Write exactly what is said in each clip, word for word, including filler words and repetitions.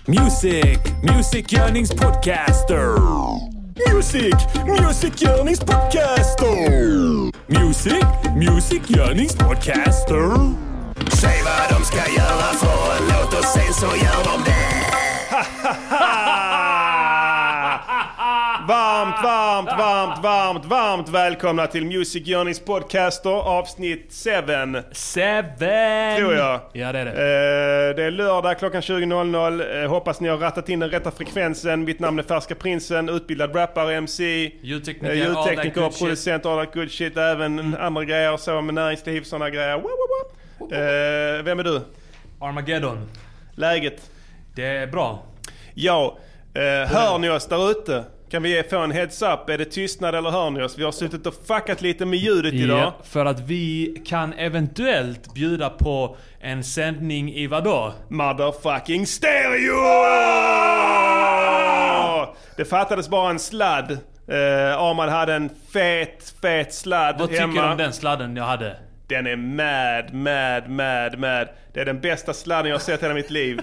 Music, musikgörningspodcaster. Music, musikgörningspodcaster. Music, musikgörningspodcaster. Säg vad de ska göra för en låt och sen så gör de det. Varmt, varmt, varmt, varmt, varmt välkomna till Music Journeys podcaster avsnitt sju. Seven! Tror jag. Ja, det är det. Eh, det är lördag klockan tjugo noll noll. Eh, hoppas ni har rattat in den rätta frekvensen. Mitt namn är Färska Prinsen, utbildad rappare, M C, ljudtekniker, eh, ljudtekniker all that producent, all that good shit. Även mm. andra grejer så med näringsliv, sådana grejer. Woo, woo, woo. Eh, vem är du? Armageddon. Läget? Det är bra. Ja, eh, hör ni oss där ute? Kan vi få en heads up? Är det tystnad eller hör ni oss? Vi har suttit och fuckat lite med ljudet idag. Ja, för att vi kan eventuellt bjuda på en sändning i vadå? Motherfucking stereo! Det fattades bara en sladd. Uh, Arman hade en fet, fet sladd Vad hemma. tycker du om den sladden jag hade? Den är mad, mad, mad, mad. Det är den bästa sladden jag har sett i hela mitt liv.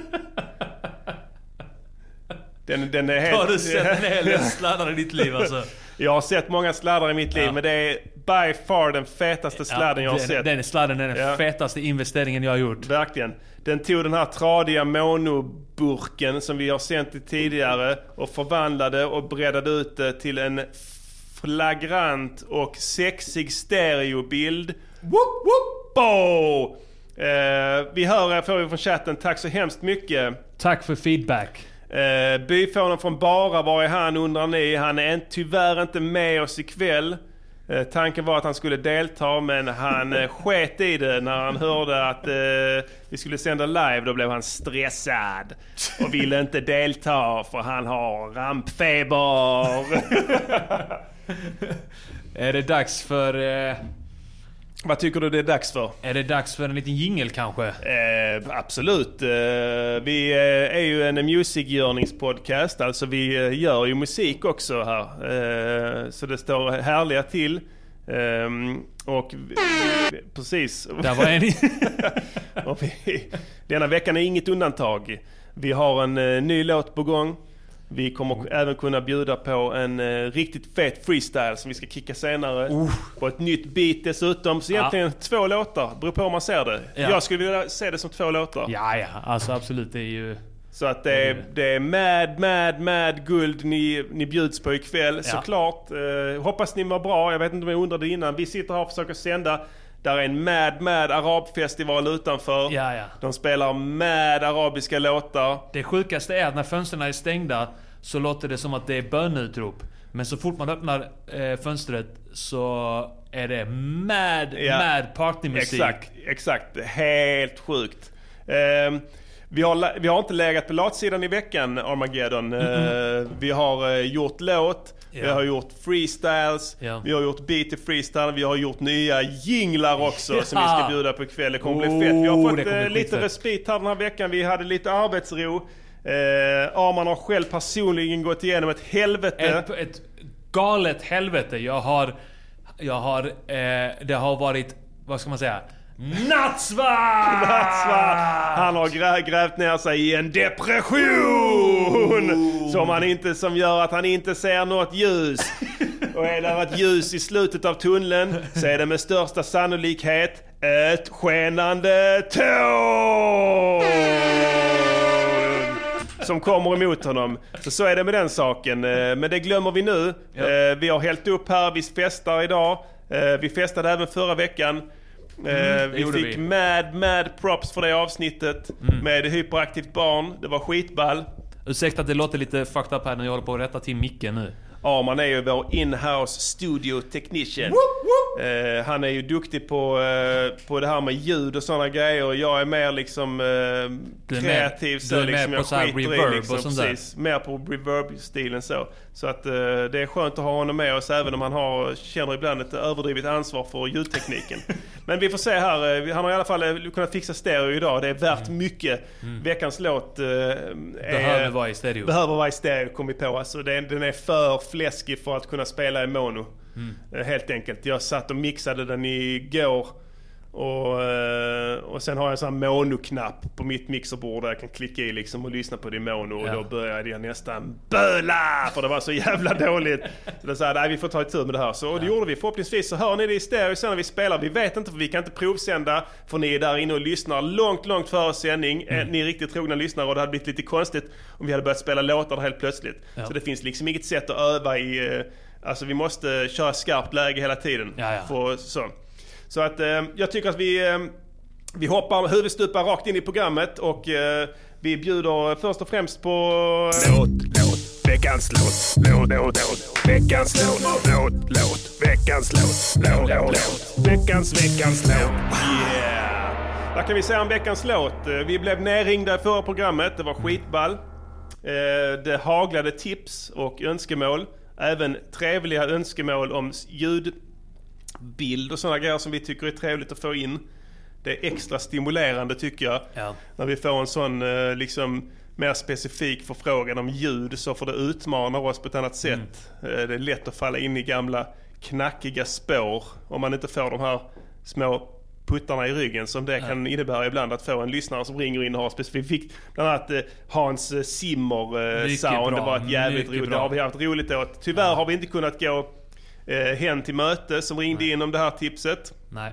Den, den är helt... Har du sett en hel del sladdar i ditt liv alltså? Jag har sett många sladdar i mitt liv, ja. Men det är by far den fetaste sladden ja, jag har den, sett. Den sladden är den ja. fetaste investeringen jag har gjort. Verkligen. Den tog den här tradiga monoburken som vi har sänt tidigare och förvandlade och breddade ut det till en flagrant och sexig stereobild. Woop, woop, bo! Eh, vi hör får vi från chatten, tack så hemskt mycket. Tack för feedback. Uh, byfånen från Bara, var är han undrar ni? Han är en, tyvärr inte med oss ikväll. uh, Tanken var att han skulle delta, men han uh, sket i det när han hörde att uh, vi skulle sända live. Då blev han stressad och ville inte delta för han har rampfeber. Är det dags för... Uh... Vad tycker du det är dags för? Är det dags för en liten jingle kanske? Eh, absolut. Eh, vi eh, är ju en musikgörningspodcast. Alltså vi eh, gör ju musik också här. Eh, så det står härliga till. Eh, och vi, precis. Där var en. Och vi, denna veckan är inget undantag. Vi har en eh, ny låt på gång. Vi kommer mm. även kunna bjuda på en uh, riktigt fet freestyle som vi ska kicka senare. Uh. På ett nytt beat dessutom. Så egentligen ja. två låtar, beror på om man ser det. Ja. Jag skulle vilja se det som två låtar. Ja, ja, alltså absolut. Det är ju... Så att det är, det är mad, mad, mad guld ni, ni bjuds på ikväll. Ja. Såklart. Uh, hoppas ni mår bra. Jag vet inte om jag undrade innan. Vi sitter här och försöker sända. Där är en mad, mad arabfestival utanför. Ja, ja. De spelar mad arabiska låtar. Det sjukaste är att när fönstren är stängda så låter det som att det är bönutrop. Men så fort man öppnar eh, fönstret så är det mad, ja. mad partymusik. Exakt, exakt. Helt sjukt. Eh, vi, har, vi har inte legat på latsidan i veckan, Armageddon. Mm-hmm. Eh, vi har eh, gjort låt. Ja. Vi har gjort freestyles, ja. Vi har gjort beat i freestyle, vi har gjort nya jinglar också ja. Som vi ska bjuda på ikväll. Det kommer oh, bli fett. Vi har fått eh, lite fett. respit här den här veckan. Vi hade lite arbetsro. Eh, Arman har själv personligen gått igenom ett helvete. Ett, ett galet helvete. Jag har, jag har, eh, det har varit, vad ska man säga? Nattsvart! Nattsvart! Han har grä, grävt ner sig i en depression oh. som, han inte, som gör att han inte ser något ljus. Och är det ett ljus i slutet av tunneln så är det med största sannolikhet ett skenande tåg som kommer emot honom. Så så är det med den saken. Men det glömmer vi nu. Ja. Vi har hällt upp här, vi festar idag. Vi festade även förra veckan. Mm, vi fick vi. mad, mad props för det avsnittet mm. med Hyperaktivt barn. Det var skitball. Ursäkta att det låter lite fucked up här när jag håller på att rätta till micken nu. Ja, man är ju vår in-house studio technician. Woop, woop. Eh, han är ju duktig på, eh, på det här med ljud och sådana grejer. Jag är mer liksom eh, kreativ. Mer, så, du är liksom, mer på så här reverb liksom, och sånt precis, där. Mer på reverb-stilen så. Så att eh, det är skönt att ha honom med oss, även om han har, känner ibland ett överdrivet ansvar för ljudtekniken. Men vi får se här. Han har i alla fall kunnat fixa stereo idag. Det är värt mm. mycket. Mm. Veckans låt eh, behöver är, vara i stereo. Behöver vara i stereo, kom vi på. Alltså, det, den är för fläskig för att kunna spela i mono. Mm. Helt enkelt. Jag satt och mixade den igår Och, och sen har jag en sån här mono-knapp på mitt mixerbord där jag kan klicka i liksom och lyssna på det i mono. Och ja. Då började jag nästan böla, för det var så jävla dåligt. Så det sa nej, vi får ta itu med det här. Så och det ja. gjorde vi. Förhoppningsvis så hör ni det i stereo sen när vi spelar. Vi vet inte, för vi kan inte provsända, för ni är där inne och lyssnar långt, långt före sändning. Mm. Ni är riktigt trogna lyssnare och det hade blivit lite konstigt om vi hade börjat spela låtar helt plötsligt. Ja. Så det finns liksom inget sätt att öva i. Alltså vi måste köra skarpt läge hela tiden. Ja, ja. För, så. Så att eh, jag tycker att vi, eh, vi hoppar huvudstupa rakt in i programmet och eh, vi bjuder först och främst på... Låt, låt, veckans låt, låt, låt, låt, veckans låt, låt, låt, veckans låt, låt, låt, låt, veckans, veckans låt. Yeah! Vad kan vi säga om veckans låt? Vi blev nerringda i förra programmet, det var skitball. Eh, det haglade tips och önskemål. Även trevliga önskemål om ljud, bild och sådana grejer som vi tycker är trevligt att få in. Det är extra stimulerande tycker jag. Ja. När vi får en sån liksom mer specifik förfrågan om ljud, så får det utmana oss på ett annat sätt. Mm. Det är lätt att falla in i gamla knackiga spår om man inte får de här små puttarna i ryggen som det ja. kan innebära ibland att få en lyssnare som ringer in och har specifikt. Bland annat eh, Hans Zimmer eh, sound. Det var ett jävligt roligt. Det har vi haft roligt åt. Tyvärr ja. har vi inte kunnat gå eh, hem till möte som ringde Nej. in om det här tipset. Nej.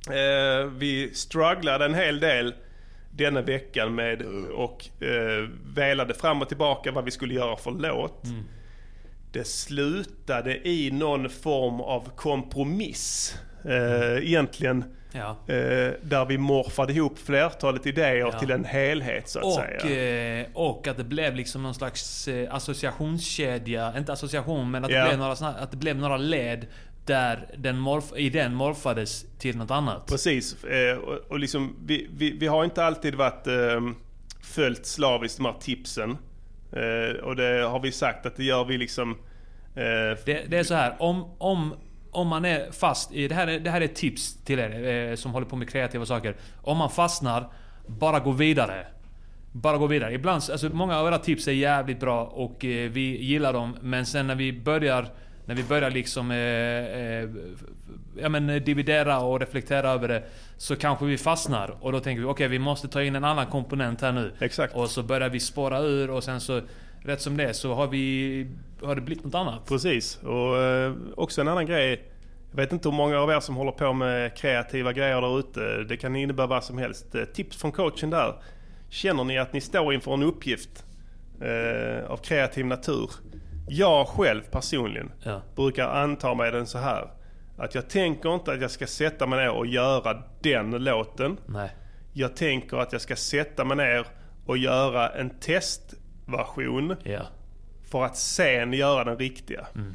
Eh, vi strugglade en hel del denna veckan med och eh, välade fram och tillbaka vad vi skulle göra för låt. Mm. Det slutade i någon form av kompromiss. Eh, egentligen ja. eh, där vi morfade ihop flertalet idéer ja. till en helhet så att och, säga. Eh, och att det blev liksom någon slags eh, associationskedja, inte association men att, ja. det blev några, att det blev några led där den morf, i den morfades till något annat. Precis. Eh, och, och liksom, vi, vi, vi har inte alltid varit eh, följt slaviskt de här tipsen. Eh, och det har vi sagt att det gör vi liksom... Eh, det, det är så här, om... om Om man är fast i, det här är, det här är ett tips till er eh, som håller på med kreativa saker. Om man fastnar, bara gå vidare. Bara gå vidare. Ibland, alltså många av våra tips är jävligt bra och eh, vi gillar dem. Men sen när vi börjar, när vi börjar liksom eh, eh, ja, men, dividera och reflektera över det, så kanske vi fastnar. Och då tänker vi, okej okay, vi måste ta in en annan komponent här nu. Exakt. Och så börjar vi spåra ur och sen så, rätt som det, så har vi har det blivit något annat. Precis. Och eh, också en annan grej. Jag vet inte hur många av er som håller på med kreativa grejer där ute. Det kan innebära vad som helst. Tips från coachen där. Känner ni att ni står inför en uppgift eh, av kreativ natur? Jag själv personligen ja. brukar anta mig den så här. Att jag tänker inte att jag ska sätta mig ner och göra den låten. Nej. Jag tänker att jag ska sätta mig ner och göra en testversion ja. för att sen göra den riktiga. Mm.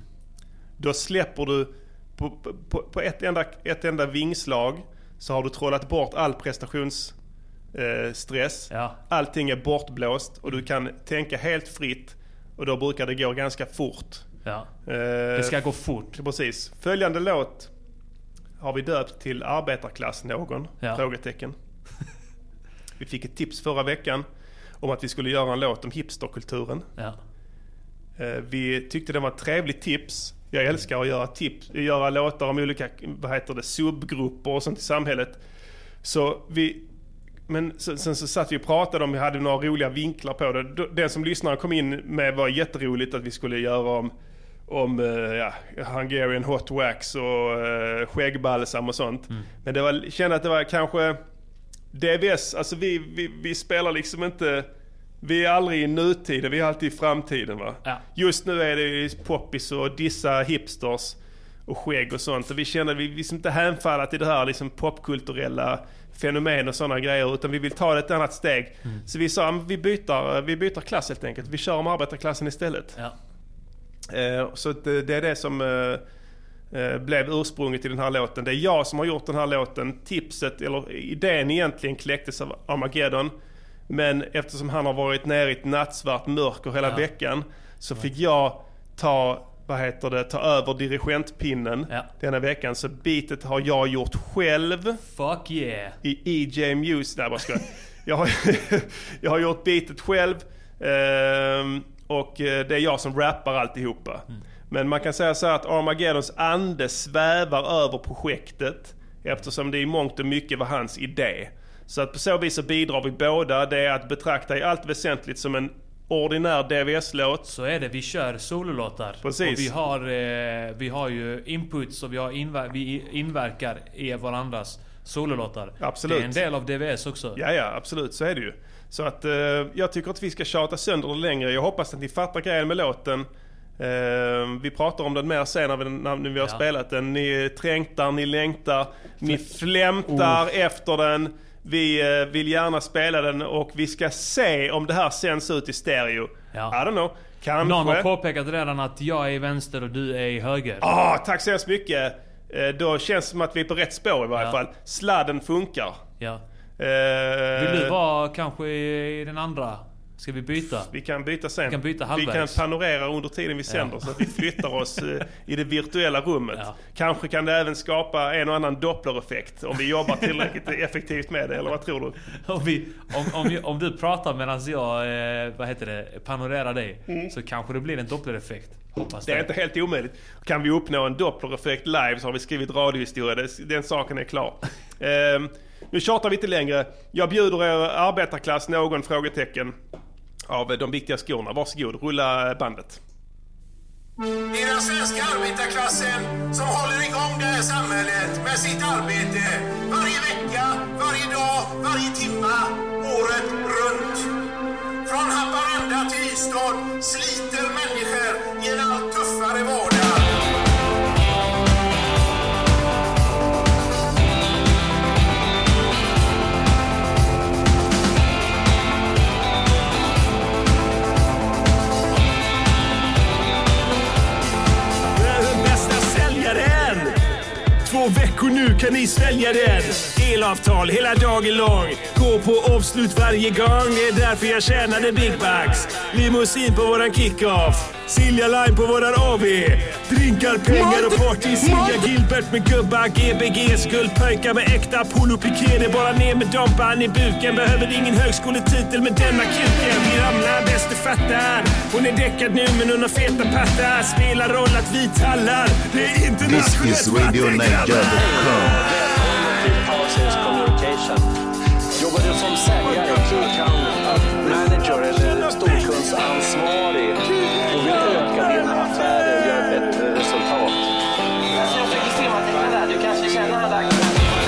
Då släpper du på, på, på ett, enda, ett enda vingslag, så har du trollat bort all prestationsstress. Eh, ja. Allting är bortblåst och du kan tänka helt fritt, och då brukar det gå ganska fort. Ja. Eh, det ska gå fort. Precis. Följande låt har vi döpt till Arbetarklass någon? Ja. Frågetecken. Vi fick ett tips förra veckan om att vi skulle göra en låt om hipsterkulturen. Ja. Vi tyckte det var ett trevligt tips. Jag älskar att göra tips, göra låtar om olika, vad heter det, subgrupper och sånt i samhället. Så vi, men sen, sen så satt vi och pratade om, vi hade några roliga vinklar på det. Den som lyssnaren kom in med var jätteroligt att vi skulle göra om, om ja, Hungarian hot wax och uh, skäggbalsam och sånt. Mm. Men det var, kände att det var kanske D V S, alltså vi, vi, vi spelar liksom inte, vi är aldrig i nutiden, vi är alltid i framtiden va. Ja. Just nu är det poppis och dissa hipsters och skägg och sånt, och vi känner att vi liksom inte hänfalla till det här liksom popkulturella fenomen och sådana grejer, utan vi vill ta det ett annat steg. Mm. Så vi sa, vi byter, vi byter klass helt enkelt, vi kör om arbetarklassen istället. Ja. Eh, så det, det är det som eh, blev ursprunget i den här låten. Det är jag som har gjort den här låten. Tipset, eller idén egentligen, kläcktes av Armageddon. Men eftersom han har varit nere i ett nattsvart mörker hela ja. veckan, så fick jag ta, vad heter det, ta över dirigentpinnen ja. denna veckan. Så beatet har jag gjort själv. Fuck yeah. I E J Music. Nej, vad ska jag? Jag har, jag har gjort beatet själv. Ehm, och det är jag som rappar alltihopa. Mm. Men man kan säga så här att Armageddons ande svävar över projektet. eftersom det i mångt och mycket var hans idé. Så att på så vis så bidrar vi båda. Det är att betrakta i allt väsentligt som en ordinär D V S-låt. Så är det, vi kör sololåtar. Precis. Och vi har, eh, vi har ju inputs och vi, har inver- vi inverkar i varandras sololåtar. Absolut. Det är en del av D V S också. Ja, ja, absolut, så är det ju. Så att eh, jag tycker att vi ska tjata sönder det längre. Jag hoppas att ni fattar grejen med låten. Uh, vi pratar om den mer sen när vi, när vi har ja. spelat den. Ni trängtar, ni längtar, ni flämtar oh. efter den. Vi uh, vill gärna spela den och vi ska se om det här sänds ut i stereo. Ja. I don't know. Kanske. Någon har påpekat redan att jag är i vänster och du är i höger. Ah, tack så hemskt mycket. Uh, då känns det som att vi är på rätt spår i varje ja. fall. Sladden funkar. Ja. Uh, vill du vara kanske i den andra? Ska vi byta? Vi kan byta sen. Vi kan byta halvvägs. Vi kan panorera under tiden vi sänder ja. så att vi flyttar oss i det virtuella rummet. Ja. Kanske kan det även skapa en och annan dopplereffekt om vi jobbar tillräckligt effektivt med det, eller vad tror du? Om, vi, om, om, om du pratar medan jag eh, vad heter det, panorerar dig mm. så kanske det blir en dopplereffekt. Hoppas det. Det är inte helt omöjligt. Kan vi uppnå en dopplereffekt live så har vi skrivit radiohistoria. Den saken är klar. ehm, nu tjatar vi inte längre. Jag bjuder er arbetarklass någon frågetecken av de viktiga skorna. Varsågod, rulla bandet. Det är den svenska arbetarklassen som håller igång det här samhället med sitt arbete. Varje vecka, varje dag, varje timma, året runt. Från Haparanda till Ystad sliter människor i en allt tuffare vardag. Två veckor nu kan ni svälja den. Elavtal hela dagen lång. Gå på avslut varje gång. Det är därför jag tjänade big bucks. Limousin på våran kick-off. Silja Line på våran A V. Drinkar, pengar och party. Silja Gilbert med gubbar. G B G, skuldpöjkar med äkta polo piké. Det är bara ner med dompan i buken. Behöver ingen högskoletitel med denna kuken. Vi ramlar bäst du fattar. Hon är däckad nu men hon har feta pattar. Spelar roll att vi tallar. Det är internationellt vattengrabbar. Jobbar du som säljare, manager eller storkundsansvarig och vill öka dina affärer och göra bättre resultat? Jag försöker filma till det där. Du kanske känner den där.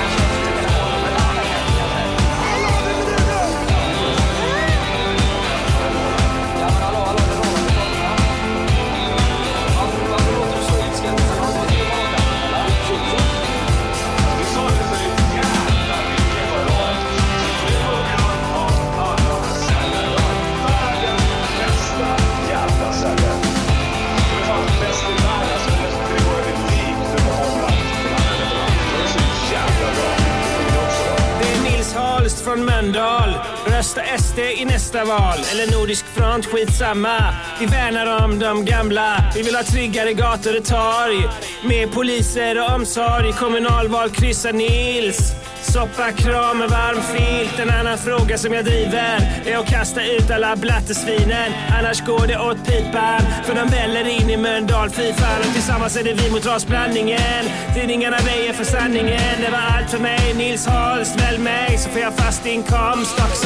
Från Mölndal, rösta S D i nästa val. Eller Nordisk front, skitsamma. Vi värnar om de gamla. Vi vill ha tryggare gator och torg. Med poliser och omsorg. Kommunalval, kryssa Nils. Soppa, kram med varm filt. En annan fråga som jag driver är att kasta ut alla blattesvinen. Annars går det åt pipan. För de väller in i Mölndal, fy fan. Och tillsammans är det vi mot rasblandningen. Tidningarna väjer för sanningen. Det var allt för mig, Nils Holst. Välj mig så får jag fast inkomst också.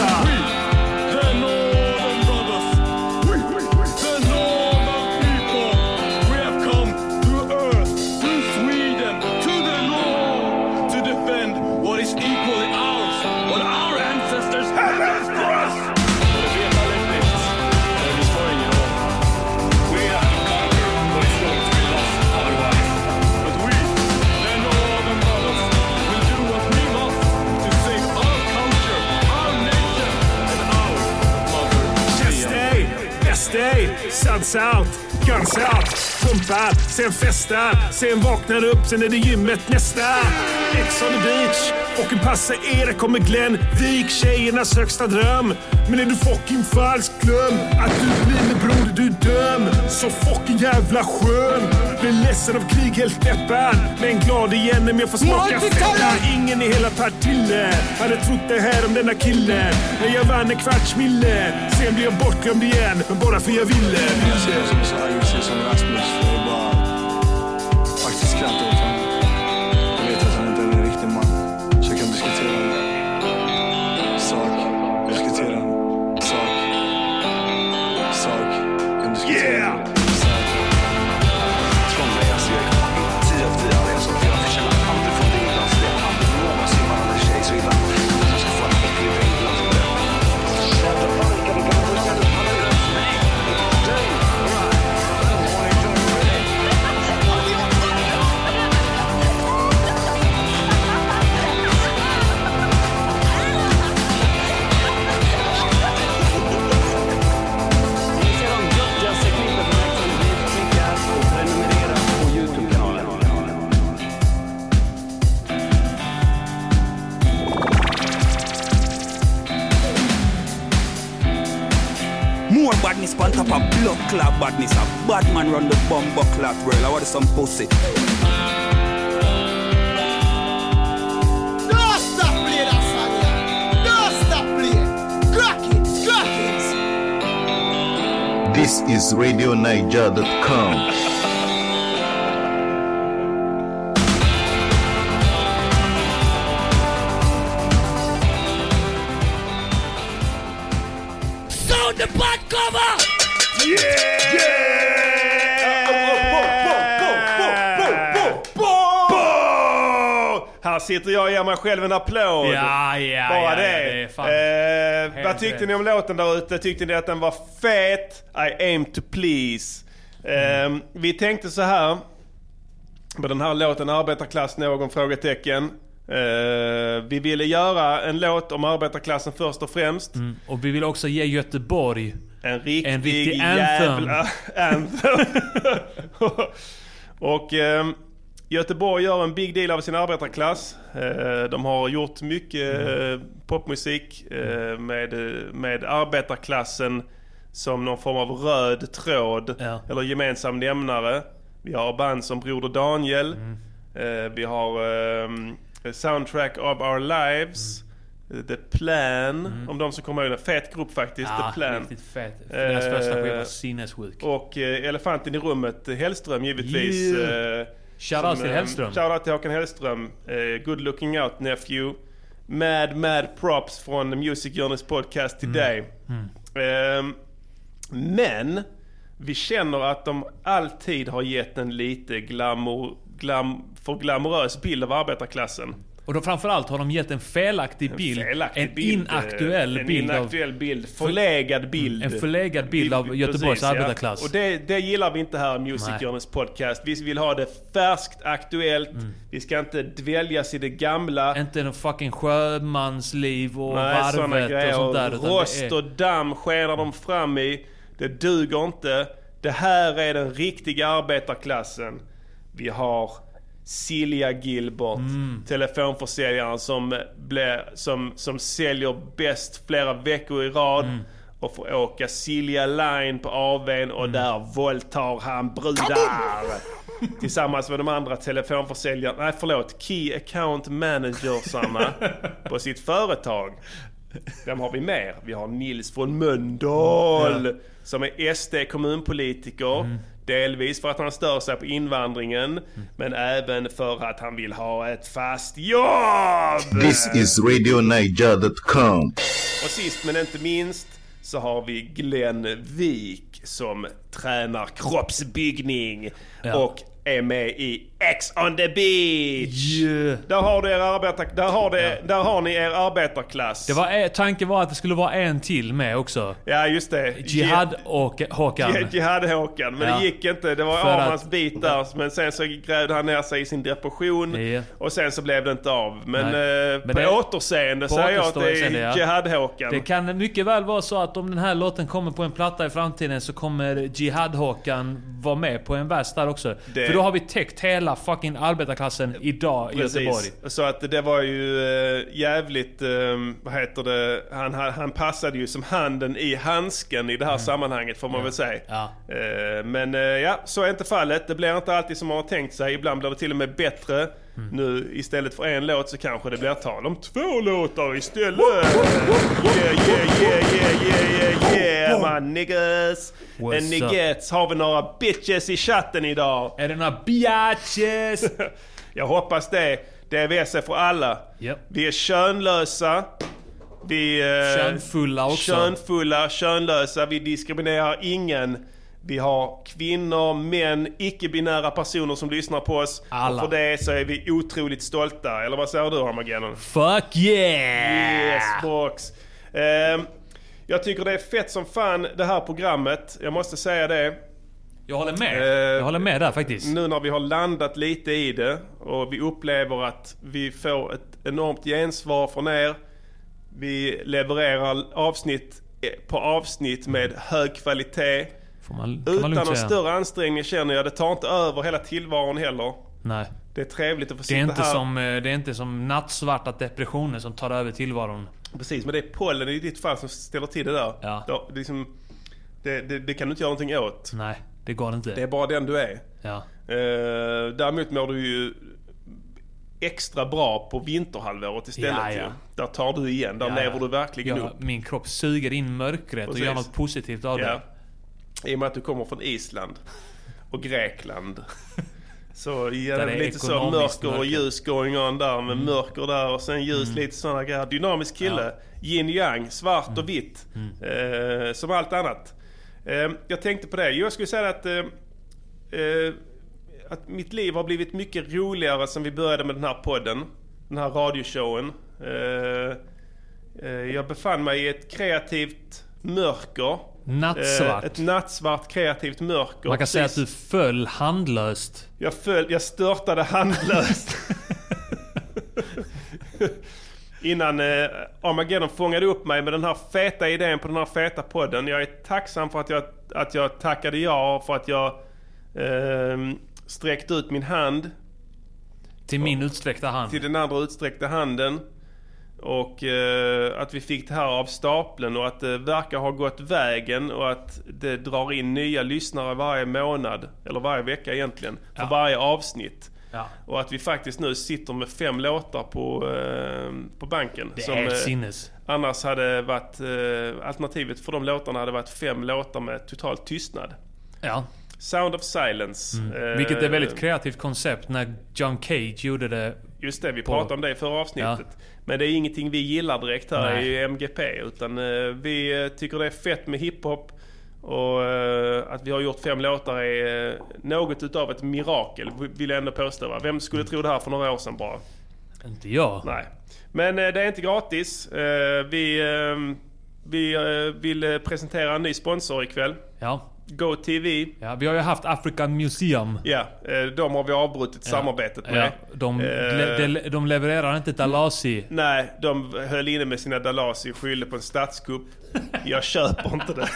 Suns out, guns out, pumpar, sen festar, sen vaknar upp, sen är det gymmet nästa. Ex on the beach, och en passa era kommer Glenn Vik, tjejernas högsta dröm. Men är du fucking falsk, glöm att du blir med bror, du döm. Så fucking jävla skön. Blir ledsen av krig, helt deppad. Men glad igen om jag får smaka fetta. Ingen i hela Partille hade trott det här om denna kille. När jag vann en kvarts mille, sen blir jag bortglömd igen. Men bara för jag ville. Jag ser som så här, jag ser som Rasmus. Det är bara faktiskt skratta åt honom. Jag vet att han inte är en riktig man. Yeah! Från mig, alltså jag är tio av tio av det. Så jag förtjänar alltid från det ibland. Så det är alltid någon som man annan tjej så ibland. Så ska få en äcklig väg ibland. More badness on top of blood clot badness. A bad man run the bumbo clot world. I want some pussy. Don't stop play that song, yeah. Don't stop play. Crackins, crackins. This is radio niger dot com. Sound the bad cover! Yeah! Här sitter jag och ger mig själv en applåd. Ja, ja, Bara ja, det. ja, det är fan eh, vad tyckte rätt. ni om låten där ute? Tyckte ni att den var fet? I aim to please. Eh, vi tänkte så här. Med den här låten Arbetarklass, någon frågetecken. Eh, vi ville göra en låt om arbetarklassen först och främst. Mm. Och vi vill också ge Göteborg En riktig, en riktig jävla anthem. Och eh, Göteborg gör en big deal av sin arbetarklass. Eh, de har gjort mycket eh, popmusik eh, med, med arbetarklassen som någon form av röd tråd, ja. eller gemensam nämnare. Vi har band som Broder Daniel. Mm. Eh, vi har eh, Soundtrack of Our Lives. Mm. The Plan, mm. om de som kommer ihåg det. Fet grupp faktiskt, ja, The Plan. Riktigt fet. Deras Eh, första skiva var sinnessjuk. Och eh, Elefanten i rummet, Hellström givetvis. Yeah. Eh, Shoutout som, till eh, Hellström. Shoutout till Håkan Hellström. Eh, good looking out nephew. Mad, mad props från Music Journeys podcast till dig. Mm. Eh, men vi känner att de alltid har gett en lite glamour, glam, för glamorös bild av arbetarklassen. Och då framförallt har de gett en felaktig bild. En, felaktig en bild, inaktuell en bild. inaktuell av, bild. Förlegad bild. En förlegad bild av Göteborgs Precis, arbetarklass. Ja. Och det, det gillar vi inte här i Music Journeys podcast. Vi vill ha det färskt, aktuellt. Mm. Vi ska inte dväljas i det gamla. Inte någon fucking sjömansliv och Nej, varvet och sånt där. Rost är... och damm skenar de fram i. Det duger inte. Det här är den riktiga arbetarklassen. Vi har Silja Gilbert, mm. telefonförsäljaren som, blir, som, som säljer bäst flera veckor i rad. Mm. Och får åka Silja Line på A V:n och mm. där våldtar han brudar. Tillsammans med de andra telefonförsäljarna, nej förlåt, Key Account Managersarna på sitt företag. Vem har vi mer? Vi har Nils von Mölndal, mm. som är S D kommunpolitiker. Mm. Delvis för att han stör sig på invandringen, mm. men även för att han vill ha ett fast jobb. This is radio niger dot com. Och sist men inte minst så har vi Glenn Wik som tränar kroppsbyggning, ja. Och är med i X on the Beach. Yeah. Där har du er arbetar, där har det, ja. Där har ni er arbetarklass. Det var, tanken var att det skulle vara en till med också. Ja, just det. Jihad och Håkan. Jihad Håkan, men ja. det gick inte. Det var Armans att... bit där, men sen så grävde han ner sig i sin depression, ja. Och sen så blev det inte av. Men, eh, men på det... återseende säger jag att det är ja. Jihad Håkan. Det kan mycket väl vara så att om den här låten kommer på en platta i framtiden så kommer Jihad Håkan vara med på en vers där också. Det... För då har vi täckt hela fucking arbetarklassen idag i Precis. Göteborg. Så att det var ju äh, jävligt, äh, vad heter det, han, han passade ju som handen i handsken i det här mm. sammanhanget får man ja. väl säga. Ja. Äh, men äh, ja, så är inte fallet. Det blir inte alltid som man har tänkt sig. Ibland blir det till och med bättre. Mm. Nu istället för en låt så kanske det blir tal om två låtar istället. Yeah, yeah, yeah, yeah, yeah, yeah, yeah, my niggas. What's and niggas. Har vi några bitches i chatten idag? Är det några bitches? Jag hoppas det. Det är V S för alla. Yep. Vi är könlösa. Vi är könfulla också. Könfulla, könlösa. Vi diskriminerar ingen. Vi har kvinnor, män, icke-binära personer som lyssnar på oss. Alla. Och för det så är vi otroligt stolta. Eller vad säger du, Armageddon? Fuck yeah! Yes, box. Eh, jag tycker det är fett som fan det här programmet. Jag måste säga det. Jag håller med. Eh, jag håller med där faktiskt. Nu när vi har landat lite i det och vi upplever att vi får ett enormt gensvar från er. Vi levererar avsnitt på avsnitt med hög kvalitet. Får man, Utan man någon större ansträngning känner jag. Det tar inte över hela tillvaron heller. Nej. Det är trevligt att få Det sitta är, inte här. som, det är inte som nattsvarta depressioner som tar över tillvaron. Precis, men det är pollen i ditt fall som ställer till det där. Ja. Det, det, liksom, det, det, det kan du inte göra någonting åt. Nej, det går inte. Det är bara den du är. Ja. Uh, däremot mår du ju extra bra på vinterhalvåret istället. Ja, ja. Ju. Där tar du igen, där Ja, lever ja. du verkligen Ja, upp. min kropp suger in mörkret Precis. och gör något positivt av Ja. det. I och med att du kommer från Island och Grekland. Så ja, det Där är är lite så ekonomiskt mörker och mörker. ljus going on där med Mm. mörker där och sen ljus, Mm. lite sådana grejer. Dynamisk kille. Ja. Yin yang, svart Mm. och vitt. Eh, som allt annat. Eh, jag tänkte på det. Jag skulle säga att, eh, eh, att mitt liv har blivit mycket roligare sen vi började med den här podden. Den här radioshowen. Eh, eh, jag befann mig i ett kreativt mörker. Nattsvart. Eh, ett nattsvart kreativt mörker. Man kan säga att Precis. du föll handlöst. Jag föll, jag störtade handlöst. Innan eh, Armageddon fångade upp mig med den här feta idén på den här feta podden. Jag är tacksam för att jag, att jag tackade ja, för att jag eh, sträckte ut min hand. Till min utsträckta hand. Till den andra utsträckta handen. Och eh, att vi fick det här av stapeln och att det verkar ha gått vägen och att det drar in nya lyssnare varje månad. Eller varje vecka egentligen. För Ja. varje avsnitt. Ja. Och att vi faktiskt nu sitter med fem låtar på, eh, på banken. Det som, är eh, sinnes. annars hade varit eh, alternativet för de låtarna hade varit fem låtar med total tystnad. Ja. Sound of Silence. Mm. Eh, Vilket är ett väldigt kreativt koncept när John Cage gjorde det. Just det, vi på- pratade om det i förra avsnittet. Men det är ingenting vi gillar direkt här Nej. i M G P. Utan eh, vi eh, tycker det är fett med hiphop. Och eh, att vi har gjort fem låtar är eh, något utav ett mirakel, vill jag ändå påstå. Va? Vem skulle tro det här för några år sedan bara? Inte jag. Nej. Men eh, det är inte gratis. Eh, vi eh, vi eh, vill eh, presentera en ny sponsor ikväll. Ja. Go T V. Ja, vi har ju haft African Museum. Ja, eh, de har vi avbrutit Ja. samarbetet med. Ja, de, Eh, le, de, de levererar inte Dalasi. Nej, de höll inne med sina Dalasi och skyllde på en statskupp. Jag köper inte det.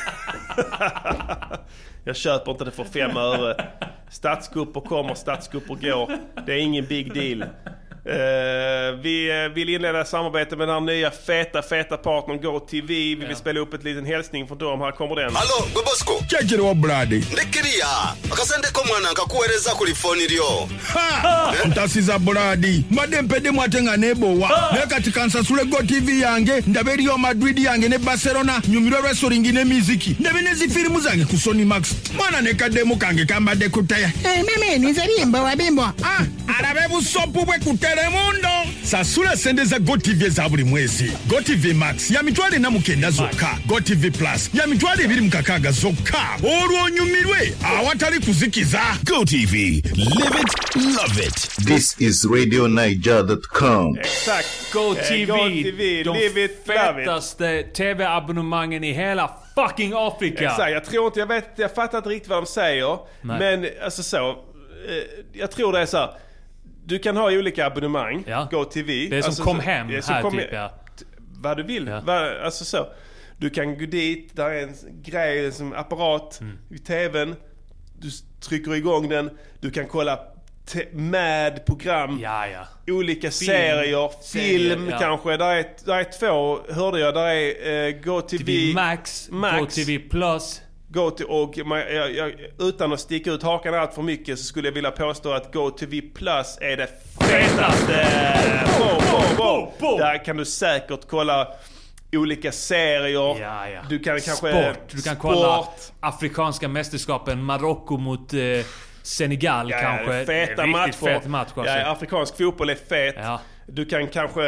Jag köper inte det för fem öre. Statskupper kommer, statskupper går. Det är ingen big deal. Uh, vi uh, vill inleda samarbete med den här nya feta, feta partnern Go T V. Vi vill spela upp ett liten hälsning från dem. Här kommer den. Halo, Gobosko. Kyakiro bradi. Nekiria. Akasendeko mwana nkakuwereza kuli phone lyo. Ha! Ntasiza bradi. Madempede mwatenga nebowa. Ne kati kansasule Go T V yange. Ndabe Real Madrid yange ne Barcelona. Nyumiro wrestling ne muziki. Ndabe nezi filimu zange ku Sony Max. Mwana ne kademu kange kambade kutaya. Eh meme nize bimbo wa bimbo. Ah, arabe busopu bwe kutelemundo. Sasula sende za Go T V za buli mwezi. Go T V Max ya mitwale na mukenda zokka. Go T V Plus ya mitwale ebiri mukakaga zokka. Olwo nyumirwe awatali kuzikiza. Go T V. Live it, love it. This is radio niger dot com. Exakt. Go Eh, T V. Go T V. De Live it, love it. fetaste tv-abonnemangen i hela fucking Afrika. Exakt, jag tror inte, jag vet, jag fattar inte riktigt vad de säger. Nej. Men alltså så, eh, jag tror det är så här. Du kan ha olika abonnemang, Ja. Go T V. Det är som alltså, kom så- hem det är som här kom typ, he- ja. t- Vad du vill. Ja. Va, alltså så. Du kan gå dit, där är en grej, som apparat Mm. i tvn. Du s- trycker igång den. Du kan kolla te- med program. Ja, ja. Olika Film, serier, serier, film ja. kanske. Där är, där är två, hörde jag. Där är eh, Go T V, T V Max, Max. Go T V Plus. Go to, och man, jag, jag, utan att sticka ut hakan allt för mycket så skulle jag vilja påstå att Go T V Plus är det fetaste. Bo, bo, bo. Där kan du säkert kolla olika serier. Ja, ja. Du kan kanske... Sport. Du kan sport. kolla Afrikanska mästerskapen, Marocko mot eh, Senegal Ja, kanske. det är feta Det är riktigt matcher. fet match alltså. Ja, afrikansk fotboll är fet. Ja. Du kan kanske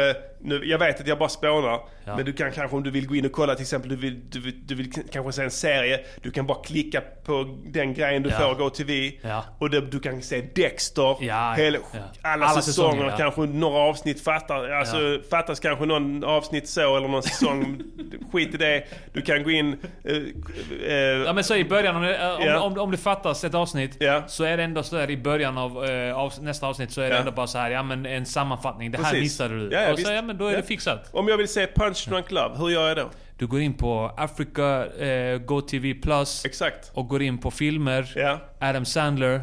Nu, jag vet att jag bara spånar, Ja. men du kan kanske om du vill gå in och kolla till exempel, du vill, du vill, du vill kanske se en serie, du kan bara klicka på den grejen du Ja. får Go T V Ja. och det, du kan se Dexter, Ja, hela, ja. alla, Alla säsonger, säsonger, ja. kanske några avsnitt fattar, alltså Ja. fattas kanske någon avsnitt så eller någon säsong, skit i det, du kan gå in eh, eh, Ja men så i början, om det, om, Ja. om, om det fattas ett avsnitt Ja. så är det ändå så där i början av, eh, av nästa avsnitt så är det Ja. ändå bara så här, ja men en sammanfattning, det här Precis. missade du. Ja, ja, och så, visst. ja men då är Ja. det fixat. Om jag vill se Punch Drunk Love, hur gör jag då? Du går in på Africa eh, Go T V Plus. Exakt. Och går in på filmer. Ja. Adam Sandler.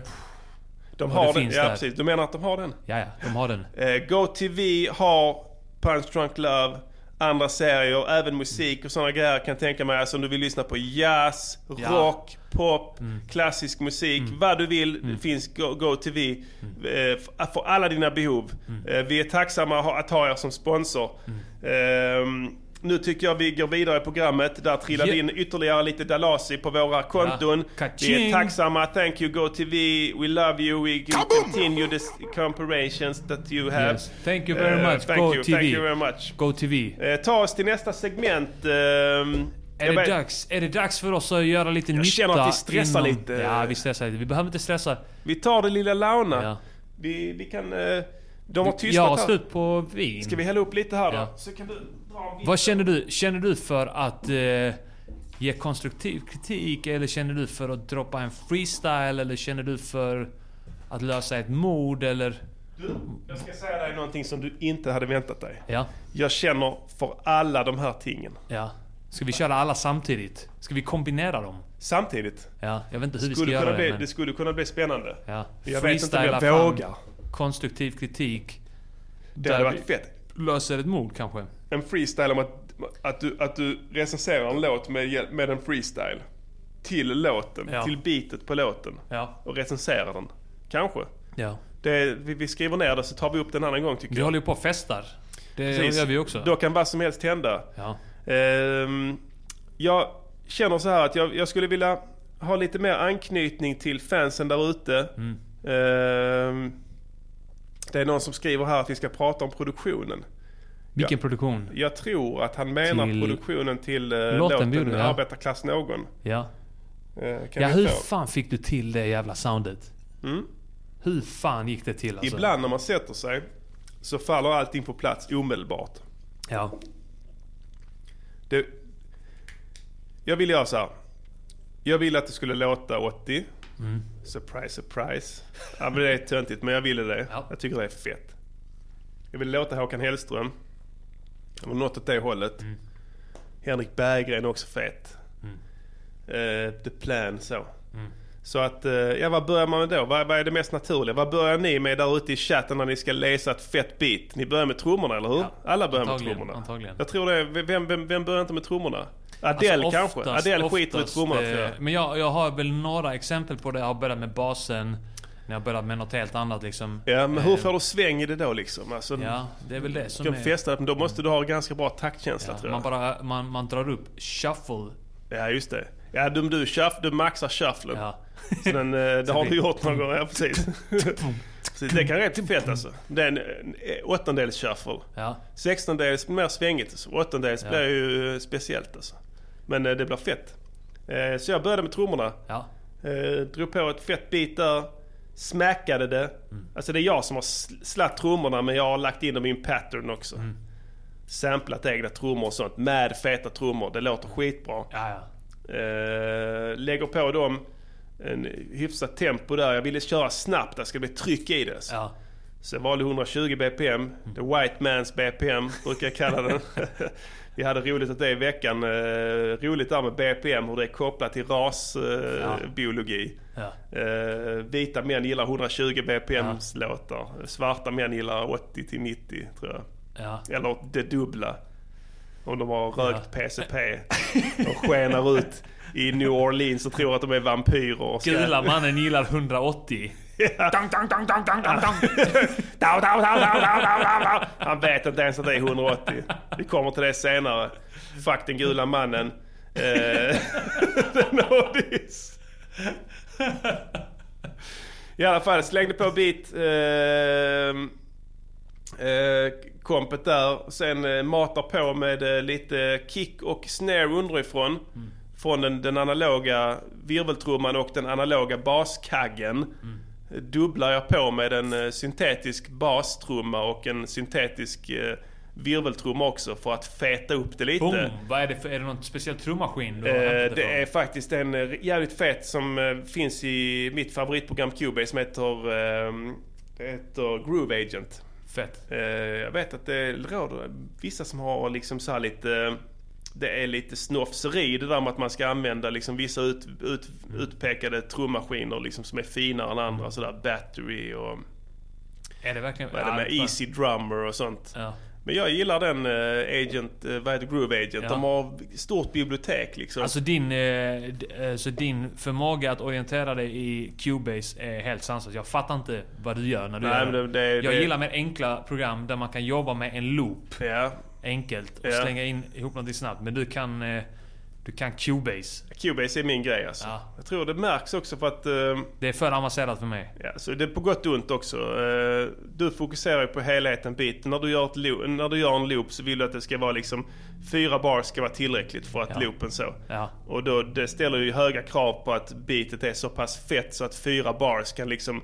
De Och har det den, finns ja där. precis. Du menar att de har den? Ja, ja, de har den. Eh, Go T V har Punch Drunk Love, andra serier, även musik och sådana grejer kan jag tänka mig. Alltså om du vill lyssna på jazz, Ja. rock, pop, Mm. klassisk musik, vad du vill, det finns Go, Go T V eh, f- för alla dina behov. Eh, vi är tacksamma att ha- att ha er som sponsor. Ehm, nu tycker jag vi går vidare i programmet. Där trillar Ja. in ytterligare lite Dalasi på våra konton. Ja. Vi är Ka-ching. tacksamma. Thank you Go T V. We love you. We can continue this comparisons that you have. Yes. Thank you very Eh, much, thank Go you, T V. Thank you very much. Go T V. Eh, ta oss till nästa segment. ehm, Är jag det, vet- dags, är det dags för oss att göra lite nytta? känner att vi stressar inom- lite. Ja, vi stressar lite. Vi behöver inte stressa. Vi tar det lilla Launa. Ja. Vi, vi kan... Eh, de har tystnat Jag har här. slut på vin. Ska vi hälla upp lite här då? Ja. Så kan du dra en viss- Vad känner du? Känner du för att eh, ge konstruktiv kritik? Eller känner du för att droppa en freestyle? Eller känner du för att lösa ett mord? Eller... Du, jag ska säga dig någonting som du inte hade väntat dig. Ja. Jag känner för alla de här tingen. Ja. Ska vi köra alla samtidigt? Ska vi kombinera dem? Samtidigt? Ja, jag vet inte hur vi ska Skulle göra kunna det. bli, men... Det skulle kunna bli spännande. Ja. Jag vet inte om jag Freestyla fram vågar. konstruktiv kritik. Det hade där varit vi fett. Löser ett mord kanske. En freestyle om att, att, du, att du recenserar en låt med, hjälp- med en freestyle. Till låten, Ja. till beatet på låten. Ja. Och recenserar den. Kanske. Ja. Det, vi, vi skriver ner det så tar vi upp den en annan gång tycker Vi jag. håller ju på och festar. Det Precis. gör vi också. Då kan vad som helst hända. Ja. Ehm, jag känner så här att jag, jag skulle vilja ha lite mer anknytning till fansen där ute. Mm. Ehm, det är någon som skriver här att vi ska prata om produktionen. Vilken Ja. produktion? Jag tror att han menar Till- produktionen till uh, Låten låten bjuder, ja. Arbetarklass någon. Ja. Eh, kan Ja, vi hur få? fan fick du till det jävla soundet? Mm. Hur fan gick det till alltså? Ibland när man sätter sig så faller allting på plats omedelbart. Ja. Det, jag vill göra så här. Jag ville att det skulle låta åttio. Mm. Surprise, surprise. Ja, men det är töntigt, men jag ville det. Ja. Jag tycker det är fett. Jag vill låta Håkan Hellström. Det var något åt det hållet. Mm. Henrik Berggren är också fet. Mm. Eh, The Plan så. Mm. Så att, eh, ja vad börjar man med då? Vad, vad är det mest naturliga? Vad börjar ni med där ute i chatten när ni ska läsa ett fett beat? Ni börjar med trummorna, eller hur? Ja, Alla börjar antagligen, med trummorna. antagligen. Jag tror det är, vem, vem, vem börjar inte med trummorna? Adele Alltså, kanske? oftast- Adele skiter i oftast, trummorna eh, tror jag. Men jag, jag har väl några exempel på det. Jag har börjat med basen. När jag börjat med något helt annat liksom. Ja, men hur Eh, får du sväng i det då liksom? Alltså, Ja, det är väl det som kan är... festa, men då måste du ha ganska bra taktkänsla Ja, tror jag. man, bara, man, man drar upp shuffle. Ja, just det. Ja, du, du, shuff, du maxar shufflen. Ja. Så den, eh, det Så har det- du gjort någon gång, ja precis. precis. Det kan rätt till fett alltså. Det är en eh, åttondels shuffle. Ja. Sextondels mer svängigt. Alltså. Åttondels Ja. blir ju eh, speciellt alltså. Men eh, det blir fett. Eh, så jag började med trummorna. Ja. Eh, drog på ett fett beat där. Smackade det. Mm. Alltså det är jag som har sl- slatt trummorna, men jag har lagt in dem i en pattern också. Mm. Samplat egna trummor och sånt. Med feta trummor. Det låter skitbra. Ja, ja. Eh, lägger på dem en hyfsat tempo där. Jag ville köra snabbt, det ska bli tryck i det. Ja. Så jag valde hundratjugo B P M. The white man's B P M brukar jag kalla den. Vi hade roligt åt det i veckan. Eh, roligt där med B P M, hur det är kopplat till rasbiologi. Ja. Eh, eh, vita män gillar hundratjugo B P M's låtar. Svarta män gillar åttio till nittio tror jag. Ja. Eller det dubbla. Om de har rökt P C P och skenar ut i New Orleans och tror att de är vampyrer. Och ska... Gula mannen gillar hundraåttio. Dang, dang, dang, dang, dang, dang, dang. Dau, dau, dau, dau, dau, dau, dau, dau. Han vet inte ens att det är hundraåttio. Vi kommer till det senare. Fuck den gula mannen. Eh, Nordis. I alla fall, slängde på beat. Eh, eh, kompet där. Sen eh, matar på med eh, lite kick och snare underifrån. Mm. Från den, den analoga virveltrumman och den analoga baskaggen. Mm. Dubblar jag på med en eh, syntetisk bastrumma och en syntetisk eh, virveltrumma också för att feta upp det lite. Boom. Vad är det för, är det någon speciell trummaskin? Eh, det det är faktiskt en eh, jävligt fet som eh, finns i mitt favoritprogram Cubase som heter, eh, heter Groove Agent. Fett. Eh, jag vet att det råder vissa som har liksom så här lite... Eh, det är lite snofseri det där med att man ska använda liksom vissa ut, ut, utpekade trummaskiner liksom som är finare än andra. Mm. Sådär Battery och... Är det verkligen... Vad är det med ja, Easy Drummer och sånt. Ja. Men jag gillar den uh, Agent, uh, vad heter Groove Agent. Ja. De har stort bibliotek liksom. Alltså din, eh, d- så din förmåga att orientera dig i Cubase är helt sansad. Jag fattar inte vad du gör när du Nej, gör det. Det, Jag det... gillar mer enkla program där man kan jobba med en loop. Ja. Enkelt och ja. slänga in ihop något snabbt. Men du kan, eh, du kan Cubase. Cubase är min grej alltså. Ja. Jag tror det märks också för att... Uh, det är för avancerat för mig. Ja, så det är på gott och ont också. Uh, du fokuserar ju på helheten bit. När du, gör ett lo- när du gör en loop så vill du att det ska vara liksom... Fyra bars ska vara tillräckligt för att ja. loopen så. Ja. Och då, det ställer ju höga krav på att beatet är så pass fett så att fyra bars kan liksom...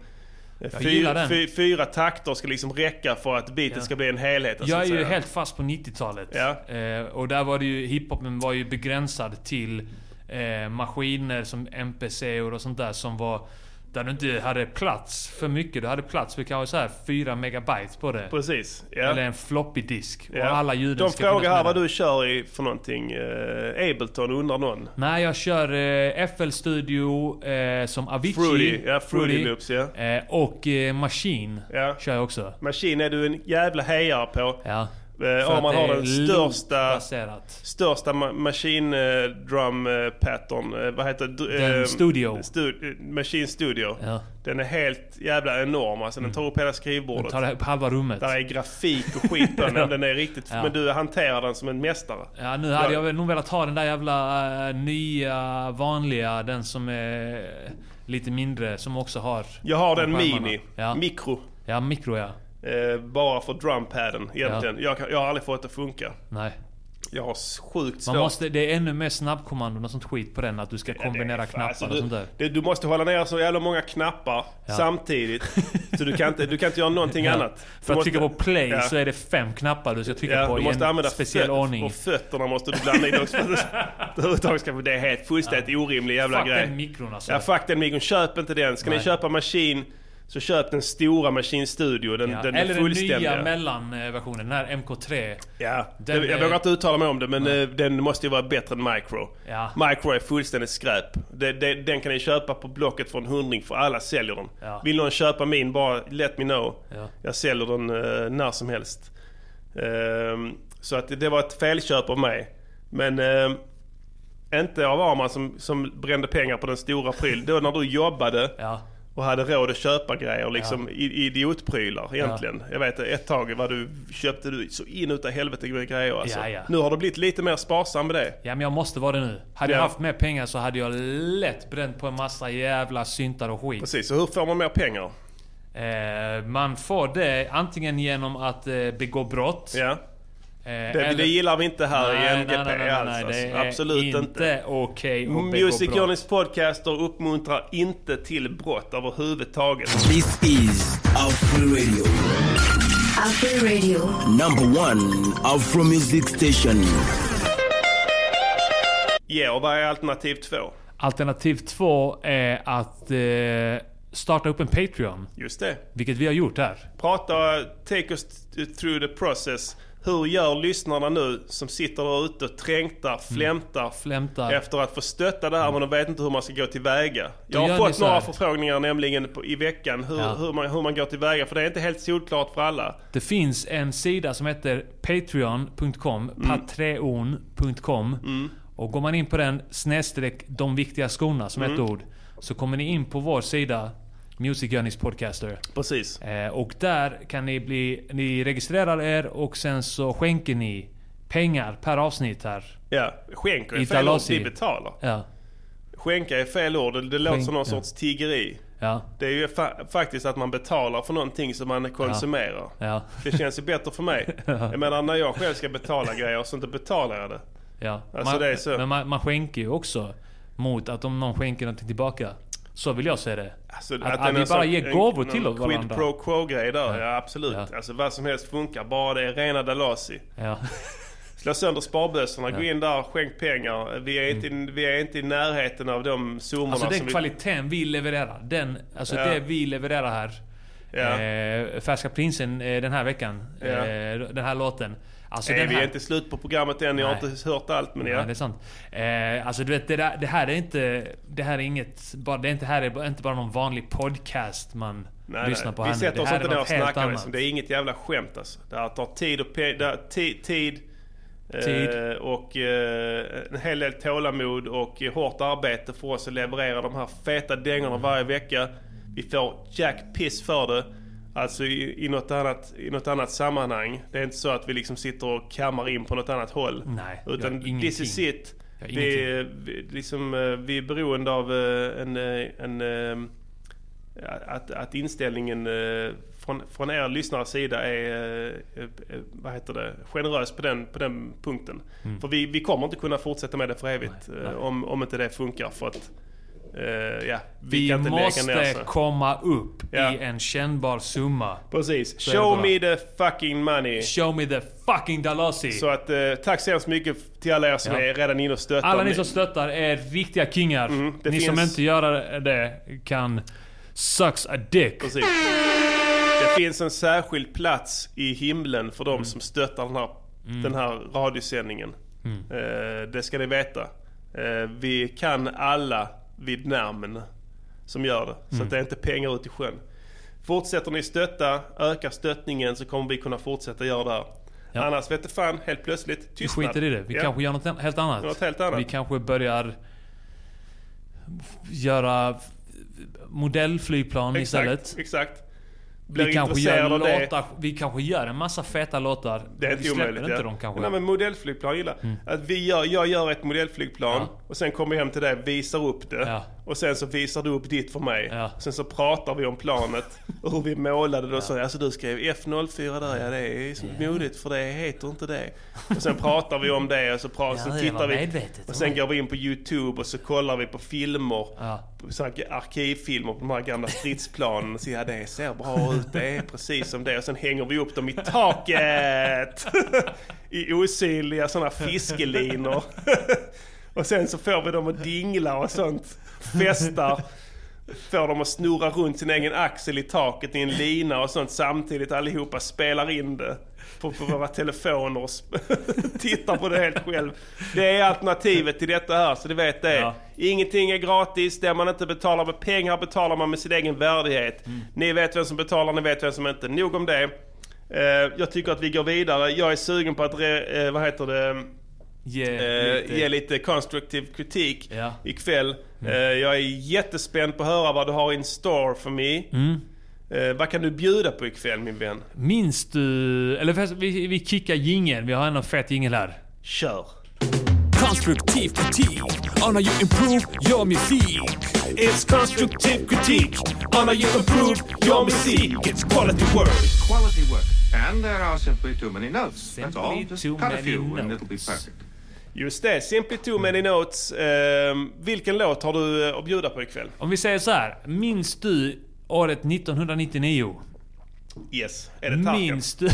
Fyra, fy, fyra takter ska liksom räcka för att beatet ja. ska bli en helhet. Jag är ju säga. helt fast på nittiotalet. Ja. Eh, och där var det ju, hiphopen var ju begränsad till eh, maskiner som M P C och sånt där som var... Där du inte hade plats för mycket. Du hade plats för kanske så här fyra megabyte på det. Precis. Ja. Eller en floppy disk. Ja. Och alla ljuden De ska frågar här med. vad du kör i för någonting. Uh, Ableton undrar någon. Nej, jag kör uh, F L Studio uh, som Avicii. Fruity, ja, Fruity, Fruity Loops, ja. Uh, och uh, Machine ja. kör jag också. Machine är du en jävla hejare på. Ja. Uh, om man har den största största ma- machine uh, drum uh, pattern uh, vad heter den uh, Studio stu- Machine Studio. Ja. Den är helt jävla enorm alltså, den tar upp hela skrivbordet. Den tar upp halva rummet. Där är grafik och skit på den. ja. Den är riktigt ja. Men du hanterar den som en mästare. Ja, nu hade jag, jag nog velat ha den där jävla uh, nya vanliga, den som är lite mindre, som också har. Jag har den mini, ja. mikro. Ja, mikro ja. Eh, bara för drumpaden egentligen. Ja. Jag, jag har aldrig fått det att funka. Nej. Jag har sjukt svårt. Man måste, det är ännu mer snabbkommandon och sånt skit på den. Att du ska kombinera ja, knappar alltså, du, och sånt där. Det, du måste hålla ner så jävla många knappar ja. samtidigt. Så du kan inte, du kan inte göra någonting ja. annat. För att måste, trycka på play ja. så är det fem knappar du ska trycka ja, på du i måste en använda speciell föt- ordning. Och fötterna måste du blanda in också. Det är helt fullständigt ja. orimlig jävla fuck grej. Fuck den mikron alltså. Ja, fuck den mikron. Köp inte den. Ska Nej. ni köpa maskin, så köp den stora Machine Studio. Den, ja, den eller fullständiga. den nya mellanversionen, den här M K tre. Ja, den jag är... vågar inte uttala mig om det, men Nej. den måste ju vara bättre än Micro. Ja. Micro är fullständigt skräp. Det, det, den kan ni köpa på Blocket för en hundring, för alla säljer den. Ja. Vill någon köpa min, bara let me know. Ja. Jag säljer den uh, när som helst. Uh, så att det, det var ett felköp av mig. Men uh, inte av Arman som, som brände pengar på den stora pryl. Då när du jobbade... Ja. Och hade råd att köpa grejer liksom, ja. idiotprylar egentligen. Ja. Jag vet ett tag var du, köpte du så in utav helvete med grejer alltså. Ja, ja. Nu har du blivit lite mer sparsam med det. Ja, men jag måste vara det nu. Hade ja. jag haft mer pengar så hade jag lätt bränt på en massa jävla syntar och skit. Precis, så hur får man mer pengar? Eh, man får det antingen genom att eh, begå brott. Ja. Eh, det, eller... det gillar vi inte här nej, i M G P nej, nej, nej, alls. nej, Alltså. det är Absolut inte. inte okej okay att begå Music brott. Journeys podcaster uppmuntrar inte till brott överhuvudtaget. This is Afro Radio. Afro Radio. Number one Afro Music Station. Ja, och vad är alternativ två? Alternativ två är att eh, starta upp en Patreon. Just det. Vilket vi har gjort här. Prata, take us through the process. Hur gör lyssnarna nu som sitter där ute och trängtar, flämtar, mm. flämtar efter att få stötta det här, men de vet inte hur man ska gå tillväga. Jag Då har fått några förfrågningar nämligen på, i veckan hur, ja. hur, man, hur man går tillväga, för det är inte helt solklart för alla. Det finns en sida som heter patreon punkt com, mm. patreon punkt com, mm. och går man in på den snedstreck de viktiga skorna som mm. ett ord, så kommer ni in på vår sida Music Journeys podcaster. Precis. Eh, och där kan ni bli, ni registrerar er och sen så skänker ni pengar per avsnitt här. Ja, skänker är fel ord, vi betalar. Ja. Skänka är fel ord, det, det låter som någon sorts tiggeri. Ja. Det är ju fa- faktiskt att man betalar för någonting som man konsumerar. Ja. Ja. Det känns ju bättre för mig. Jag menar, när jag själv ska betala grejer så inte betalar jag det. Ja. Alltså man, det är så. Men man, man skänker ju också mot att om någon skänker någonting tillbaka. Så vill jag säga det. Alltså, att, att, att vi bara ger gåvor till varandra. Quid pro quo-grej där, ja, Ja. absolut. Ja. Alltså vad som helst funkar, bara det är rena Dalasi. Ja. Slå sönder sparbössorna, Ja. gå in där, skänk pengar. Vi är, inte, mm. vi är inte i närheten av de summorna. Alltså den som kvaliteten vi... vi levererar, den, alltså Ja. det vi levererar här. Ja. Eh, Färska prinsen eh, den här veckan, Ja. eh, den här låten. Alltså Nej, den vi här... är inte slut på programmet än, jag har Nej. inte hört allt, men Nej, ja. det är sant. Eh, alltså du vet, det, där, det här är inte, det här är inget, bara, det är inte, här är inte bara någon vanlig podcast man Nej, lyssnar nej. på Vi här nu. sätter Det oss här inte är ner och något helt snackar. annat. Liksom. Det är inget jävla skämt alltså. Det här tar tid och, pe- det här, ti- tid, Tid. Eh, och eh, en hel del tålamod och eh, hårt arbete för oss att leverera de här feta dängorna varje vecka. Vi får jack piss för det. Alltså i, i, något annat, i något annat sammanhang. Det är inte så att vi liksom sitter och kammar in på något annat håll. Nej, utan jag har this is ingenting. it. Jag har Vi, vi, liksom, eh, vi är beroende av eh, en, eh, en eh, att, att inställningen eh, från, från er lyssnares sida är eh, eh, vad heter det, generös på den, på den punkten. Mm. För vi, vi kommer inte kunna fortsätta med det för evigt Nej, eh, nej. Om, om inte det funkar. För att eh, ja, vi, Vi kan inte måste lägga ner så. komma upp Ja. i en kännbar summa. Precis. Så är det Show bara. me the fucking money. Show me the fucking Dalasi. Så att eh, tack så hemskt mycket till alla er som Ja. är redan inne och stöttar. Alla ni som stöttar är riktiga kingar. Mm, det ni finns- som inte gör det kan sucks a dick. Precis. Det finns en särskild plats i himlen för de Mm. som stöttar den här, den här radiosändningen. Mm. Eh, det ska ni veta. Eh, vi kan alla vid namn som gör det. Så Mm. att det är inte pengar ut i sjön. Fortsätter ni stötta, ökar stöttningen, så kommer vi kunna fortsätta göra det här. Ja. Annars vet du fan, helt plötsligt Vi tystnad. skiter i det. Vi Ja. kanske gör något helt annat. Något helt annat. Vi kanske börjar göra modellflygplan istället. Exakt, exakt. Blir Vi kanske, gör intresserad av det. låtar, vi kanske gör en massa feta låtar. Det är vi inte släpper omöjligt. inte Ja. dem kanske. Nej, men modellflygplan gillar. Mm. Att vi gör, jag gör ett modellflygplan Ja. och sen kommer jag hem till dig, visar upp det. Ja. Och sen så visar du upp ditt för mig. Ja. Sen så pratar vi om planet och hur vi målade det och så. Alltså du skrev F noll fyra där, ja det är så modigt för det heter inte det. Och sen pratar vi om det och så, pratar, Ja, så det tittar var vi. medvetet. Och sen går vi in på YouTube och så kollar vi på filmer. Ja. Såna arkivfilmer på de här gamla stridsplanen och säger ja, det ser bra ut, det är precis som det. Och sen hänger vi upp dem i taket i osynliga sådana fiskelinor. Och sen så får vi dem att dingla och sånt, festar. Får dem att snurra runt sin egen axel i taket i en lina och sånt, samtidigt allihopa spelar in det på, på våra telefoner och sp- tittar på det helt själv. Det är alternativet till detta här, så du vet det. Ja. Ingenting är gratis, det man inte betalar med pengar betalar man med sin egen värdighet. Mm. Ni vet vem som betalar, ni vet vem som inte. Nog om det. Eh, jag tycker att vi går vidare. Jag är sugen på att, re, eh, vad heter det? Ge, Eh, lite. ge lite konstruktiv kritik Ja. ikväll. Eh, jag är jättespänd på att höra vad du har in store för mig. Mm. Eh, vad kan du bjuda på ikväll, min vän? Minns du... Eller först, vi, vi kickar jingeln. Vi har en fet jingel här. Kör. Konstruktiv kritik on how you improve your music. It's constructive critique on how you improve your music. It's quality work. Quality work. And there are simply too many notes. That's all. Simply Just too cut a many few and notes. it'll be perfect. Just det, Simply Too Many Notes. Eh, vilken låt har du att bjuda på ikväll? Om vi säger så här. Minns du året nittonhundranittionio? Yes. Är det Tarkan? Minns du...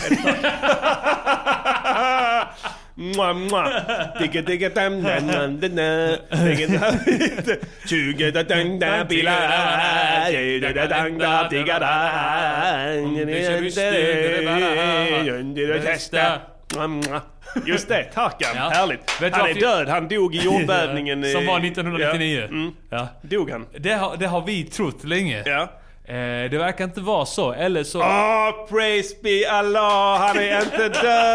Mwah, mwah. Digga, digga, dam, dam, dam, dam, dam. Digga, dam, tjugo, da, dam, dam, bilar. Tjugo, da, dam, dam, digga, dam. Under och testa. Mwah, mwah. Just det, Tarkan. Ja. Härligt. Vet du Han är varför- död. Han dog i jordbävningen. i- Som var nittonhundranittionio. Ja. Mm. Ja. Dog han? Det har, det har vi trott länge. Ja. Eh, det verkar inte vara så. Eller så... Oh, praise be Allah, han är inte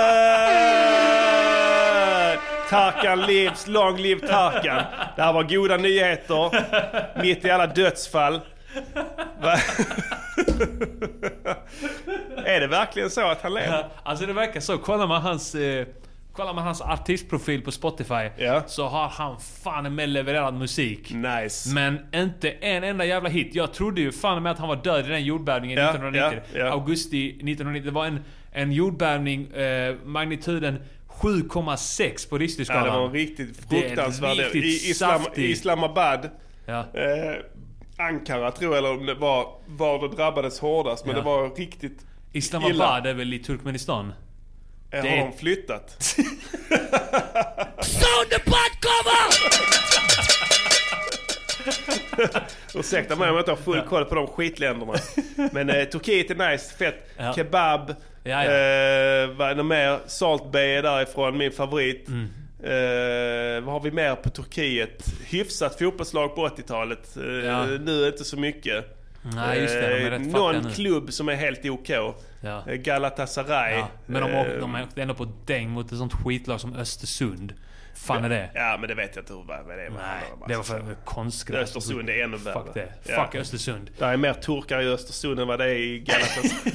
död! Tarkan lives, long live Tarkan. Det här var goda nyheter, mitt i alla dödsfall. Va? Är det verkligen så att han lever? Ja, alltså det verkar så. Kollar man hans, eh, kollar man hans artistprofil på Spotify, ja. så har han fan med levererat musik. Nice. Men inte en enda jävla hit. Jag trodde ju fan med att han var död i den jordbävningen ja, nittonhundranittio. Ja, ja. Augusti nittonhundranittio. Det var en, en jordbävning, eh, magnituden sju komma sex på Richterskalan. Ja, det var en riktigt fruktansvärd. Riktigt I Islam, saftig. Islamabad, ja. eh, Ankara tror jag, eller om det var, var det drabbades hårdast. Men ja. det var riktigt Islamabad illa. är väl i Turkmenistan? Eh, det har är... de flyttat? Sound the butt cover! Ursäkta mig om jag inte har full koll på de skitländerna. Men eh, Turkiet är nice, fett. Ja. Kebab. Ja, ja. Eh, vad är det mer? Salt Bay är därifrån, min favorit. Mm. Eh, vad har vi mer på Turkiet? Hyfsat fotbollslag på åttiotalet. Eh, Ja. Nu är inte så mycket. Nej, just det, de är rätt eh, fattiga någon nu. klubb som är helt OK. Ja. Eh, Galatasaray. Ja. Men de Eh, åkte, de åkte ändå på däng mot ett sånt skitlag som Östersund. Fan är det? Ja, men det vet jag inte vad det är. Nej, det var för konstgräs. Östersund är ännu värre. Fuck det. Ja. Fuck Östersund. Det är mer turkar i Östersund än vad det är i Galatasaray.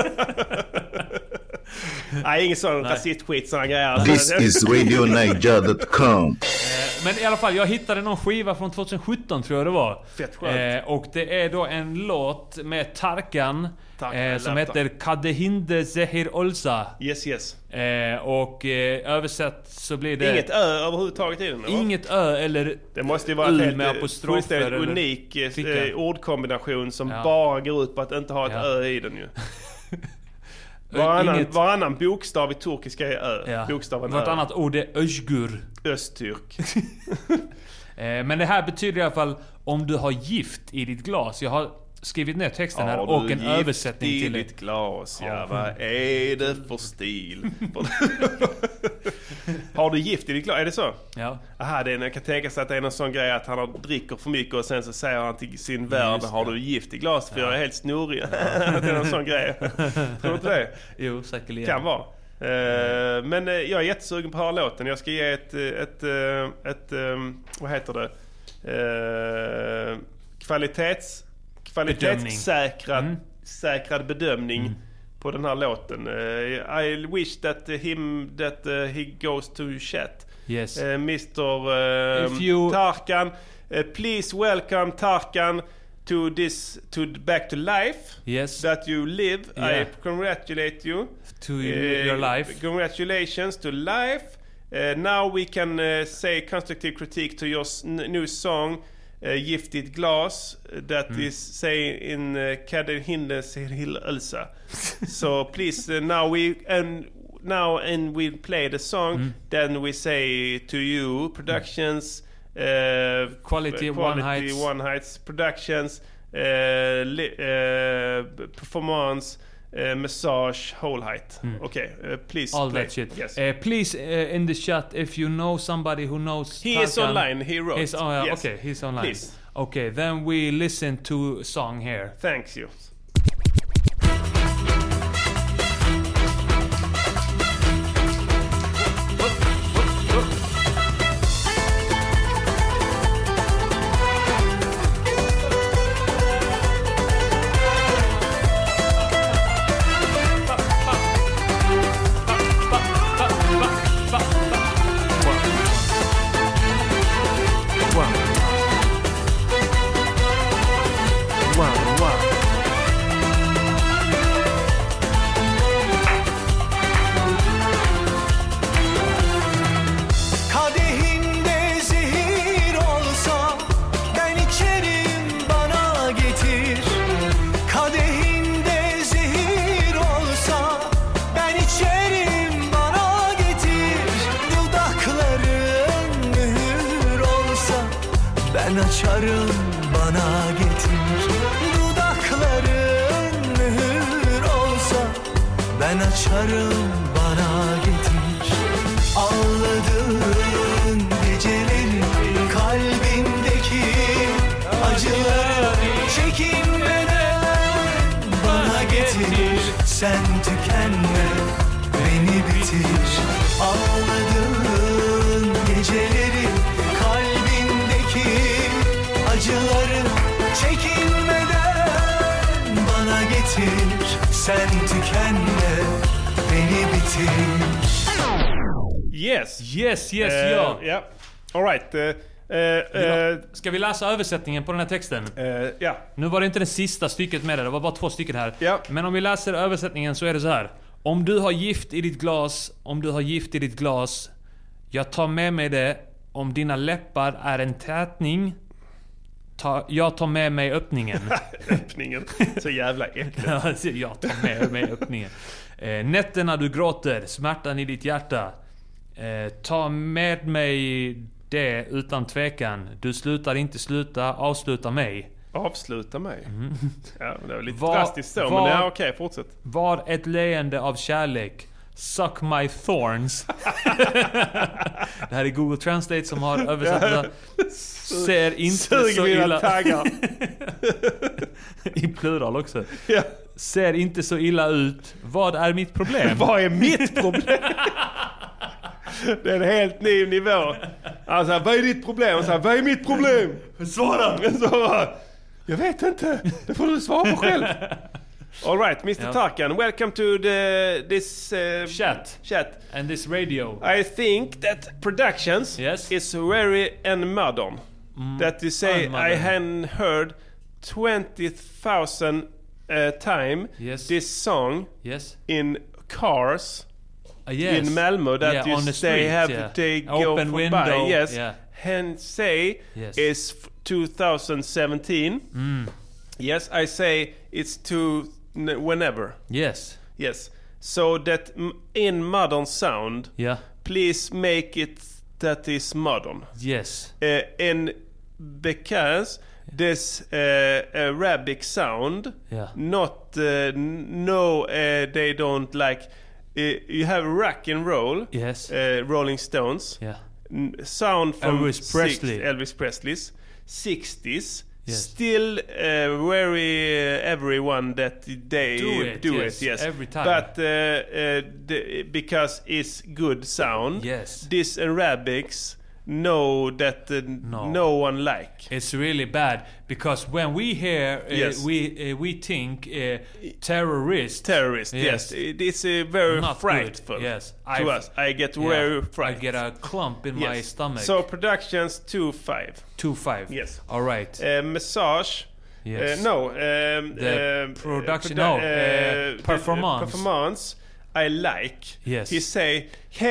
Nej, ingen sån rasistskit, såna grejer. This is radio niger dot com. Men i alla fall, jag hittade någon skiva från tjugosjutton tror jag det var. Fett skönt. Eh, och det är då en låt med Tarkan, Tarkan eh, som laptop. heter Kadehinde Zehir Olsa. Yes, yes. Eh, och eh, översatt så blir det... Inget ö överhuvudtaget i den, eller? Inget ö eller det måste ju vara u en med helt apostrofer fullständigt eller unik eh, klicka. ordkombination som Ja. bara går ut på att inte ha ett Ja. ö i den ju. Varannan, Inget- varannan bokstav i turkiska är ö. Ja. Bokstaven Något ö. annat ord är özgur. Östtyrk. Eh, men det här betyder i alla fall om du har gift i ditt glas. Jag har skrivit ner texten här Har och du en gift översättning i till det. ditt glas, ja, Ja. vad är det för stil? Har du gift i ditt glas? Är det så? Ja. Aha, det är, jag kan tänka sig att det är någon sån grej att han har dricker för mycket och sen så säger han till sin värld: Just det. har du gift i glas? För Ja. jag är helt snorig. Att det är någon sån grej. Tror du inte det? Jo, säkerligen. Kan vara. Eh, men eh, jag är jättesugen på att höra låten. Jag ska ge ett, eh, ett, eh, ett, eh, vad heter det? Eh, kvalitets, kvalitetssäkrad Mm. säkrad bedömning Mm. på den här låten. Eh, I wish that him that uh, he goes to chat. Yes. Eh, mister eh, If you- Tarkan, eh, please welcome Tarkan to this to back to life. Yes. That you live. Yeah. I congratulate you To your life. Congratulations to life. Uh, now we can uh, say constructive critique to your s- n- new song, uh, Giftigt glas, uh, that Mm. is saying in uh, Kader Hindes Hill Elsa. So please, uh, now we and now and we play the song. Mm. Then we say to you, productions, uh, Quality One Heights. One Heights Productions, uh, li- uh, performance. Uh, massage, whole height. Mm. Okay, uh, please All play. that shit. Yes. Uh, please, uh, in the chat, if you know somebody who knows He is Tarkan- online, he wrote. He's, oh, yeah, Yes. Okay, he's online. Please. Okay, then we listen to song here. Thanks you. Kadehinde zehir olsa ben içerim bana getir. Kadehinde zehir olsa ben içerim bana getir. Dudakların mühür olsa ben açarım bana getir. Dudakların mühür olsa ben açarım bana getir. Ağladığın geceleri kalbindeki acıları çekinmeden bana getir. Sen tükenme beni bitir. Ağladığın geceleri kalbindeki acıları çekinmeden bana getir. Sen tükenme beni bitir. Yes. Yes, yes, uh, ja. Yeah. All right. Uh, uh, uh, Ska vi läsa översättningen på den här texten? Uh, yeah. Nu var det inte det sista stycket med det, det var bara två stycken här. Yeah. Men om vi läser översättningen så är det så här. Om du har gift i ditt glas, om du har gift i ditt glas, jag tar med mig det. Om dina läppar är en tätning, ta, jag tar med mig öppningen. Öppningen, så jävla äckligt. Jag tar med mig öppningen. Eh, nätterna du gråter, smärtan i ditt hjärta. Eh, ta med mig det utan tvekan. Du slutar inte sluta, avsluta mig. Avsluta mig? Mm. Ja, det var lite var, drastiskt så, var, men ja, okej, okay, fortsätt. Var ett leende av kärlek. Suck my thorns. Det här är Google Translate som har översatt det. Ser inte Sug så illa... taggar. I plural också. Ja. Ser inte så illa ut. Vad är mitt problem? Vad är mitt problem? Det är en helt ny nivå. Alltså, vad är ditt problem? Alltså, vad är mitt problem? Svara! Svara! Jag vet inte. Det får du svara på själv. All right, Mister Yeah. Tarkan, welcome to the this uh, chat. Chat and this radio. I think that productions yes. is very and modern. Mm. That you say I hadn't heard twenty thousand uh, time yes. this song yes. in cars uh, yes. in Malmö that yeah, you on the they street, have yeah. they go open for window. by. Yes, yeah. and say yes. is two thousand seventeen. Mm. Yes, I say it's to whenever. Yes. Yes. So that m- in modern sound, yeah. please make it that is modern. Yes. Uh, and because this uh, Arabic sound, yeah. not uh, no, uh, they don't like. Uh, you have rock and roll. Yes. Uh, Rolling Stones. Yeah. N- sound from Elvis Presley. Six, Elvis Presley's sixties. Yes. Still uh, very uh, everyone that they do it, do yes, it, yes, every time. But uh, uh, the, because it's good sound, yes. This Arabics know that uh, no. no one like. It's really bad because when we hear, uh, yes. we uh, we think uh, terrorist, terrorist. Yes, yes. It is uh, very Not frightful. Good. Yes, to I've, us, I get yeah, very frightened. I get a clump in yes. my stomach. So productions two five. Two five. Yes. All right. Uh, massage. Yes. Uh, no. Um, the uh, production. Uh, no. Uh, performance. Uh, performance. I like. Yes. He say,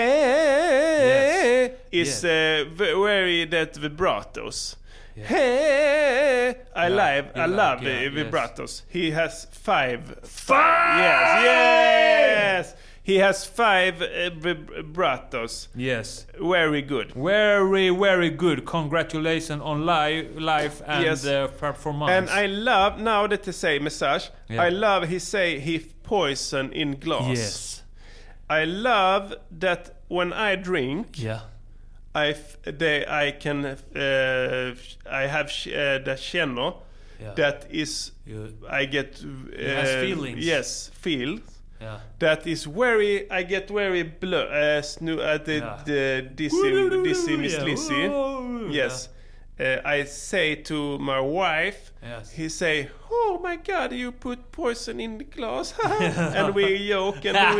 hey, yes. is yes. uh, very that vibratos. Yes. Hey, I yeah, love, I like, love yeah, the vibratos. Yes. He has five. Five. Yes, yes. He has five uh, vibratos. Yes. Very good. Very, very good. Congratulations on live, live and yes. uh, performance. And I love now that they say massage. Yeah. I love he say he poison in glass. Yes. I love that when I drink. Yeah. I f- they, I can uh, I have sh- uh, the känner yeah. that is you, I get uh, has feelings. Yes, feel. Yeah. That is very I get very blur uh, sno- uh, the yeah. the dizzy dizzy Miss yeah. Lizzy. Woo, yes. Uh, I say to my wife, yes. he say, "Oh my God, you put poison in the glass," and we joke and we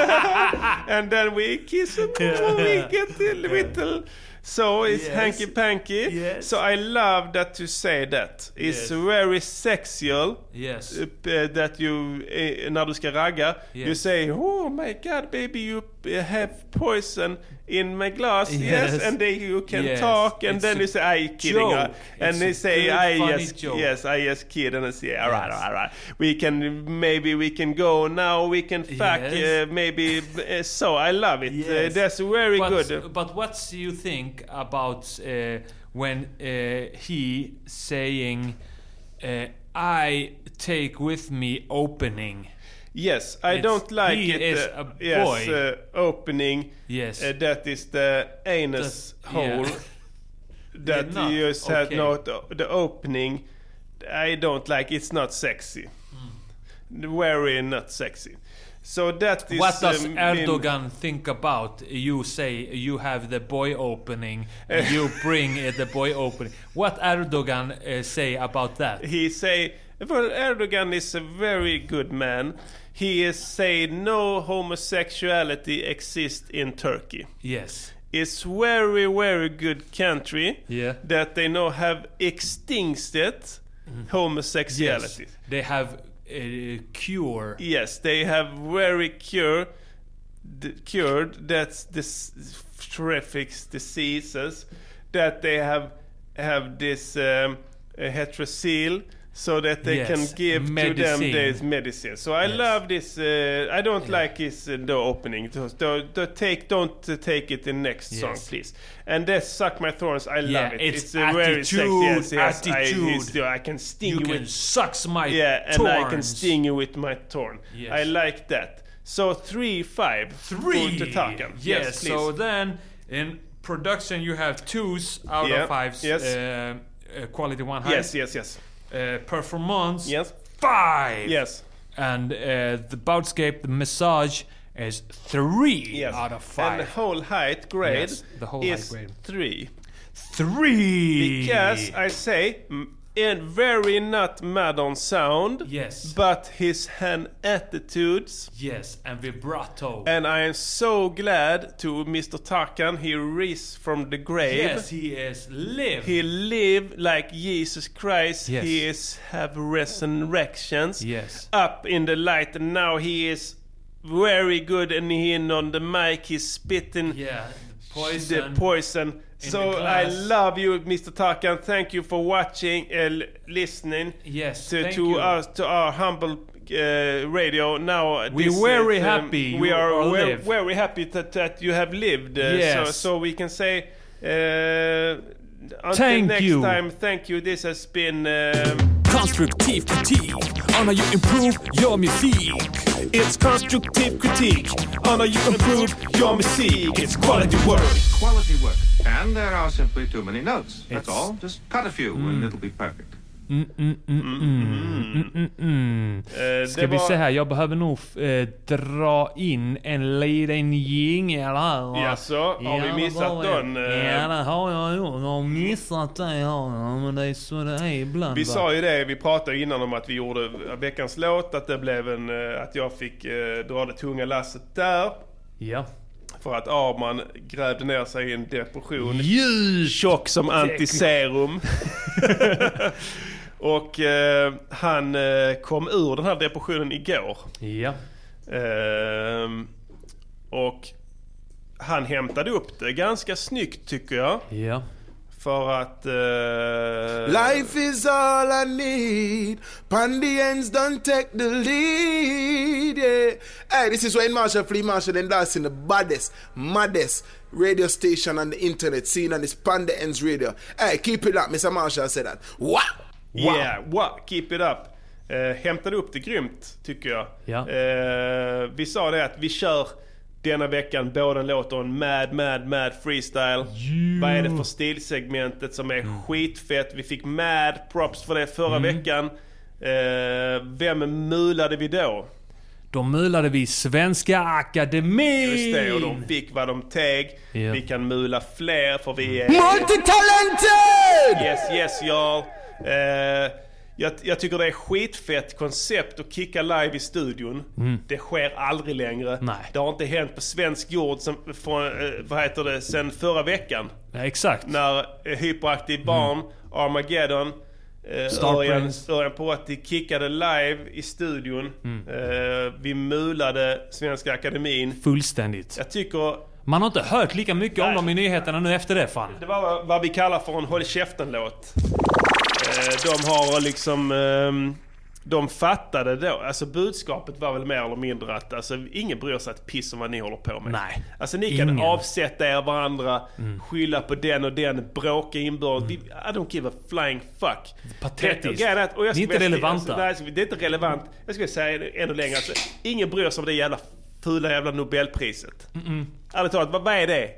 and then we kiss and yeah. we get a little. So it's yes. hanky panky. Yes. So I love that to say that. It's yes. very sexual. Yes. Uh, that you uh, när du ska ragga, yes. you say, "Oh my God, baby, you have poison in my glass." Yes, yes. and then you can yes. talk, and it's then you say, "I kidding," uh, and they say, "I just yes, I just kid," and I say, "All right, yes. all right, we can maybe we can go now. We can fuck yes. uh, maybe." Uh, so I love it. Yes. Uh, that's very but, good. But what do you think about uh, when uh, he saying, uh, "I take with me opening"? Yes, I it's, don't like he it. Is uh, a yes, boy. Uh, opening. Yes, uh, that is the anus the, hole. Yeah. That not, you said okay. not the opening. I don't like. It's not sexy. Mm. Very not sexy. So that is. What does um, Erdogan mean, think about? You say you have the boy opening, and you bring uh, the boy opening. What Erdogan uh, say about that? He say Well, Erdogan is a very good man. He is saying no homosexuality exists in Turkey. Yes. It's very, very good country Yeah. that they now have extincted homosexuality. Yes. They have a cure. Yes, they have very cure, d- cured that's this terrific diseases that they have have this um, heterosil so that they Yes, can give to them medicine. this medicine. So I Yes. love this. Uh, I don't like his uh, the opening. So, the, the take don't uh, take it in next Yes. song, please. And that Suck My Thorns. I Yeah, love it. it's a very sexy. attitude, Yes, yes. I, attitude. it's- I can sting You you can with suck my yeah, and I can thorns. sting you with my thorn. Yes. I like that. So three five Three. to Tarkan. Yes. Yes, please. So then in production you have twos out Yeah, of fives. yes. Uh, uh, quality one high. Yes, yes, yes. Uh, performance. Yes. Five. Yes. And uh, the Boutscape, the massage is three Yes. out of five. And the whole height grade Yes, the whole is height grade. three. Three. Because I say, mm, in very not modern sound. Yes. But his hand attitudes. Yes, and vibrato. And I am so glad to Mister Tarkan. He rose from the grave. Yes, he is live. He lived like Jesus Christ. Yes. He is have resurrections. Yes. Up in the light, and now he is very good. And he on the mic, he's spitting Yeah, poison. the poison. in So the I glass. love you, Mister Tarkan. Thank you for watching, uh, l- listening. Yes, to thank to you. us to our humble uh, radio. Now We're this, very um, happy We you are are very, live. very happy that, that you have lived. Uh, Yes. So so we can say. Uh, until Thank next you. time, thank you. This has been um, Konstruktiv kritik on how you improve your music. It's constructive critique on how you improve your music. It's quality work. Quality work. And there are simply too many notes. That's It's- all. Just cut a few and it'll be perfect. Mm, mm, mm, mm, mm, mm. Eh, Ska det vi var- se här, jag behöver nog eh, dra in en liten jingel här. Jaså, har vi missat den? Eh, Ja, det har jag gjort. Jag har missat det, ja. Men det är så det är ibland. Vi va? sa ju det, vi pratade innan om att vi gjorde veckans låt, att det blev en, eh, att jag fick eh, dra det tunga lasset där. Ja. För att Arman grävde ner sig i en depression. Ljus! Tjock som antiserum. Och eh, han eh, kom ur den här depressionen igår. Ja. Ehm, och han hämtade upp det ganska snyggt tycker jag. Ja. För att... eh, Life is all I need. Pandians don't take the lead. Yeah. Hey, this is Wayne Marshall, Flea Marshall, and that's in the baddest, maddest radio station on the internet, seen on this Pandians radio. Hey, keep it up, Mister Marshall said that. Wow! Wow! Yeah, wow, keep it up. Eh, hämtade upp det grymt tycker jag. Ja. Eh, vi sa det att vi kör denna veckan både en låt och en mad, mad, mad freestyle. Vad är det för stilsegmentet som är skitfett? Vi fick mad props för det förra Mm. veckan. Eh, vem mulade vi då? Då mulade vi Svenska Akademin! Just det, och de fick vad de teg. Ja. Vi kan mula fler för vi är... Multitalented! Yes, yes, y'all. Eh, jag, jag tycker det är skitfett koncept att kicka live i studion. Mm. Det sker aldrig längre. Nej. Det har inte hänt på svensk jord som, från, eh, vad heter det, sen förra veckan. Ja, exakt. När eh, Hyperaktiv Barn, Armageddon, eh, Star Örjan, Prince. Örjan Porati kickade live i studion. Mm. Eh, vi mulade Svenska Akademin. Fullständigt. Jag tycker Man har inte hört lika mycket om Nej. dem i nyheterna nu efter det fan. det var vad vi kallar för en håll käften-låt. Eh, de har liksom... ehm, de fattade då, alltså budskapet var väl mer eller mindre att alltså, ingen bryr sig ett piss om vad ni håller på med. Nej. Alltså ni kan Ingen. avsätta er varandra, skylla på den och den, bråka inbördes. Mm. I don't give a flying fuck. Patetiskt. Det, och att, och jag Ni är ska inte säga- relevanta. Alltså, nej, det är inte relevant. Jag skulle säga det ännu längre. Alltså, ingen bryr sig om det jävla fula jävla Nobelpriset. Mm-mm. Ärligt talat, vad, vad är det?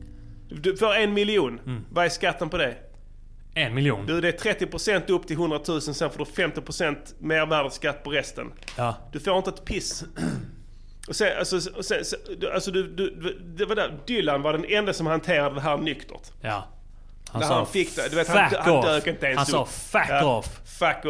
Du får en miljon. Mm. Vad är skatten på det? En miljon. Du, det är trettio procent upp till hundra tusen, sen får du femtio procent mervärdesskatt på resten. Ja. Du får inte ett piss. Och sen, alltså, och sen, så- du- alltså du, du, du, det var där, Dylan var den enda som hanterade det här nyktert. Ja. Han När sa han fick det, du vet, han, fuck han off. dök inte ens Han sa upp. fuck Ja, off. Fuck off.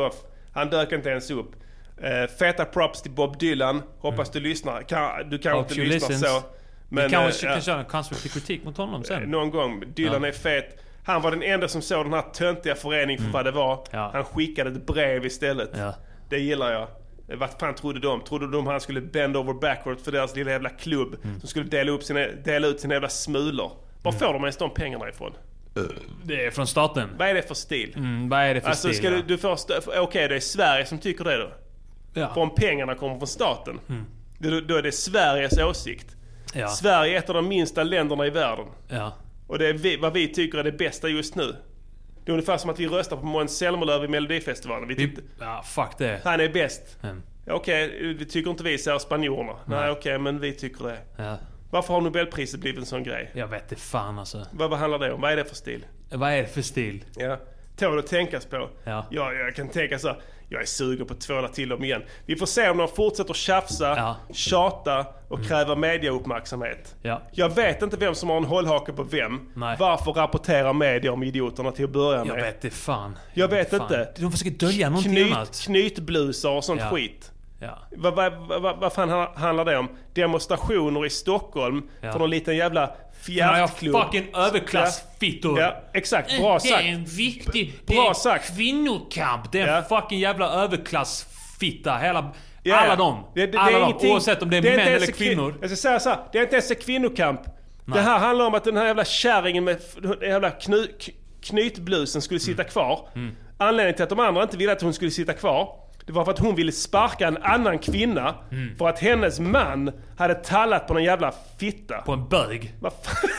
Han dök inte ens upp. Uh, feta props till Bob Dylan. Hoppas mm. du lyssnar. Kan, du kan inte lyssna listens. så. Men, vi kanske uh, kan köra en konstruktiv kritik mot honom sen. Uh, någon gång. Dylan ja. är fet. Han var den enda som såg den här töntiga föreningen för mm. vad det var. Ja. Han skickade ett brev istället. Ja. Det gillar jag. Vad fan trodde de? Trodde de han skulle bend over backwards för deras lilla jävla klubb mm. som skulle dela, upp sina, dela ut sina jävla smulor? Var mm. får de ens de pengarna ifrån? Det är från staten. Vad är det för stil? Mm, vad är det för alltså, stil? Ska du, du får st- Okej, okay, det är Sverige som tycker det då. Ja. För om pengarna kommer från staten, mm. då, då är det Sveriges åsikt. Ja. Sverige är ett av de minsta länderna i världen. Ja. Och det är vi, vad vi tycker är det bästa just nu. Det är ungefär som att vi röstar på Måns Zelmerlöw i Melodifestivalen. Vi tyckte, ja, fuck det. Han är bäst. Mm. Okej, okay, vi tycker inte vi ser spanjorerna. Nej, Nej okej, okay, men vi tycker det. Ja. Varför har Nobelpriset blivit en sån grej? Jag vet inte fan alltså. Vad, vad handlar det om? Vad är det för stil? Vad är det för stil? Ja. Tål att tänkas på. Ja. Ja, jag kan tänka så här. Jag är sugen på att tvåla till dem igen. Vi får se om de fortsätter tjafsa, ja. tjata och mm. kräva mediauppmärksamhet. Ja. Jag vet inte vem som har en hållhake på vem. Nej. Varför rapporterar media om idioterna till att börja med? Jag vet det fan. Jag vet fan. inte. De försöker dölja någonting Knyt, annat. Knytblusar och sånt ja. skit. Ja. Vad va, va, va, va fan handlar det om? Demonstrationer i Stockholm ja. för någon liten jävla fjärtklubb. Ja, fucking överklassfittor. Ja, exakt. Bra sagt. Det är en viktig Bra det är kvinnokamp. Det är en ja. fucking jävla överklassfitta. Hela, ja. alla dem. Det, det, alla det är dem. ingenting. Oavsett om det är, det är män eller kvinnor. Jag ska säga så här. Det är inte ens en kvinnokamp. Nej. Det här handlar om att den här jävla kärringen med den jävla kny, knytblusen skulle sitta mm. kvar. Mm. Anledningen till att de andra inte ville att hon skulle sitta kvar, det var för att hon ville sparka en annan kvinna mm. för att hennes man hade tallat på en jävla fitta. På en bög. Vad fan?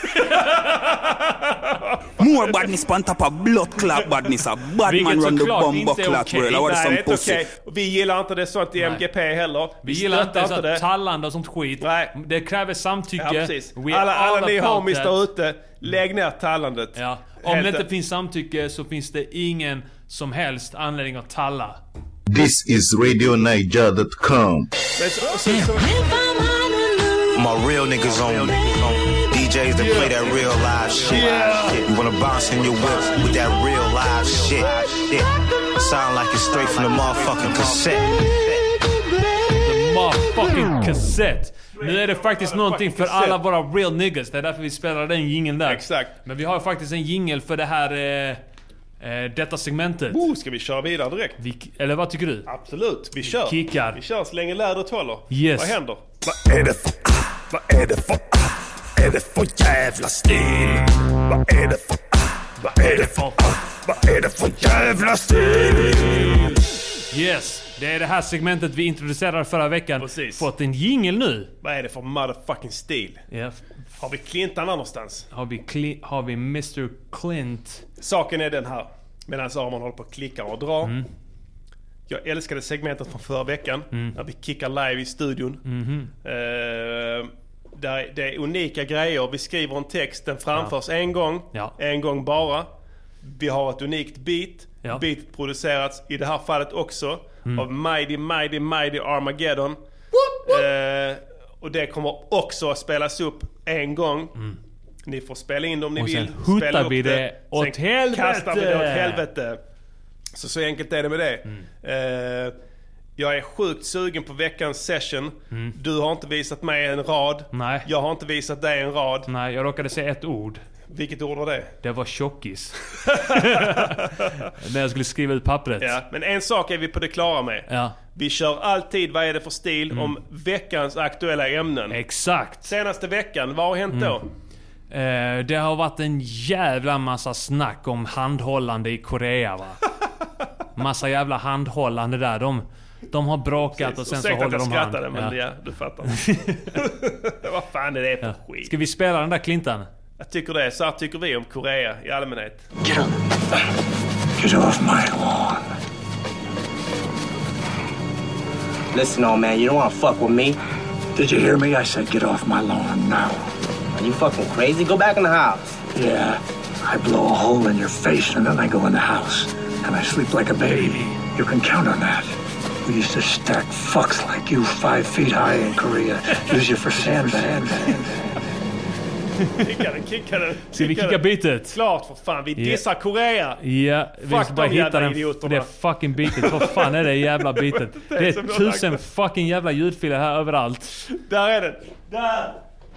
More badness on top of blood clot badness. A bad man run the bomb clot world. What is some pussy? Okay. Vi gillar inte det sånt i Nej. M G P heller. Vi, vi gillar inte så det. Tallande och sånt skit. Nej. Det kräver samtycke. Ja, precis. Alla, alla ni homies där ute, lägg ner tallandet. Ja. Om Helt det inte finns samtycke så finns det ingen som helst anledning att talla. This is radio niger dot com. My real niggas on D Js that play that real live shit. Yeah. You wanna bounce in your whip with that real live shit. Yeah. Sound like it's straight from the motherfucking cassette. The motherfucking cassette. Nu är det faktiskt någonting för alla våra real niggas. Det är därför vi spelar den jingeln där. Exakt. Men vi har faktiskt en jingel för det här eh, eh, detta segmentet. Oh, ska vi köra vidare direkt? Vi, eller vad tycker du? Absolut, vi kör. Vi kickar. Vi kör så länge lädret håller. Yes. Vad händer? Vad är det för... Vad är det för... Är det för jävla stil? Vad är det för... Vad är det för... Vad är det för jävla stil? Yes. Det är det här segmentet vi introducerade förra veckan. Precis. Fått en jingle nu. Vad är det för motherfucking stil? Yeah. Har vi Clintan någonstans? Har vi, Cli- har vi mister Clint? Saken är den här. Medan Arman håller på att klicka och dra. Mm. Jag älskade segmentet från förra veckan. Mm. När vi kickar live i studion. Mm-hmm. Uh, där det är unika grejer. Vi skriver en text, den framförs ja. en gång. Ja. En gång bara. Vi har ett unikt beat. Ja. Beat producerats i det här fallet också. Mm. Av Mighty, Mighty, Mighty Armageddon. Whoop, whoop. Eh, och det kommer också att spelas upp en gång. Mm. Ni får spela in om ni och vill. Sen huttar vi det, det åt sen helvete. kastar vi det åt helvete. Så så enkelt är det med det. Mm. Eh, jag är sjukt sugen på veckans session. Mm. Du har inte visat mig en rad. Nej. Jag har inte visat dig en rad. Nej, jag råkade säga ett ord. Vilket ord var det? Det var tjockis. När jag skulle skriva ut pappret. Ja, men en sak är vi på det klara med. Ja. Vi kör alltid vad är det för stil mm. om veckans aktuella ämnen. Exakt. Senaste veckan, vad har hänt mm. då? Eh, det har varit en jävla massa snack om handhållande i Korea, va? Massa jävla handhållande där. De, de har bråkat. Precis. Och sen och så håller de hand. Skrattade, men ja. ja, du fattar. Vad fan är det för ja. skit? Ska vi spela den där Clintan? Jag tycker det. Så här tycker vi om Korea i allmänhet. Get up. Get off my lawn. Listen, old man, you don't want to fuck with me. Did you hear me? I said get off my lawn now. Are you fucking crazy? Go back in the house. Yeah. I blow a hole in your face and then I go in the house. And I sleep like a baby. You can count on that. We used to stack fucks like you five feet high in Korea. Use you for sandbags. Kicka den, kicka den. Ska vi kicka beatet? Klart för fan, vi dissar Yeah. Korea. Ja, vi Fuck ska bara de hitta jävla den, idioterna. det fucking beatet. Vad fan är det jävla beatet? Det är Det är som tusen lagt fucking jävla ljudfiler här överallt. Där är den. Där.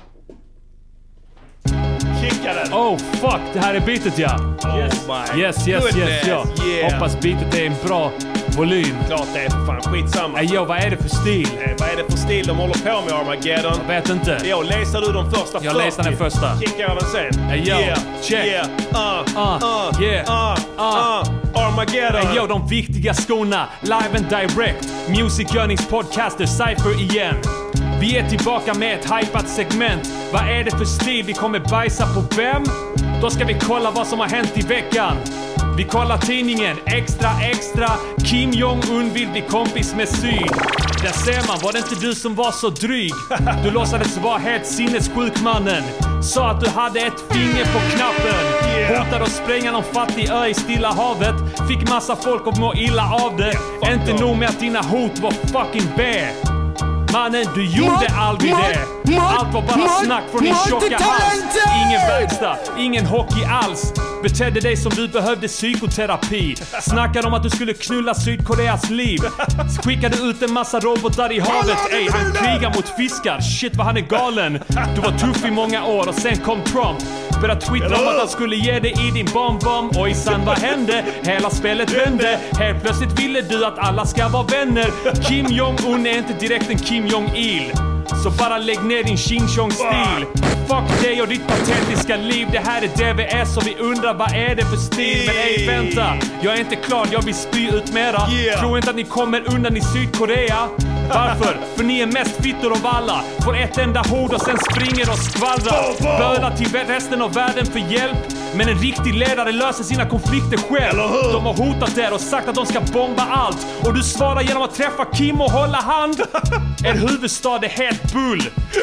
Kicka den. Oh fuck, det här är beatet ja. Oh Yes, my yes, yes, goodness. yes ja. Yeah. Hoppas beatet är en bra volym. Klart det är för fan, skitsamma. Ey yo, vad är det för stil? Eh, vad är det för stil de håller på med, Armageddon? Jag vet inte. Jo, läser du de första Jag läser den första. Kickar jag den sen? Ey yo, yeah, check. Yeah, uh, Uh, uh, yeah. uh, uh, uh, Armageddon. Ey yo, de viktiga skorna, live and direct. Music Yearnings podcaster Cypher igen. Vi är tillbaka med ett hypat segment. Vad är det för stil? Vi kommer bajsa på vem? Då ska vi kolla vad som har hänt i veckan. Vi kollar tidningen Extra Extra. Kim Jong-Un vill bli kompis med Syd. Där ser man, var det inte du som var så dryg? Du låtsades vara helt sinnessjuk mannen. Sa att du hade ett finger på knappen. Yeah. Hotade att spränga någon fattig ö i Stilla havet. Fick massa folk att må illa av det. Yeah, Inte nog med att dina hot var fucking B. Mannen, du gjorde Mat, aldrig mat, det. mat, Allt var bara mat, snack från din mat, tjocka hals. talented! Ingen verkstad, ingen hockey alls. Betedde dig som du behövde psykoterapi. Snackade om att du skulle knulla Sydkoreas liv. Skickade ut en massa robotar i havet. Ey, han krigar mot fiskar. Shit vad han är galen. Du var tuff i många år och sen kom Trump. Började twittra om att han skulle ge dig i din bom-bom. Ojsan, vad hände? Hela spelet vände. Helt plötsligt ville du att alla ska vara vänner. Kim Jong-Un är inte direkt en Kim Jong-il. Så bara lägg ner din ching-chong-stil. Fuck dig och ditt patetiska liv. Det här är D V S och vi undrar vad är det för stil. Men ej vänta, jag är inte klar, jag vill spy ut mera. Yeah. Tror inte att ni kommer undan i Sydkorea. Varför? För ni är mest fittor av alla. Får ett enda hord och sen springer och skvallrar. Bölar till resten av världen för hjälp. Men en riktig ledare löser sina konflikter själv. De har hotat er och sagt att de ska bomba allt. Och du svarar genom att träffa Kim och hålla hand. Er huvudstad är helt bull.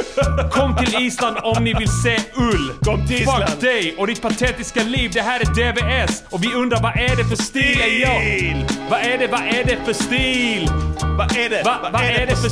Kom till Island om ni vill se ull. Kom till Island. Fuck dig och ditt patetiska liv. Det här är D V S. Och vi undrar vad är det för stil? Stil. Vad är det, vad är det för stil? Vad är det? Va, vad är det för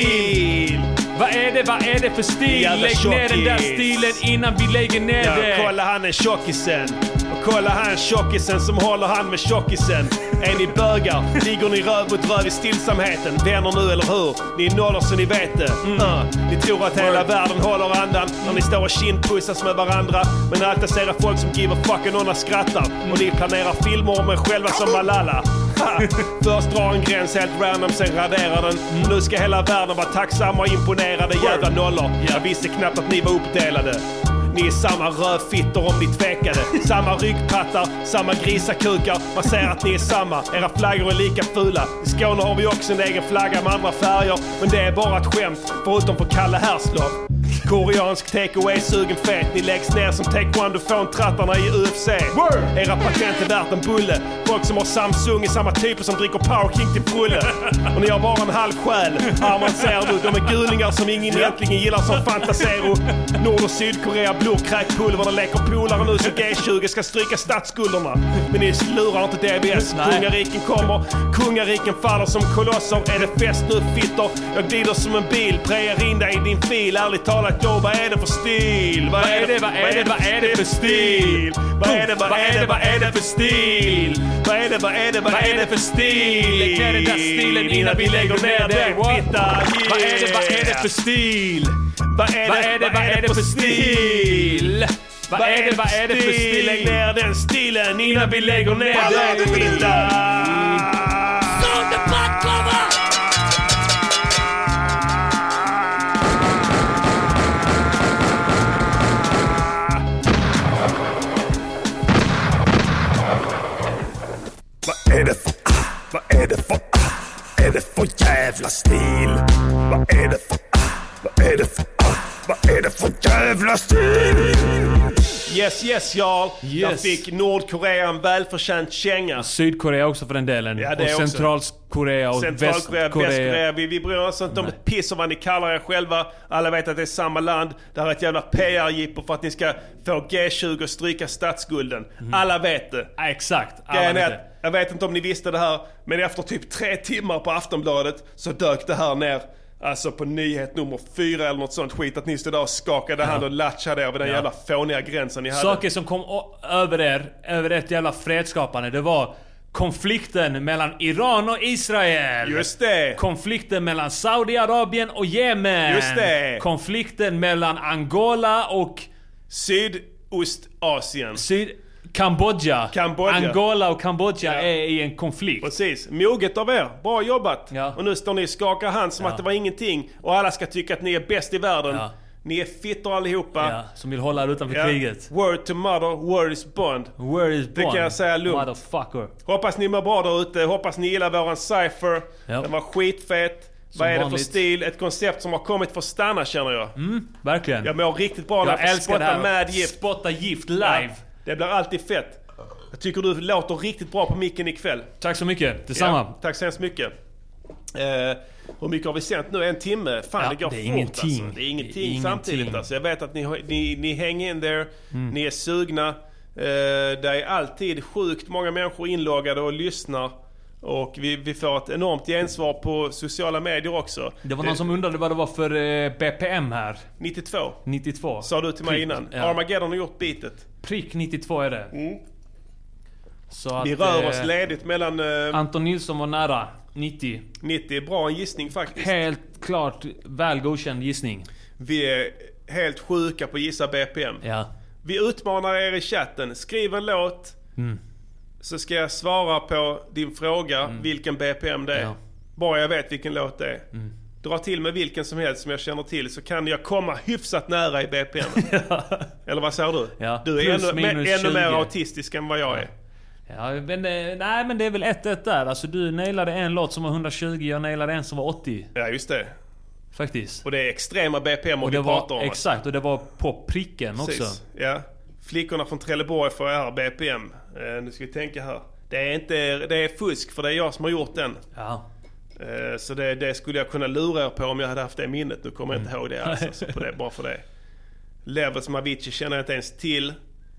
stil? Vad är det, vad är det för stil? Jävla Lägg ner den där tjockis. stilen innan vi lägger ner Ja, det. kolla han är tjockisen. Och kolla han tjockisen som håller han med tjockisen. Är ni bögar? Ligger ni röv mot röv i stillsamheten? Vänner nu eller hur? Ni är nollor så ni vet det. Mm. Uh, ni tror att hela världen håller andan när ni står och kindpussas med varandra. Men alltid ser jag folk som give a fuck och några skrattar. Och ni planerar filmer om er själva som Malala. Ha! Först drar en gräns helt random, sen raderar den. Och nu ska hela världen vara tacksamma och imponerade jävla nollor. Jag visste knappt att ni var uppdelade. Ni är samma rövfittor om ni tvekade. Samma ryggpattar, samma grisakukar. Man säger att ni är samma, era flaggor är lika fula. I Skåne har vi också en egen flagga med andra färger. Men det är bara ett skämt, förutom för Kalle Härslov. Koreansk takeaway-sugen fet. Ni läggs ner som taekwondo-fåntrattarna i U F C. Word. Era patent är värt en bulle. Folk som har Samsung är samma typer som dricker Power King till fulle. Och ni har bara en halv själ. Arman ser du, de är gulingar som ingen egentligen gillar som Fantasero. Nord- och Sydkorea blodkräkpulver. De leker polare nu så G tjugo ska stryka statsskulderna. Men ni lurar inte D B S. Kungariken kommer, kungariken faller som kolosser. Är det fest nu fittor? Jag glider som en bil, prejar in dig i din fil. Ärligt talat då, vad är det för stil? Vad är det, vad är det, vad är det för stil? Vad är det, vad är det, vad är det för stil? Vad är det, vad är det, vad är det för stil? Lägg ner den där stilen innan vi lägger ner det. Fitta, Vad är det, vad är det för stil? Vad är det, vad är det för stil? Vad är det, vad är det för stil? Lägg ner den stilen innan vi lägger ner det. Fitta! Vad är det för, vad är det för, är det för jävla stil? Vad är det för, vad är det för, vad är det för jävla stil? Yes, yes, Jarl. Yes. Jag fick Nordkorea en välförtjänt känga. Sydkorea också för den delen. Ja, det och också. Centralkorea och Centralkorea, Västkorea. Västkorea. Vi, vi bryr oss inte om ett piss om vad ni kallar er själva. Alla vet att det är samma land. Det här är ett jävla P R-jippo för att ni ska få G tjugo och stryka statsskulden. Mm. Alla vet det. Ja, exakt. Alla Grejen vet är det. att, jag vet inte om ni visste det här, men efter typ tre timmar på Aftonbladet så dök det här ner Alltså på nyhet nummer fyra eller något sånt skit, att ni stod där och skakade hand och latchade över den Ja. jävla fåniga gränsen ni hade. Saker som kom o- över er, över ett jävla fredsskapande, det var konflikten mellan Iran och Israel. Just det. Konflikten mellan Saudiarabien och Jemen. Just det. Konflikten mellan Angola och Sydostasien. Syd... Kambodja. Kambodja. Angola och Kambodja är i en konflikt. Precis. Moget av er. Bra jobbat. Ja. Och nu står ni och skakar hand som Ja. att det var ingenting. Och alla ska tycka att ni är bäst i världen. Ja. Ni är fittor allihopa. Ja, som vill hålla er utanför Ja. kriget. Word to mother, word is bond. Word is bond. Det kan jag säga lugnt. Motherfucker. Hoppas ni mår bra där ute. Hoppas ni gillar våran cypher. Ja. Den var skitfet. Som Vad är det vanligt. för stil? Ett koncept som har kommit för att stanna, känner jag. Mm, verkligen. Jag mår riktigt bra när Jag jag får älskar det spotta här. mad gift. Spotta gift live. Ja, det blir alltid fett. Jag tycker du låter riktigt bra på micken ikväll. Tack så mycket. Detsamma. Ja, tack så hemskt mycket. Eh, hur mycket har vi sänt nu? En timme? Fan, Ja, det går det är fort ingenting. alltså. Det är ingenting Det är ingenting. samtidigt alltså. Jag vet att ni, har- ni, ni hänger in där. Mm. Ni är sugna. Eh, det är alltid sjukt många människor inloggade och lyssnar. Och vi, vi får ett enormt gensvar på sociala medier också. Det var någon som undrade vad det var för eh, B P M här. nittiotvå. nittiotvå. Sa du till mig Prick. innan. Ja. Armageddon har gjort beatet. Prick nittiotvå är det. Mm. Så Vi att, rör eh, oss ledigt mellan... Eh, Anton Nilsson var nära. nittio. nittio är bra en gissning faktiskt. Helt klart väl godkänd gissning. Vi är helt sjuka på att gissa B P M. Ja. Vi utmanar er i chatten. Skriv en låt. Mm. Så ska jag svara på din fråga vilken B P M det är. Ja. Bara jag vet vilken låt det är. Mm. Dra till med vilken som helst som jag känner till, så kan jag komma hyfsat nära i B P M. Eller vad säger du? Ja. Du är Plus, ännu, minus ännu tjugo. mer autistisk än vad jag är. Ja, men, eh, nej men det är väl ett ett där. Alltså du nailade en låt som var hundratjugo, jag nailade en som var åttio. Ja, just det. Faktiskt. Och det är extrema B P M Och vi det pratar om. var, exakt, och det var på pricken Precis. också. Ja. Flickorna från Trelleborg får här B P M. Eh, nu ska vi tänka här. Det är inte, det är fusk, för det är jag som har gjort den. Ja. Eh, så det, det skulle jag kunna lura er på om jag hade haft det i minnet. Nu kommer jag inte ihåg det alls. Alltså, på det, bara för det. Levels Avicii känner jag inte ens till.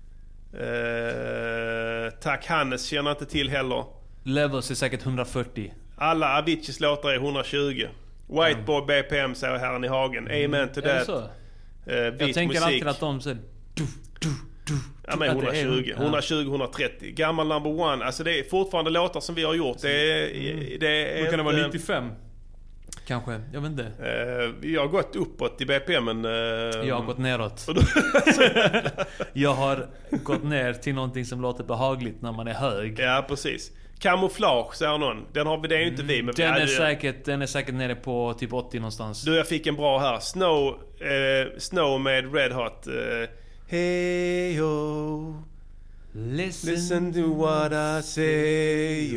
Eh, Tack Hannes känner jag inte till heller. Levels är säkert hundrafyrtio. Alla Aviciis låtar är hundratjugo. Whiteboard B P M säger herren i hagen. Amen to Är det that. så? Eh, Jag vit tänker musik. alltid att de säger... Ja men att det är- hundratjugo, ja. hundratjugo, hundratrettio. Gammal number one. Alltså det är fortfarande låtar som vi har gjort. Det är, det är Då kan det vara inte- nittiofem. Kanske, jag vet inte. Eh, jag har gått uppåt i B P M, men... eh, Jag har gått neråt. Jag har gått ner till någonting som låter behagligt när man är hög. Ja, precis. Kamouflage, säger någon. Den har vi, det är ju inte vi. Men Den vi är, hade- säkert, den är säkert nere på typ åttio någonstans. Du, jag fick en bra här. Snow, eh, Snow med Red Hot. Eh, hey yo, Listen, listen to what I say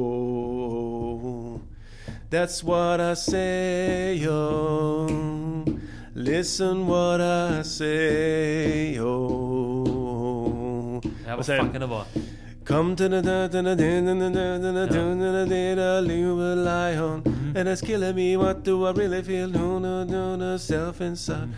yo. That's what I say yo. Listen what I say yo. Ja, vad Och sen- fan kan det vara? Come to the da da da da da da da da da da da da leave a lie on, and it's killing me. What do I really feel? No, no, no, no, self inside.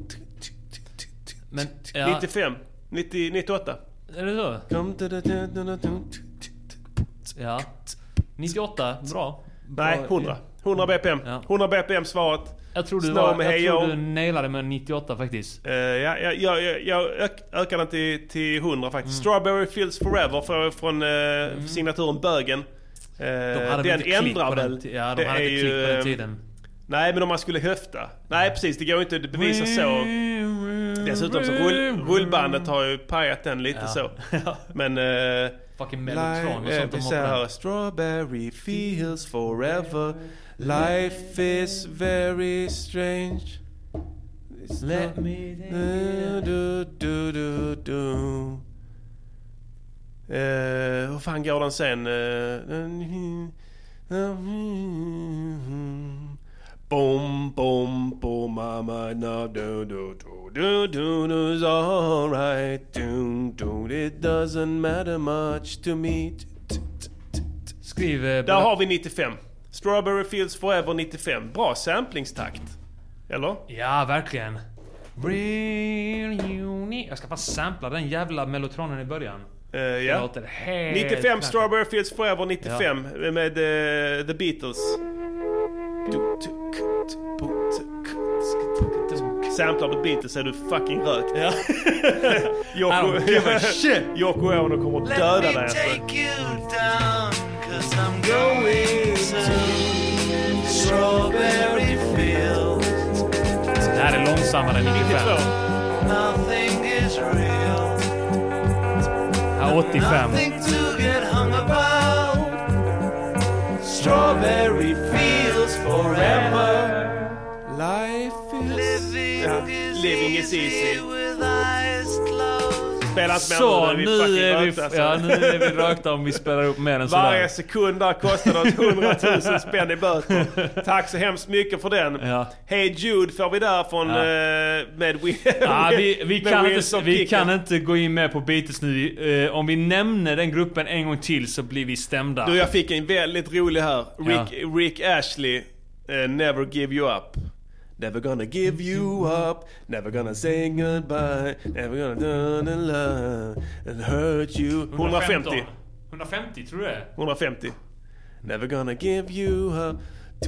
Men, ja, nittiofem, nittio, nittioåtta. är det så? Come to the da da da da. Ja. nittioåtta, bra. Nej, Bra. hundra. hundra B P M. Ja. hundra B P M svaret. Jag tror du, Snow var, med jag Hey tror Yo. du nailade med nittioåtta faktiskt. Eh, ja, jag, jag, jag, jag ök, ökar den till, till hundra faktiskt. Mm. Strawberry Fields Forever för, från uh, signaturen Bögen. Uh, De hade väl den inte klick ändrar på den väl. ti- ja, de Det hade är inte klick ju, på den eh, tiden. Nej, men om man skulle höfta. Nej, precis. Det går ju inte att bevisa så. Dessutom så rull, rullbandet har ju pajat den lite Ja. så. Men... Uh, Fucking mellotron och sånt de vi har säger på här, den. Strawberry Fields Forever. Life is very strange. It's Let not- me du, du, du, du. Eh, hur fan går den sen? Uh, boom, boom, boom, mama, no, do, do, do, do, do, do, is alright. Do, do, it doesn't matter much to me. Skriv... eh, Där har vi nittiofem. Strawberry Fields Forever nittiofem. Bra samplingstakt. Eller? Ja, verkligen. Reunion. Jag ska bara sampla den jävla mellotronen i början. Uh, Det ja. låter helt... nittiofem verkligen. Strawberry Fields Forever nittiofem med uh, The Beatles. Du, du, Samplar du Beatles är du fucking rökt. Ja. Yoko, I don't give a shit. Yoko Ono kommer att döda dig alltså. I'm going to Strawberry Fields. Det här är långsammare än nittiofem. Nothing is real. Ja, åttiofem. Nothing to get hung about. Strawberry Fields forever. Life is living, ja, is, living is is easy. with eyes closed. Spelar inte mer Så, nu, nu är, vi, rökta, ja, nu är vi rökta om vi spelar upp mer än sådär. Varje sekund där kostar oss hundratusen spänn i böter. Tack så hemskt mycket för den. Ja. Hey Jude får vi där från Ja. uh, med, Will, Ja, vi, vi, med kan Wheels inte, of vi Kicken. kan inte gå in med på Beatles nu. Uh, om vi nämner den gruppen en gång till så blir vi stämda. Du, jag fick en väldigt rolig här. Rick, Ja. Rick Ashley, uh, Never Give You Up. Never gonna give you up, never gonna say goodbye, never gonna do the love and hurt you. hundrafemtio. hundrafemtio tror jag. hundrafemtio. Never gonna give you up.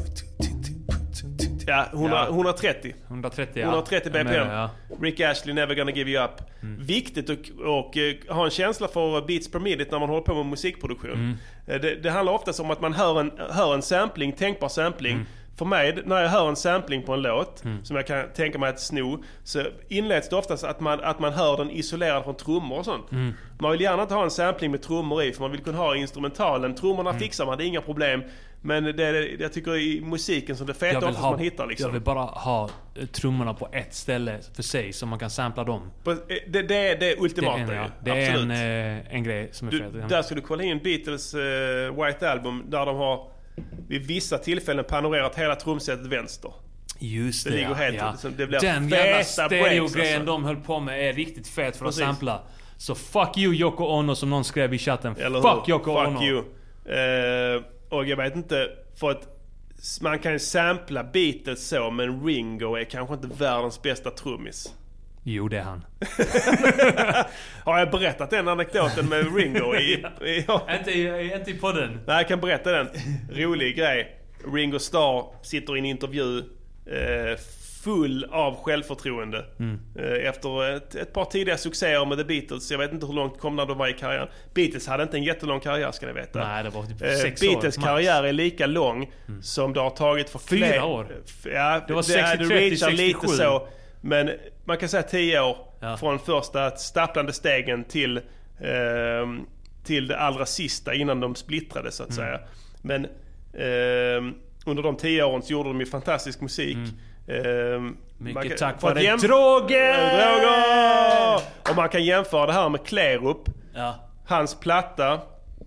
Ja, hundra, hundratrettio. hundratrettio, ja. hundratrettio B P M. Jag menar, ja. Rick Astley, Never gonna give you up. Mm. Viktigt att och, och, ha en känsla för beats per minute när man håller på med musikproduktion. Mm. Det, det handlar oftast om att man hör en, hör en sampling, tänkbar sampling. Mm. För mig, när jag hör en sampling på en låt Mm. som jag kan tänka mig att sno, så inleds det oftast att man, att man hör den isolerad från trummor och sånt. Mm. Man vill gärna inte ha en sampling med trummor i, för man vill kunna ha instrumentalen. Trummorna Mm. fixar man, det är inga problem. Men det är, jag tycker i musiken som det feta Jag vill oftast ha- man hittar liksom. Jag vill bara ha eh, trummorna på ett ställe för sig så man kan sampla dem. På, det, det, det är det ultimata Det är en, ja. ju. Det är Absolut. en, eh, en grej som är Du, fet. där ska du kolla in Beatles uh, White Album där de har vid vissa tillfällen panorerat hela trumsetet vänster. Just det, Det ligger ja, helt ja. liksom, det blir Den feta jävla breaks, stereo-grejen alltså. de höll på med är riktigt fet för Precis. att sampla. Så fuck you Yoko Ono som någon skrev i chatten. Eller Fuck hur? Yoko Fuck Ono. you. Uh, och jag vet inte, för att man kan ju sampla Beatles så, men Ringo är kanske inte världens bästa trummis. Jo, det är han. Har jag berättat den anekdoten med Ringo i... i ja. Inte, i- inte i podden. Nej, jag kan berätta den. Rolig grej. Ringo Starr sitter i en intervju eh, full av självförtroende. Mm. Eh, efter ett, ett par tidiga succéer med The Beatles. Jag vet inte hur långt kom när de var i karriären. Beatles hade inte en jättelång karriär, ska ni veta. Nej, det var typ Eh, sex år, Beatles max. karriär är lika lång som det har tagit för Fyra fler- år. F- Ja, Det var det, sextio, det trettio, reachar lite sextiosju. så. Men man kan säga tio år Ja. från första stapplande stegen till, ehm, till det allra sista innan de splittrade så att Mm. säga. Men ehm, under de tio åren så gjorde de ju fantastisk musik. Ehm, Mycket man kan- tack för att vare jämf- droger! Droger! Och man kan jämföra det här med Klerup. Ja. Hans platta.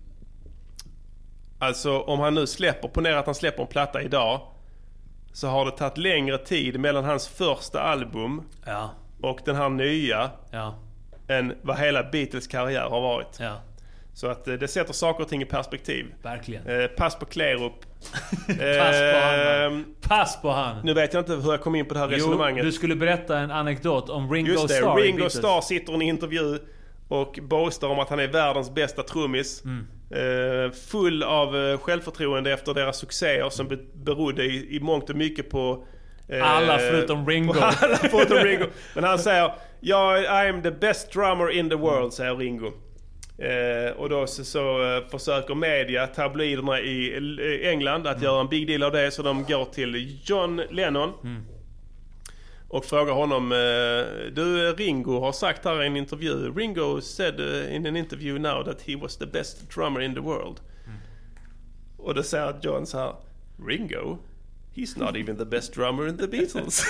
Alltså om han nu släpper, ponera att han släpper en platta idag. Så har det tagit längre tid mellan hans första album Ja. och den här nya Ja. än vad hela Beatles karriär har varit. Ja. Så att eh, det sätter saker och ting i perspektiv. Verkligen. Eh, pass på Klerup. Pass på han. Ehm, man. Pass på han. Nu vet jag inte hur jag kom in på det här Jo, resonemanget. du skulle berätta en anekdot om Ringo Just det, Starr i Ringo Beatles. Starr sitter i en intervju och boastar om att han är världens bästa trummis. Mm. Eh, full av eh, självförtroende efter deras succéer som be- berodde i, i mångt och mycket på... eh, Alla förutom Ringo. på alla förutom Ringo. Men han säger, ja, I am the best drummer in the world, säger Ringo. Eh, och då så, så eh, försöker media, tabloiderna i eh, England att göra en big deal av det, så de går till John Lennon. Mm. Och frågar honom, eh, du Ringo har sagt här i en intervju, Ringo said uh, in an interview now that he was the best drummer in the world. Mm. Och då säger John så här, Ringo? He's not even the best drummer in the Beatles.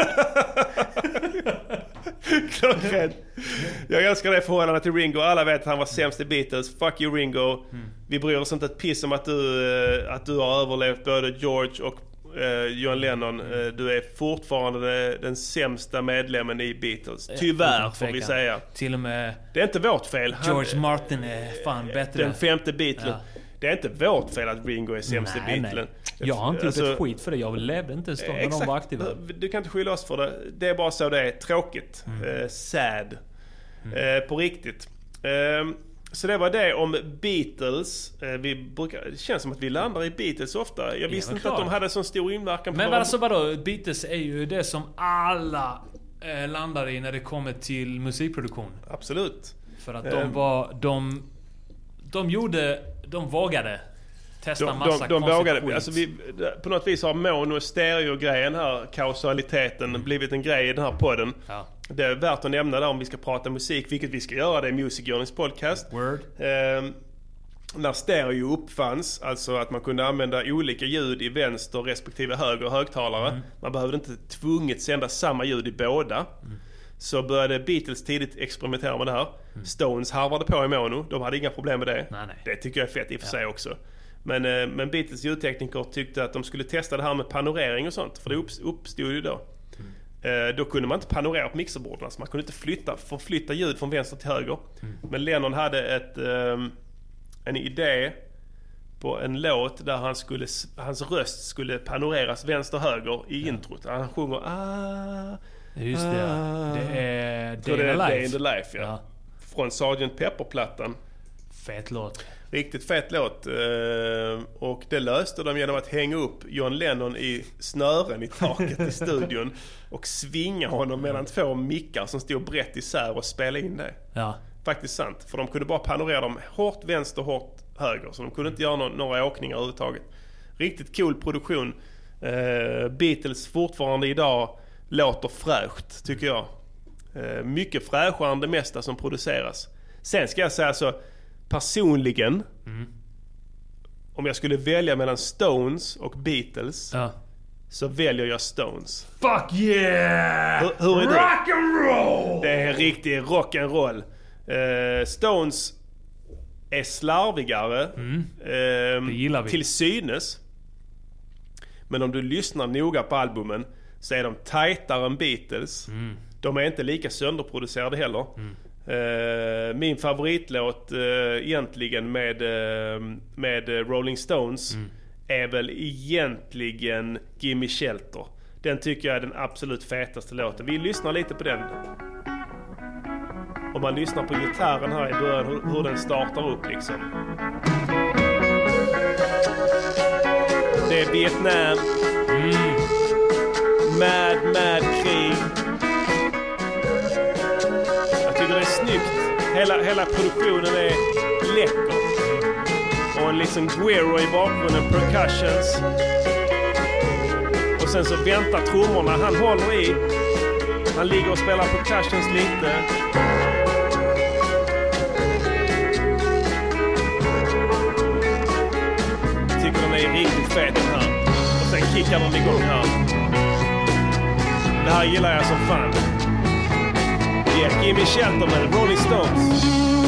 Klockrent. Jag älskar det förhållandet till Ringo. Alla vet att han var sämst i Beatles. Fuck you Ringo. Mm. Vi bryr oss inte ett piss om att du, eh, att du har överlevt både George och eh, John Lennon. Eh, du är fortfarande den sämsta medlemmen i Beatles. Tyvärr Utan får vi tvekan. säga. Till och med Det är inte vårt fel. Han- George Martin är fan bättre. Den femte Beatlen. Ja. Det är inte vårt fel att Ringo är sämst i Nej, Beatlen. nej. Jag har inte gjort Alltså- ett skit för det. Jag levde inte ens då när de Exakt. var aktiva. Du kan inte skylla oss för det. Det är bara så det är. Tråkigt. Mm. Eh, sad. Eh, på riktigt. Eh, Så det var det om Beatles. Vi brukar, det känns som att vi landar i Beatles ofta. Jag visste ja, inte att de hade sån stor inverkan på Men dem. alltså vadå? Beatles är ju det som alla eh, landar i när det kommer till musikproduktion. Absolut. För att de var... De, de gjorde... De vågade testa de, massa de, de konstigt vågade, skit. alltså vi, på något vis har mono- och stereo-grejen här, kausaliteten, mm. blivit en grej i den här podden. Ja. Det är värt att nämna där om vi ska prata musik, vilket vi ska göra. Det är Music Journeys podcast. Word. Eh, när stereo uppfanns, alltså att man kunde använda olika ljud i vänster respektive höger högtalare. Mm. Man behövde inte tvunget sända samma ljud i båda. Mm. Så började Beatles tidigt experimentera med det här. Mm. Stones harvade på i mono. De hade inga problem med det. Nej, nej. Det tycker jag är fett i och för ja. sig också. Men, eh, men Beatles ljudtekniker tyckte att de skulle testa det här med panorering och sånt. För det uppstod ju då. Mm. Eh, då kunde man inte panorera på mixerborden. Alltså man kunde inte flytta, förflytta ljud från vänster till höger. Mm. Men Lennon hade ett, eh, en idé på en låt där han skulle, hans röst skulle panoreras vänster-höger i ja. introt. Han sjunger ah, just det, ah. Det är Day, in, the Day in the Life. Ja. Ja. Från sergeant Pepper-plattan. Fet låt. Riktigt fet låt. Och det löste de genom att hänga upp John Lennon i snören i taket i studion och svinga honom mellan två mickar som stod brett isär och spela in det. Ja. Faktiskt sant. För de kunde bara panorera dem hårt vänster, hårt höger. Så de kunde inte göra några åkningar överhuvudtaget. Riktigt cool produktion. Beatles fortfarande idag låter fräscht, tycker jag. Mycket fräschare än det mesta som produceras. Sen ska jag säga så, personligen, mm. om jag skulle välja mellan Stones och Beatles, ja. så väljer jag Stones. Fuck yeah! Hur, hur är det? Rock and roll! Det är riktig rock and roll. Uh, Stones är slarvigare, mm. uh, det gillar vi. Till synes. Men om du lyssnar noga på albumen så är de tajtare än Beatles. Mm. De är inte lika sönderproducerade heller. Mm. Uh, min favoritlåt uh, egentligen med, uh, med Rolling Stones mm. är väl egentligen Gimme Shelter. Den tycker jag är den absolut fetaste låten. Vi lyssnar lite på den. Om man lyssnar på gitarren här i början, hur, hur den startar upp liksom. Det är Vietnam. Mm. Mad, mad krig. Jag tycker det är snyggt. Hela, hela produktionen är läcker. Och en liksom guero i bakgrunden, percussions. Och sen så väntar trummorna. Han håller i. Han ligger och spelar percussions lite. Tycker de är riktigt fet den här. Och sen kickar de igång här. Det här gillar jag som fan. Yeah, Gimme Shelter med Rolling Stones.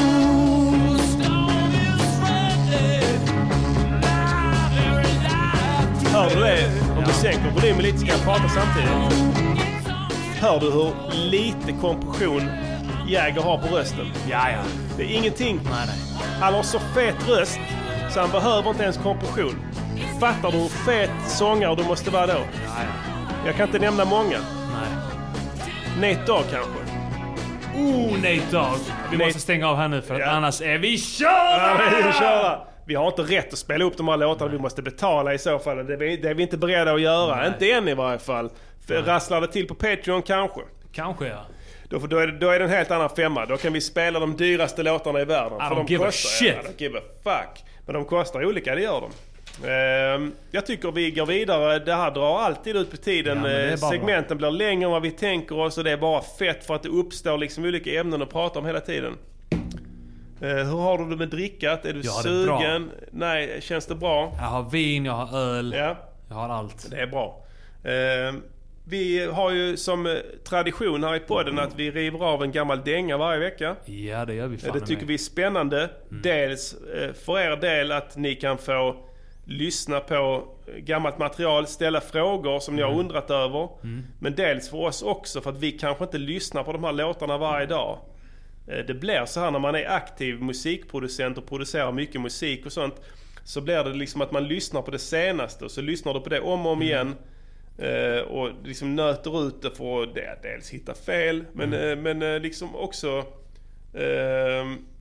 Hör du det? Om du sänker volymen lite ska jag prata samtidigt. Hör du hur lite kompression Jäger har på rösten? Ja, ja. Det är ingenting. Nej, nej. Han har så fet röst så han behöver inte ens kompression. Fattar du hur fet sångare du måste vara då? Ja, ja. Jag kan inte nämna många. Nej. Nate Dogg kanske. Oh, Nate Dogg. Vi Nate... måste stänga av här nu för ja. annars är vi körda! Ja, vi är körda! Vi har inte rätt att spela upp de här låtarna. Vi måste betala i så fall. Det är vi, det är vi inte beredda att göra. Nej. Inte än i varje fall. För rasslar det till på Patreon kanske. Kanske, ja. Då, då, är det, då är det en helt annan femma. Då kan vi spela de dyraste låtarna i världen. I för don't de give kostar, a shit. Ja, I don't give a fuck. Men de kostar olika, det gör de. Uh, jag tycker vi går vidare. Det här drar alltid ut på tiden. Ja, segmenten bra. Blir längre än vad vi tänker oss. Och det är bara fett för att det uppstår liksom olika ämnen att prata om hela tiden. Uh, hur har du det med drickat? Är du jag sugen? Nej, känns det bra? Jag har vin, jag har öl. Ja. Jag har allt. Det är bra. Uh, vi har ju som tradition här i podden att vi river av en gammal dänga varje vecka. Ja, det gör vi fan. Det tycker vi är spännande. Mm. Dels för er del att ni kan få lyssna på gammalt material, ställa frågor som ni har undrat över. Mm. Men dels för oss också för att vi kanske inte lyssnar på de här låtarna varje dag. Det blir så här när man är aktiv musikproducent och producerar mycket musik och sånt. Så blir det liksom att man lyssnar på det senaste och så lyssnar du på det om och om igen. Uh, och liksom nöter ut det för att det, dels hitta fel men, mm. uh, men uh, liksom också uh,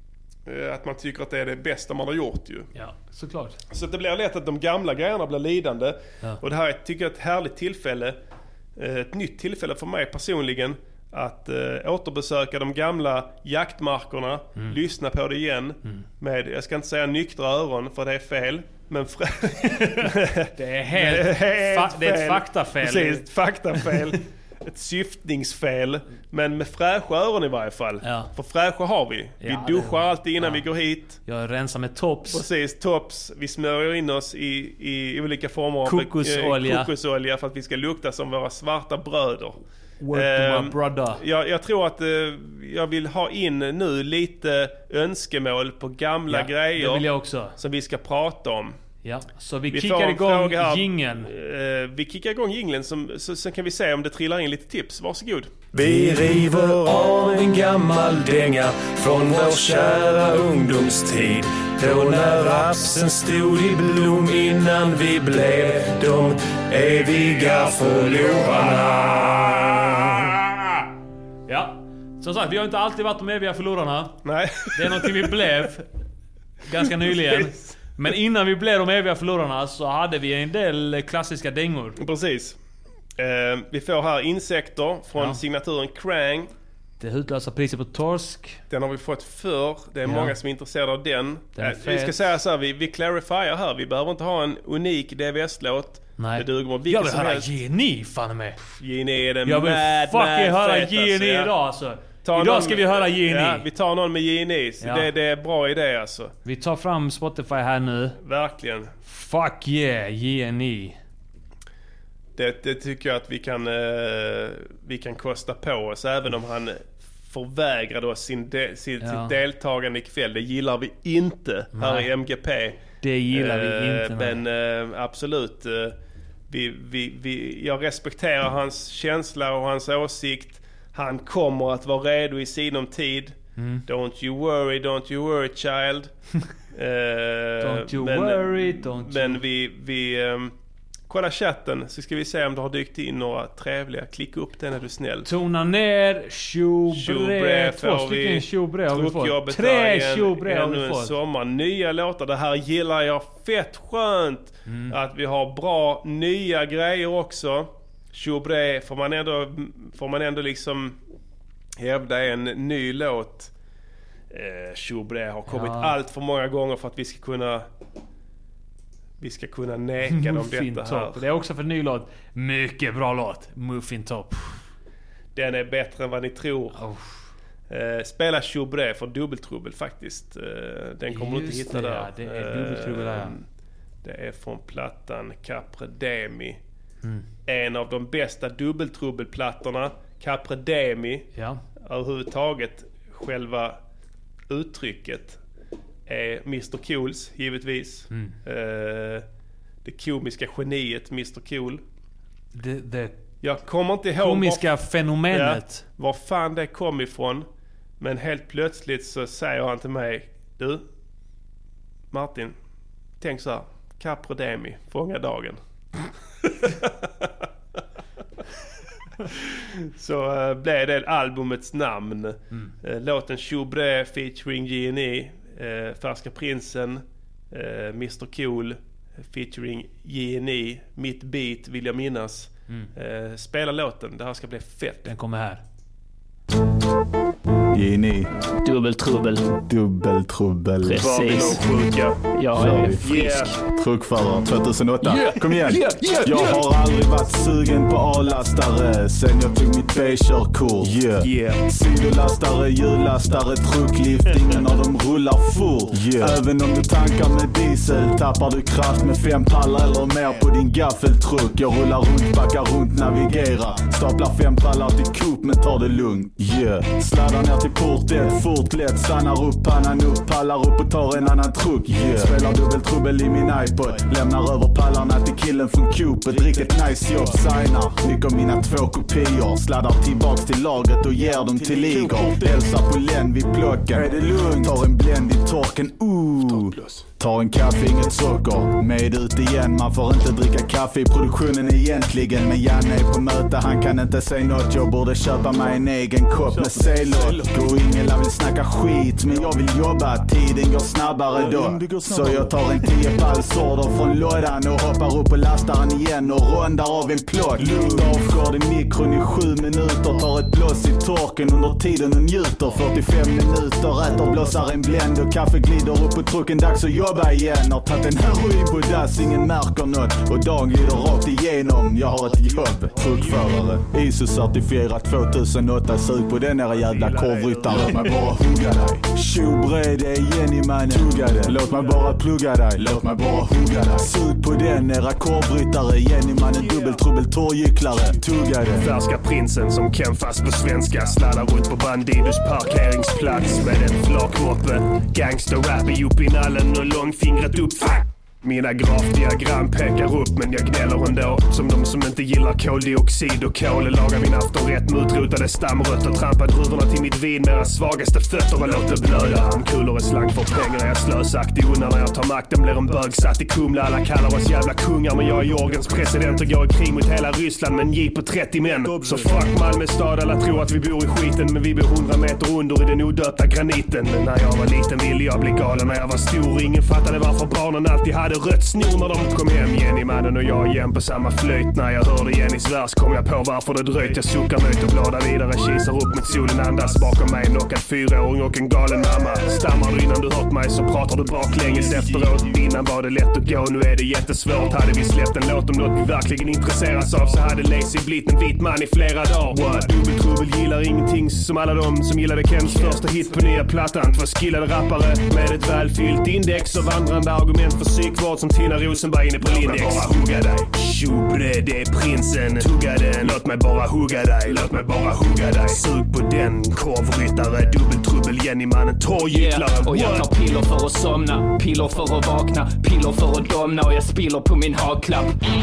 Att man tycker att det är det bästa man har gjort ju. Ja, såklart. Så att det blir lätt att de gamla grejerna blir lidande. Ja. Och det här är, tycker jag, ett härligt tillfälle. Ett nytt tillfälle för mig personligen. Att äh, återbesöka de gamla jaktmarkerna. Mm. Lyssna på det igen. Mm. Med, jag ska inte säga nyktra öron för det är fel. Men fra- det är helt, det är helt fa- det är ett fel. faktafel. Precis, ett faktafel. Ett syftningsfel. Men med fräscha öron i varje fall. Ja. För fräscha har vi. Vi Ja, duschar det- alltid innan ja. vi går hit. Jag rensar med tops. Precis, tops. Vi smörjer in oss i, i olika former av Kokosolja. eh, kokosolja för att vi ska lukta som våra svarta bröder. Word to Ehm, my brother. jag, jag tror att eh, jag vill ha in nu lite önskemål på gamla Ja, grejer det vill jag också. som vi ska prata om. Ja, så vi, Vi får kickar en igång fråga här. jingeln. Eh, vi kickar igång jingeln som, så, så kan vi se om det trillar in lite tips. Varsågod. Vi river av en gammal dänga från vår kära ungdomstid. Då när rapsen stod i blom innan vi blev de eviga förlorarna. Ja, som sagt, vi har inte alltid varit de eviga förlorarna. Nej. Det är någonting vi blev ganska nyligen. Men innan vi blev de eviga förlorarna så hade vi en del klassiska dängor. Precis. Eh, vi får här insekter från Ja. signaturen Krang. Det hutlösa priset på torsk. Den har vi fått förr. Det är Ja. många som är intresserade av den. Den är Eh, vi ska fet. säga så här, vi, vi clarifierar här. Vi behöver inte ha en unik D V S-låt. Nej. Det duger med Jag vilken vill som höra helst. G N I fan med. G N I är den Jag vill mad, fucking mad höra fet, G N I alltså, ja. idag alltså. Ta Idag någon- ska vi höra G N I. Ja, vi tar någon med G N I. Så Ja. det, det är bra idé alltså. Vi tar fram Spotify här nu. Verkligen. Fuck yeah, G N I. Det, det tycker jag att vi kan, eh, vi kan kosta på oss. Även om han förvägrade oss sin de, sin, Ja. sitt deltagande ikväll. Det gillar vi inte här Nej. i M G P. Det gillar vi Eh, inte, nej. Men eh, absolut. eh, vi, vi, vi, jag respekterar hans känsla och hans åsikt. Han kommer att vara redo i sinom tid. Mm. Don't you worry, don't you worry child. Eh, Don't you men, worry, don't Men you... vi... vi ehm, kolla chatten så ska vi se om det har dykt in några trevliga. Klicka upp den är du snäll. Tona ner, tjobre. Tjobre Två får stycken vi. tjobre har vi fått. Truckjobbet Tre där igen. tjobre har Ännu vi en fått. sommar. Nya låtar. Det här gillar jag. Fett skönt. Mm. Att vi har bra nya grejer också. Tjobre får man ändå, får man ändå liksom hävda en ny låt. Eh, Tjobre har kommit Ja. allt för många gånger för att vi ska kunna vi ska kunna neka dem Muffin detta här. Top. Det är också för en ny låt. Mycket bra låt. Muffin Top. Den är bättre än vad ni tror. Eh, spela Tjobre för dubbeltrubbel faktiskt. Eh, den kommer du inte Just hitta det, där. ja. Det är dubbeltrubbel där, ja. Eh, Det är från plattan Capre Demi. Mm. En av de bästa dubbeltrubbelplattorna. Capre Demi. Ja. Överhuvudtaget själva uttrycket är mister Cools givetvis. Mm. Eh, det komiska geniet mister Cool. Det, det Jag kommer inte ihåg komiska var, fenomenet. ja, var fan det kom ifrån. Men helt plötsligt så säger han till mig: Du Martin, tänk så här. Capre Demi, fånga dagen. Så uh, blev det albumets namn. Mm. Uh, låten Tjobre featuring G N I. Uh, Färska Prinsen. Uh, mister Cool featuring G N I. Mitt beat vill jag minnas. Mm. Uh, spela låten, det här ska bli fett. Den kommer här. G N I. Dubbeltrubbel. Dubbeltrubbel. Precis. Sjuka. Jag är frisk. Yeah. Truckförare tjugohundraåtta. Yeah. Kom igen. Yeah, yeah, jag yeah. har aldrig varit sugen på A-lastare sen jag tog mitt B-körkort. Yeah. Yeah. Sidolastare, hjullastare, trucklift. Ingen av dem rullar fort. Yeah. Även om du tankar med diesel tappar du kraft med fem pallar eller mer på din gaffeltruck. Jag rullar runt, backar runt, navigerar. Staplar fem pallar till Coop men tar det lugnt. Yeah. Sladdar ner till port ett, fort lätt. Stannar upp, pannan upp, pallar upp och tar en annan truck. Yeah. Spelar dubbeltrubbel i min iPod. Lämnar över pallarna till killen från Coop. Ett riktigt nice jobb, signar. Nycker mina två kopior. Sladdar tillbaks till lagret och ger dem till Igor. Hälsar på Len vid plocken. Är det lugnt? Tar en bländ i torken. Ooh. Ta en kaffe, inget socker. Med ut igen, man får inte dricka kaffe i produktionen egentligen. Men Janne är på möte, han kan inte säga något. Jag borde köpa mig en egen kopp med C-lott. Och Ingela vill snacka skit, men jag vill jobba. Tiden går snabbare då. Så jag tar en tio palsorder från lådan och hoppar upp och lastar den igen och rondar av en plåt. Luktar avskörd i mikron i sju minuter. Tar ett blås i torken under tiden och njuter. fyrtiofem minuter, äter blåsar en bländ och kaffe glider upp på trucken. Dags att jobba igen. Har tagit en heroin på dass, ingen märker något. Och dagen glider rakt igenom. Jag har ett jobb, truckförare. I S O-certifierat tvåtusenåtta. Sug på den era jävla korvryttare. Låt mig bara hugga dig. Tjobre, det är Jenny mannen. Tugga det. Låt mig bara plugga dig. Låt mig bara hugga dig. Sug på den era korvryttare. Jenny mannen, dubbeltrubbel, tårgycklare. Tugga det. Färska prinsen som Ken fast på svenska. Sladdar runt på Bandidus parkeringsplats med en flakmoppe. Gangster-rap upp i nallen och långfingret upp. Mina grafdiagram pekar upp, men jag gnäller ändå. Som de som inte gillar koldioxid och kol. Lagar min aftonrätt med utrotade stamrötter. Trampar druvorna till mitt vin med era svagaste fötter och låter blöda. Armkulor är slang för pengar, jag slösaktig undan. När jag tar makten blir en bög satt i Kumla. Alla kallar oss jävla kungar, men jag är Jorgens president och går i krig mot hela Ryssland med en jeep på trettio män. Så fuck Malmö stad, alla tror att vi bor i skiten. Men vi bor hundra meter under i den odöpta graniten. Men när jag var liten ville jag bli galen. När jag var stor, ingen fattade varför barnen alltid hade rött snor när de kom hem. Jenny mannen och jag igen på samma flöjt. När jag hörde Jennys vers kom jag på varför det dröjt. Jag suckar nöjt och bladar vidare, kisar upp mot solen, andas bakom mig. Knockad fyraåring och en galen mamma. Stammar du innan du hört mig så pratar du baklänges efteråt. Innan var det lätt att gå, nu är det jättesvårt. Hade vi släppt en låt om något vi verkligen intresseras av så hade Lazy blivit en vit man i flera dagar. What? Dubbeltrubbel gillar ingenting som alla de som gillade Kens första hit på nya plattan. Två skillade rappare med ett välfyllt index och vandrande argument för psykvård som Tina Rosenberg inne på Lindex. Låt mig bara hugga dig. Tjobre, det är prinsen. Tugga den. Låt mig bara hugga dig. Låt mig bara hugga dig. Sug på den. Korvryttare. Dubbeltrubbel. Jenny mannen. Torrgycklare. Yeah. Och jag tar piller för att somna. Piller för att vakna. Piller för att domna. Och jag spiller på min haklapp.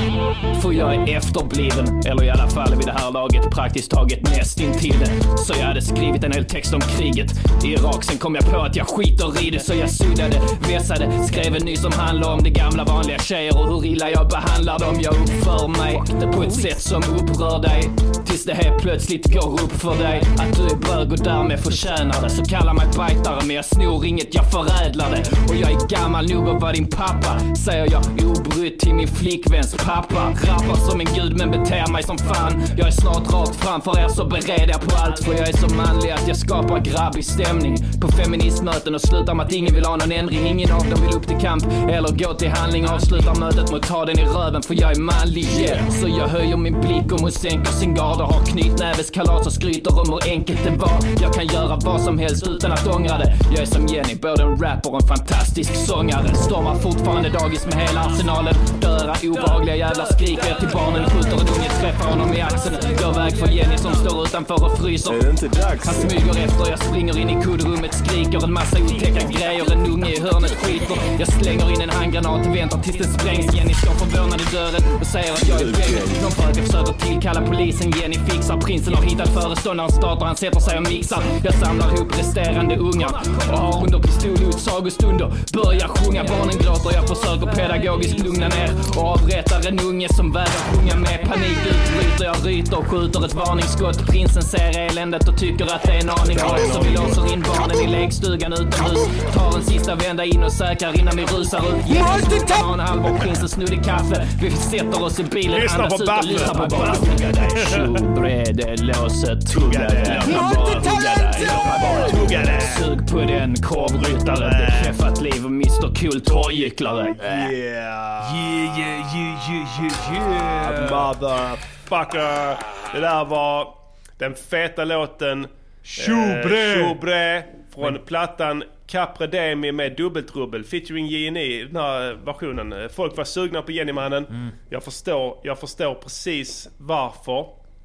För jag är efterbliven. Eller i alla fall vid det här laget praktiskt taget nästintill det. Så jag hade skrivit en hel text om kriget i Irak. Sen kom jag på att jag skiter i det. Så jag suddade, vässade, skrev en ny som handlar om det gamla vanliga tjejer och hur illa jag behandlar dem. Jag uppför mig på ett sätt som upprör dig. Tills det helt plötsligt går upp för dig att du är bög och därmed förtjänar det. Så kalla mig bajtare, men jag snor inget, jag förädlar det. Och jag är gammal nog att vara din pappa, säger jag obrytt till min flickväns pappa. Rappar som en gud men beter mig som fan. Jag är snart rakt framför er så bered jag på allt. För jag är så manlig att jag skapar grabbig stämning på feministmöten och slutar med att ingen vill ha någon ändring. Ingen av dem vill upp till kamp eller gå till handling. Avslutar mötet med att ta den i röven för jag är manlig, yeah. Så jag höjer min blick om och sänker sin gard och har knytnäveskalas och skryter om hur enkelt det var. Jag kan göra vad som helst utan att ångra det. Jag är som Jenny, både en rapper och en fantastisk sångare. Stormar fortfarande dagis med hela arsenalen. Döra obehagliga jävla skriker jag till barnen. Skjuter en unge, träffar honom i axeln. Går väg för Jenny som står utanför och fryser. Är det inte dags? Han smyger efter, jag springer in i kuddrummet, skriker en massa otäcka grejer. En unge i hörnet skiter. Jag slänger in en handgranat och väntar tills den sprängs. Jenny står förvånad i dörren och säger att jag är bängd. Någon fröken försöker tillkalla polisen. Jenny fixar, prinsen har hittat föreståndaren, startar, han sätter sig och mixar. Jag samlar ihop resterande ungar och har under pistolutsagostunder börjar sjunga. Barnen gråter, jag försöker pedagogiskt lugna ner och avrättar en unge som vägrar sjunga med. Panik utbryter, jag ryter och skjuter ett varningsskott. Prinsen ser eländet och tycker att det är en aning bra. Så vi låser in barnen i lekstugan utomhus. Tar en sista vända in och säkrar innan vi rusar ut. Genom en halvår, prinsen snodde kaffe. Vi sätter oss i bilen, lyssna på andas ut och lyssnar på barnen. Tugga dig, tjobrede, låset, tugga dig. Låt mig bara hugga dig, låt mig bara tugga dig. Sug på den, korvryttare, bekräffat liv och mister Cool torrgycklare. Yeah, yeah, yeah, yeah, yeah, yeah. Motherfucker. Det där var den feta låten Tjobre. eh, Tjobre från plattan Capre Demi med dubbeltrubbel featuring J N I, den här versionen. Folk var sugna på Jenny-mannen. Mm. Jag förstår, jag förstår precis varför.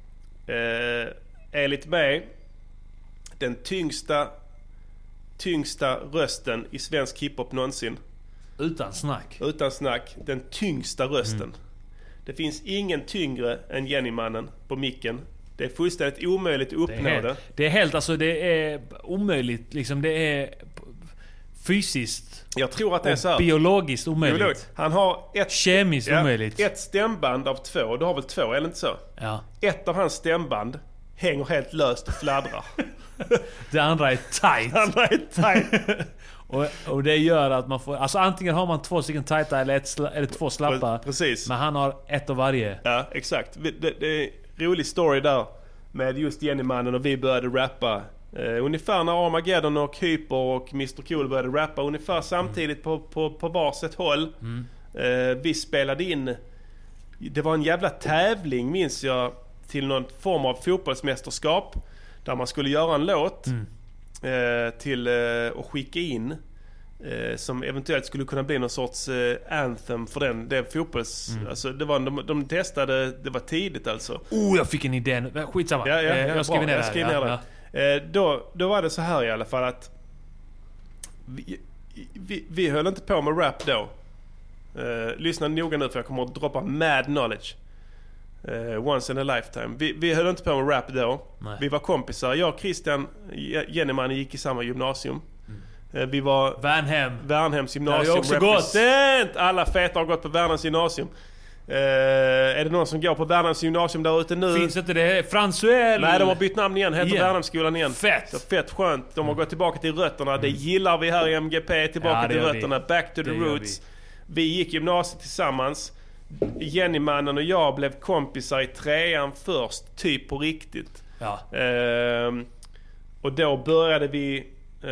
Eh, enligt mig den tyngsta tyngsta rösten i svensk hiphop någonsin. Utan snack. Utan snack. Den tyngsta rösten. Mm. Det finns ingen tyngre än Jenny-mannen på micken. Det är fullständigt omöjligt att uppnå det. Är helt, det är helt, alltså det är omöjligt liksom, det är fysiskt. Jag tror att det är så här. Biologiskt omöjligt. Biolog. Han har ett, kemiskt ja, omöjligt. Ett stämband av två. Du har väl två, eller inte så? Ja. Ett av hans stämband hänger helt löst och fladdrar. Det andra är tight. Det andra är tight. och, och det gör att man får... Alltså antingen har man två stycken tajta eller, ett sla, eller två slappa. Precis. Men han har ett av varje. Ja, exakt. Det, det är en rolig story där med just Jennymannen och vi började rappa. Uh, ungefär när Armageddon och Hyper och mister Cool började rappa. Ungefär samtidigt på, på, på varsitt håll. Mm. Uh, vi spelade in... Det var en jävla tävling, minns jag, till någon form av fotbollsmästerskap. Där man skulle göra en låt mm. uh, till uh, och skicka in. Uh, som eventuellt skulle kunna bli någon sorts uh, anthem för den, den fotbolls... Mm. Alltså det var, de, de testade, det var tidigt alltså. Oh, jag fick en idé. Skitsamma. Ja, ja, ja, jag skriver ner jag det här. skriver ner Ja, det. ja. Eh, då, då var det så här i alla fall att vi, vi, vi höll inte på med rap då. Eh, lyssna noga nu för jag kommer att droppa mad knowledge. Eh, once in a lifetime. Vi, vi höll inte på med rap då. Nej. Vi var kompisar. Jag och Christian Jennyman gick i samma gymnasium. Mm. Eh, vi var Värnhem. Värnhems gymnasium. Det har också Represent. Alla feta har gått på Värnhems gymnasium. Uh, är det någon som går på Värnhems gymnasium där ute nu? Finns inte det? Fransuel? Nej, de har bytt namn igen. Heter Igen. Värnhemsskolan igen. Fett! Så fett skönt. De har gått tillbaka till rötterna. Det gillar vi här i M G P. Tillbaka Ja, det till gör rötterna. vi. Back to the Det gör roots. Vi. vi gick gymnasiet tillsammans. Jennymannen och jag blev kompisar i trean först. Typ på riktigt. Ja. Uh, och då började vi... Uh,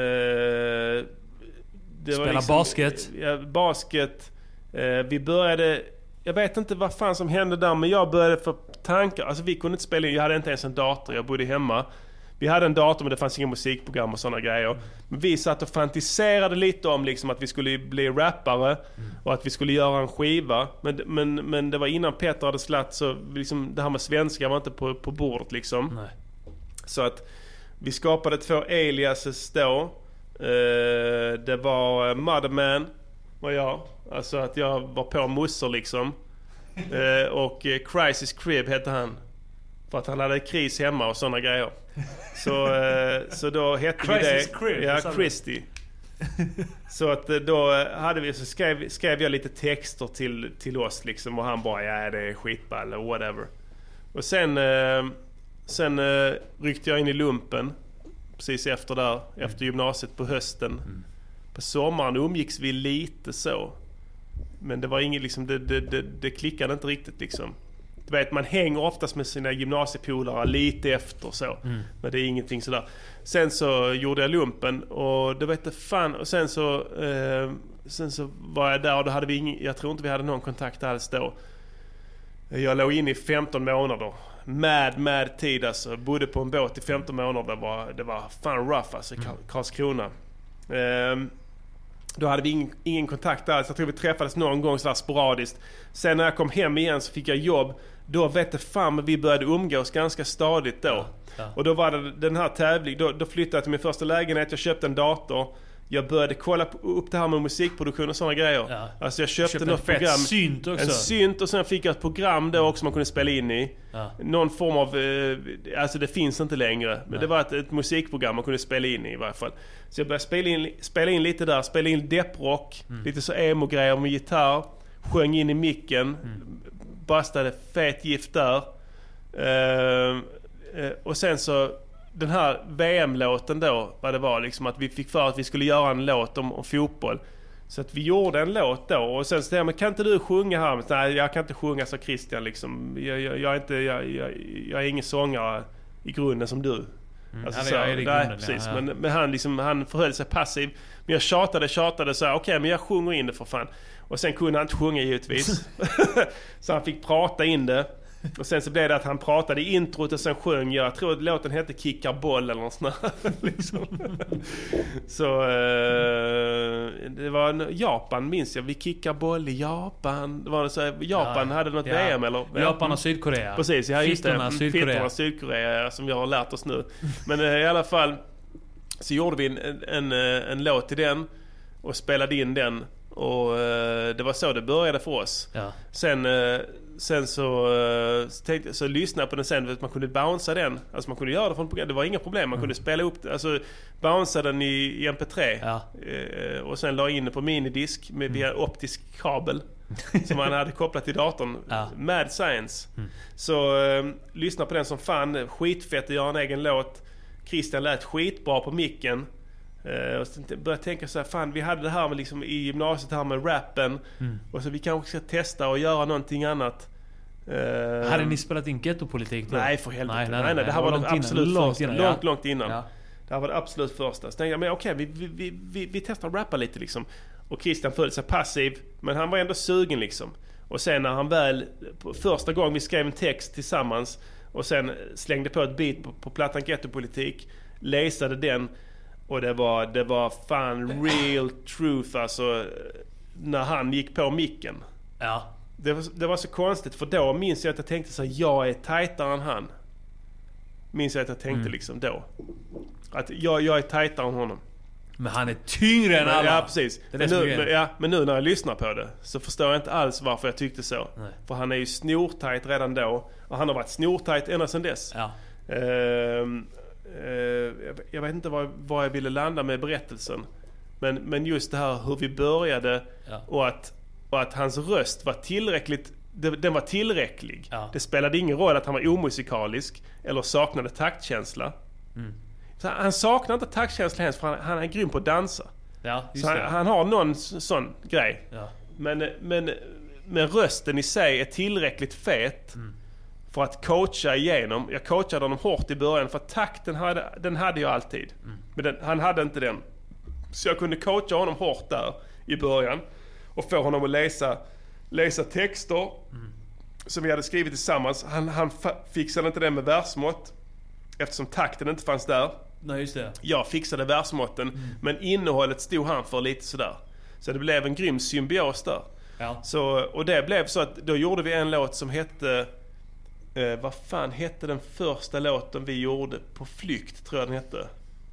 det Spela var liksom, basket. Ja, basket. Uh, vi började... Jag vet inte vad fan som hände där, men jag började få tankar. Alltså vi kunde inte spela in, jag hade inte ens en dator, jag bodde hemma. Vi hade en dator men det fanns inga musikprogram och sådana grejer. Men vi satt och fantiserade lite om liksom att vi skulle bli rappare och att vi skulle göra en skiva. Men, men, men det var innan Peter hade slatt, så liksom, det här med svenska var inte på, på bordet liksom. Nej. Så att vi skapade två aliases då. Uh, det var Motherman var jag. Alltså att jag var på mussor liksom. uh, Och uh, Crisis Crib hette han. För att han hade kris hemma och sådana grejer. Så, uh, så då hette vi det. Crisis Crib? Ja, Christy. Så att uh, då hade vi, så skrev, skrev jag lite texter till, till oss liksom. Och han bara, ja det är skitball eller whatever. Och sen uh, Sen uh, ryckte jag in i lumpen. Precis efter där, mm. efter gymnasiet på hösten. Mm. På sommaren umgicks vi lite så. Men det var inget liksom, det, det, det, det klickade inte riktigt liksom. Du vet, man hänger oftast med sina gymnasiepolare lite efter så. Mm. Men det är ingenting sådär. Sen så gjorde jag lumpen och det vet jag fan. Och sen så, eh, sen så var jag där och då hade vi ingen, jag tror inte vi hade någon kontakt alls då. Jag låg in i femton månader. Mad, mad tid alltså. Bodde på en båt i femton månader. Det var, det var fan rough alltså i Karlskrona. Ehm, då hade vi ingen, ingen kontakt alls. Jag tror vi träffades någon gång sådär sporadiskt. Sen när jag kom hem igen så fick jag jobb. Då vet jag fan, men vi började umgås ganska stadigt då. Ja, ja. Och då var det den här tävlingen. Då, då flyttade jag till min första lägenhet. Jag köpte en dator. Jag började kolla upp det här med musikproduktion och sådana grejer. Ja. Alltså jag köpte, köpte något program. Synt också. En synt, och sen fick jag ett program då också man kunde spela in i. Ja. Någon form av, eh, alltså det finns inte längre. Men Nej. Det var ett, ett musikprogram man kunde spela in i i varje fall. Så jag började spela in, spela in lite där. Spela in depprock. Mm. Lite så emo-grejer med gitarr. Sjöng in i micken. Mm. Bastade fet gift där. Eh, eh, och sen så den här V M-låten då, vad det var liksom, att vi fick för att vi skulle göra en låt om, om fotboll. Så att vi gjorde en låt då. Och sen så tänkte jag, men kan inte du sjunga här? Men, nej, jag kan inte sjunga, så Christian liksom. Jag, jag, jag är inte, jag, jag, jag är ingen sångare i grunden som du. Mm, alltså, så, så, jag är nej, grunden, precis. Ja, ja. Men, men han, liksom, han förhöll sig passiv. Men jag tjatade, tjatade så här, okej, okay, men jag sjunger in det för fan. Och sen kunde han inte sjunga givetvis. Så han fick prata in det. Och sen så blev det att han pratade i introt och sen sjöng jag. Jag tror att låten hette Kickar boll eller något sånt liksom. Så eh, det var en, Japan minns jag. Vi kickar boll i Japan. Det var så här, Japan ja, hade något ja. V M eller Japan och Sydkorea. Precis, jag just Fittorna, Sydkorea. Fittorna, Sydkorea som vi har lärt oss nu. Men eh, i alla fall så gjorde vi en, en, en, en låt till den och spelade in den. Och eh, det var så det började för oss. Ja. Sen, eh, sen så, uh, så, tänkte, så lyssnade jag på den sen, att man kunde bouncea den. Alltså man kunde göra det från program. Det var inga problem. Man mm. kunde spela upp det. Alltså bouncea den i, i M P tre. Ja. Uh, och sen la in det på minidisk med via mm. optisk kabel. Som man hade kopplat till datorn. Ja. Mad science. Mm. Så uh, lyssna på den som fan. Skitfett att göra en egen låt. Christian lät skitbra på micken. Uh, och så började tänka så här, fan vi hade det här med liksom, i gymnasiet här med rappen. Mm. Och så vi kanske ska testa och göra någonting annat. Uh, hade ni spelat in ghettopolitik då? Nej för helvete. Nej, nej, nej, nej, det här var, var det absolut innan. Långt innan. Långt, långt innan. Ja. Det här var det absolut första. Så tänkte jag, men okej, vi, vi, vi, vi, vi testar att rappa lite liksom. Och Christian följde sig passiv, men han var ändå sugen liksom. Och sen när han väl, första gången vi skrev en text tillsammans och sen slängde på ett beat på, på plattan Ghettopolitik, läsade den och det var, det var fan real truth alltså när han gick på micken. Ja. Det var, det var så konstigt för då minns jag att jag tänkte så här, jag är tajtare än han. Minns jag att jag tänkte mm. liksom då. Att jag, jag är tajtare än honom. Men han är tyngre än alla. Ja, precis. Det men, nu, men, ja, men nu när jag lyssnar på det så förstår jag inte alls varför jag tyckte så. Nej. För han är ju snortajt redan då. Och han har varit snortajt ända sedan dess. Ja. Uh, uh, jag vet inte var, var jag ville landa med berättelsen. Men, men just det här hur vi började ja. och, att, och att hans röst var tillräckligt. Den var tillräcklig. Ja. Det spelade ingen roll att han var omusikalisk eller saknade taktkänsla. Mm. Så han saknar inte taktkänsla ens för han, han är grym på att dansa. Ja, just så han, det. han har någon sån grej. Ja. Men, men, men rösten i sig är tillräckligt fet mm. för att coacha igenom. Jag coachade honom hårt i början för att takten hade, den hade jag alltid. Mm. Men den, han hade inte den. Så jag kunde coacha honom hårt där i början och få honom att läsa, läsa texter mm. som vi hade skrivit tillsammans. Han, han fixade inte det med versmått eftersom takten inte fanns där. Nej, just det. Jag fixade versmåtten mm. men innehållet stod han för lite sådär. Så det blev en grym symbios där. Ja. Så, och det blev så att då gjorde vi en låt som hette eh, vad fan hette den första låten vi gjorde? På flykt tror jag den hette.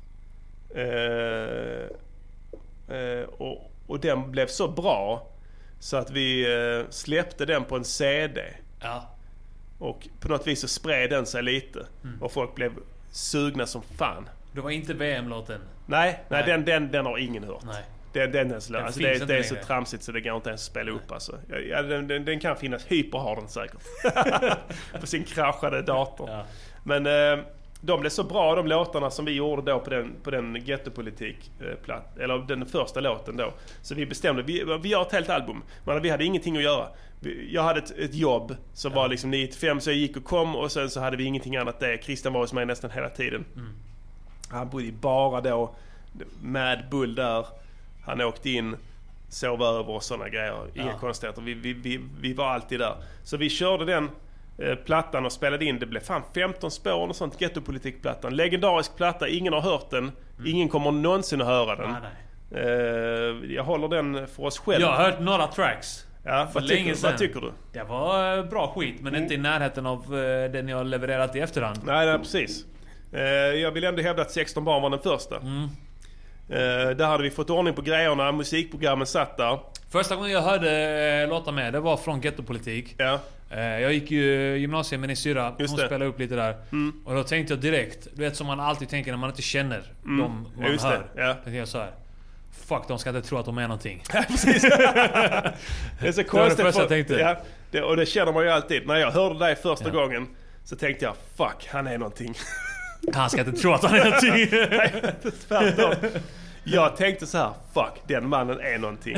Eh, eh, och, och den blev så bra så att vi eh, släppte den på en C D. Ja. Och på något vis så spred den sig lite. Mm. Och folk blev sugna som fan. Det var inte V M-låten? Nej, nej, nej. Den, den, den har ingen hört. Nej. Den, den, den, den alltså det, det är så tramsigt så det går inte ens att spela upp alltså. Ja, den, den, den kan finnas, Hyper har den säkert. På sin kraschade dator. Ja. Men eh, de blev så bra de låtarna som vi gjorde då på den, på den Ghettopolitik eh, platt, eller den första låten då. Så vi bestämde, vi, vi gör ett helt album. Men vi hade ingenting att göra. Jag hade ett, ett jobb som ja. var liksom nio till fem så jag gick och kom och sen så hade vi ingenting annat där. Christian var hos mig nästan hela tiden. Mm. Han bodde bara då Mad Bull där. Han åkte in, sov över och sådana grejer. Inga ja. konstigheter. Vi, vi, vi, vi var alltid där. Så vi körde den eh, plattan och spelade in. Det blev fan femton spår och sånt. Ghettopolitik-plattan. Legendarisk platta. Ingen har hört den. Mm. Ingen kommer någonsin att höra den. Ah, nej. Eh, jag håller den för oss själva. Jag har hört några tracks. Ja, vad tycker, vad tycker du? Det var bra skit, men mm. inte i närheten av uh, den jag har levererat i efterhand. Nej, nej precis. Uh, jag vill ändå hävda att sexton barn var den första. Mm. Uh, där hade vi fått ordning på grejerna, musikprogrammen satt där. Första gången jag hörde uh, låta med, det var från Ghettopolitik. Ja. Uh, jag gick ju gymnasiet med min syrra, hon det. spelade upp lite där. Mm. Och då tänkte jag direkt, du vet som man alltid tänker när man inte känner mm. dem man Just hör. Det. Ja. Tänkte jag så här. Fuck, de ska inte tro att de är någonting. Ja, precis. Det är så konstigt. Det var det första jag tänkte. Ja, det, och det känner man ju alltid. När jag hörde dig första ja. gången så tänkte jag, fuck, han är någonting. Han ska inte tro att han är någonting. Nej, tvärtom. Jag tänkte så här, fuck, den mannen är någonting.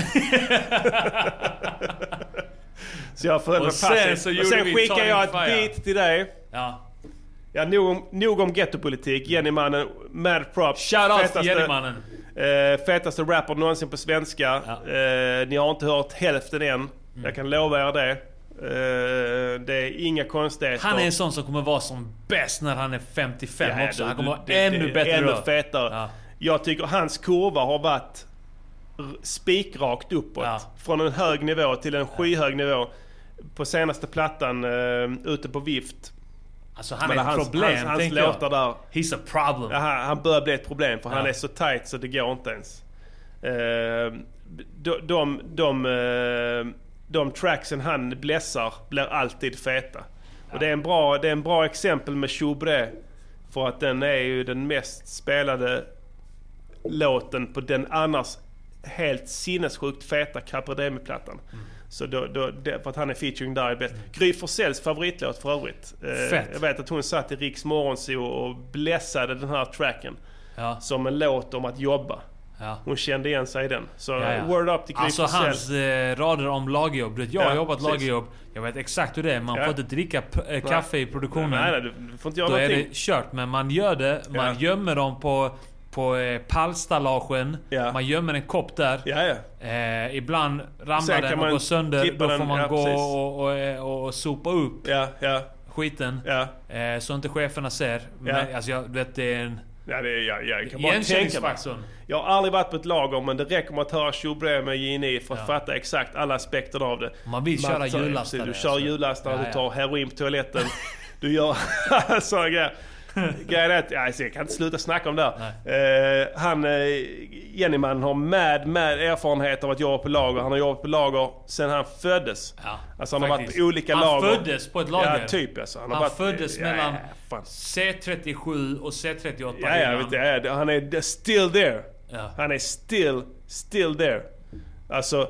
Så jag följde passet. Och sen skickade jag ett beat till dig. Ja. Ja, nog, nog om Ghettopolitik. Jennymannen, Mad Prop. Shoutout till Jennymannen. Uh, fetaste rapper någonsin på svenska. Ja. Uh, ni har inte hört hälften än. Mm. Jag kan lova er det. Uh, det är inga konstigheter. Han är en sån som kommer vara som bäst när han är femtiofem ja, också. Han kommer vara det, ännu det, bättre ännu då. fetare. Ja. Jag tycker hans kurva har varit spikrakt uppåt. Ja. Från en hög nivå till en skyhög nivå. På senaste plattan uh, ute på Vift. Alltså han men är ett hans, problem, hans, hans tänker låtar där. He's a problem. Ja, han, han börjar bli ett problem för ja. han är så tight så det går inte ens. Uh, de, de, de uh, de tracksen han blässar blir alltid feta. Ja. Och det är en bra, det är en bra exempel med Choubré. För att den är ju den mest spelade låten på den annars helt sinnessjukt feta Capredemi-plattan. Mm. Så då, då, det, för att han är featuring där i bäst. Mm. Gry Forssells favoritlåt för övrigt. Eh, jag vet att hon satt i Riks Morgonzoo och blässade den här tracken. Ja. Som en låt om att jobba. Ja. Hon kände igen sig i den. Så ja, ja. Word up till Gry Alltså Forssell. hans eh, rader om lagerjobb. Jag har ja, jobbat precis. lagerjobb. Jag vet exakt hur det är. Man ja. får inte dricka p- kaffe i produktionen. Nej, nej, du får inte göra Då någonting. är det kört. Men man gör det. Man ja. gömmer dem på... på eh, pallstallagen. Ja. Man gömmer en kopp där. Ja, ja. Eh, ibland ramlar den och går sönder. Då får man ja, gå och, och, och, och sopa upp ja, ja. skiten. Ja. Eh, så inte cheferna ser. Men, ja. alltså, jag vet, det är en... Ja, det är, jag, jag kan bara tänka mig. Jag har aldrig varit på ett lager, men det räcker med att höra Choubré med J N I för att ja. fatta exakt alla aspekter av det. Man vill köra man, hjullastare. Du kör hjullastare, ja, ja. du tar heroin på toaletten. Du gör sådana grejer. Grejen är att, alltså, jag kan inte sluta snacka om det här. Uh, han, uh, Jennyman har med, med erfarenhet av att jobba på lager. Han har jobbat på lager sen han föddes. Ja, alltså han faktiskt. har varit på olika han lager. Han föddes på ett lager. Ja, typ alltså. Han, han har varit, föddes ja, mellan ja, C trettiosju och C trettioåtta. Ja, ja, vet du, han är still there. Ja. Han är still, still there. Alltså,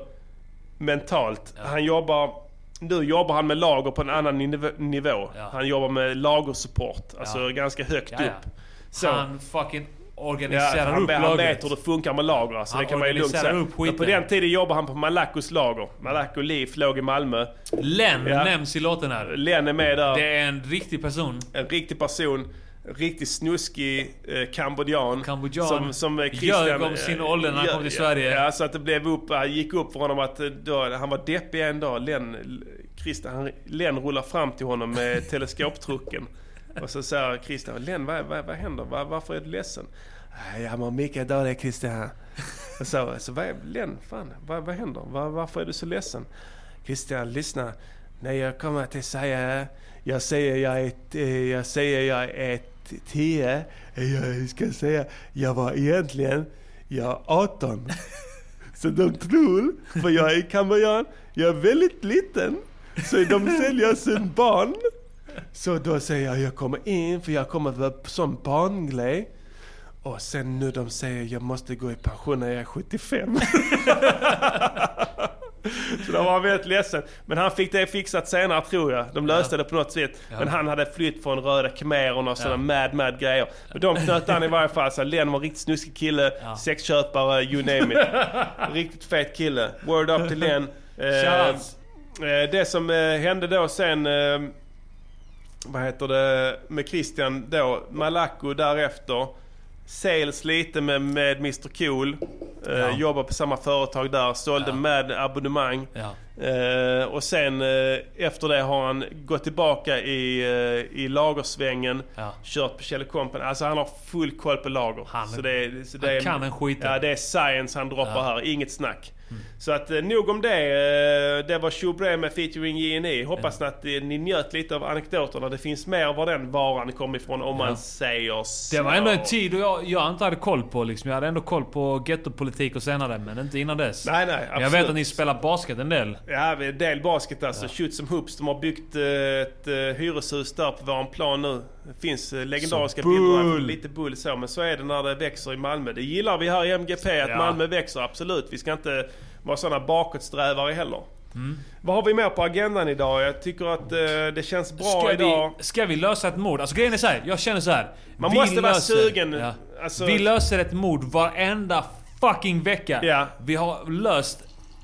mentalt. Ja. Han jobbar... Nu jobbar han med lager på en annan nivå. Ja. Han jobbar med lagersupport. Alltså ja. ganska högt ja, ja. upp. Så. Han fucking organiserar ja, han, upp han lagret. Han vet hur det funkar med lager. Alltså, det kan man ju lugnt säga. Men på den tiden jobbar han på Malacos lager. Malaco Leaf låg i Malmö. Len ja. nämns i låten här. Len är med där. Det är en riktig person. En riktig person. Riktigt snuskig eh, kambodjan. Kambodjan. Som, som Christian ljög om sin ålder när han kom till Sverige. Ja, så att det blev upp, gick upp för honom att då, han var deppig en dag. Len, Christian, han, Len rullar fram till honom med teleskoptrucken. Och så säger Christian, Len, vad, vad, vad händer? Var, varför är du ledsen? Jag mår mycket dåligt, Christian. Och så, så vad är, Len, fan, vad, vad händer? Var, varför är du så ledsen? Christian, lyssna. När jag kommer att säga, jag säger jag är, jag säger jag är tio. Jag ska säga, jag var egentligen, jag är arton. Så de tror, för jag är kambodjan, jag är väldigt liten. Så de säljer sin barn. Så då säger jag, jag kommer in för jag kommer vara som barngrej. Och sen nu de säger, jag måste gå i pension när jag är sjuttiofem. Så då var han väldigt ledsen. Men han fick det fixat senare, tror jag. De löste ja. det på något sätt. Ja. Men han hade flytt från Röda Khmererna och sådana ja. mad, mad grejer. Men de knöt han i varje fall. Så Len var en riktigt snuskig kille. Ja. Sexköpare, you name it. Riktigt fet kille. Word up till Len. Eh, det som eh, hände då sen... Eh, vad heter det? Med Christian då. Malaco därefter. Sales lite med, med mister Cool. Ja. Eh, jobbar på samma företag där. Sålde ja. med abonnemang. Ja. Eh, och sen eh, efter det har han gått tillbaka i, eh, i lagersvängen. Ja. Kört på Kjell Company. Alltså han har full koll på lager. Han, så det, så det han är, kan en skit. Ja, det är science han droppar ja. här. Inget snack. Mm. Så att eh, nog om det. Eh, det var Choubré med featuring J N I. Hoppas mm. att eh, ni njöt lite av anekdoterna. Det finns mer var den varan kommer ifrån om ja. man säger så. Det var ändå en tid och jag, jag inte hade koll på liksom. Jag hade ändå koll på ghettopolitik och senare, men inte innan dess. Nej, nej, absolut. Jag vet att ni spelar basket en del. Ja, en del basket alltså. Ja. Shoot som hoops. De har byggt ett uh, hyreshus där på våran plan nu. Det finns uh, legendariska bilder. Lite bull så, men så är det när det växer i Malmö. Det gillar vi här i M G P, att ja. Malmö växer, absolut. Vi ska inte vara sådana bakåtsträvare heller. Mm. Vad har vi med på agendan idag? Jag tycker att uh, det känns bra ska idag. Vi, ska vi lösa ett mord? Alltså grejen är så här, jag känner så här. Man vi måste löser, vara sugen. Ja. Alltså, vi löser ett mord varenda fucking vecka. Ja. Vi har löst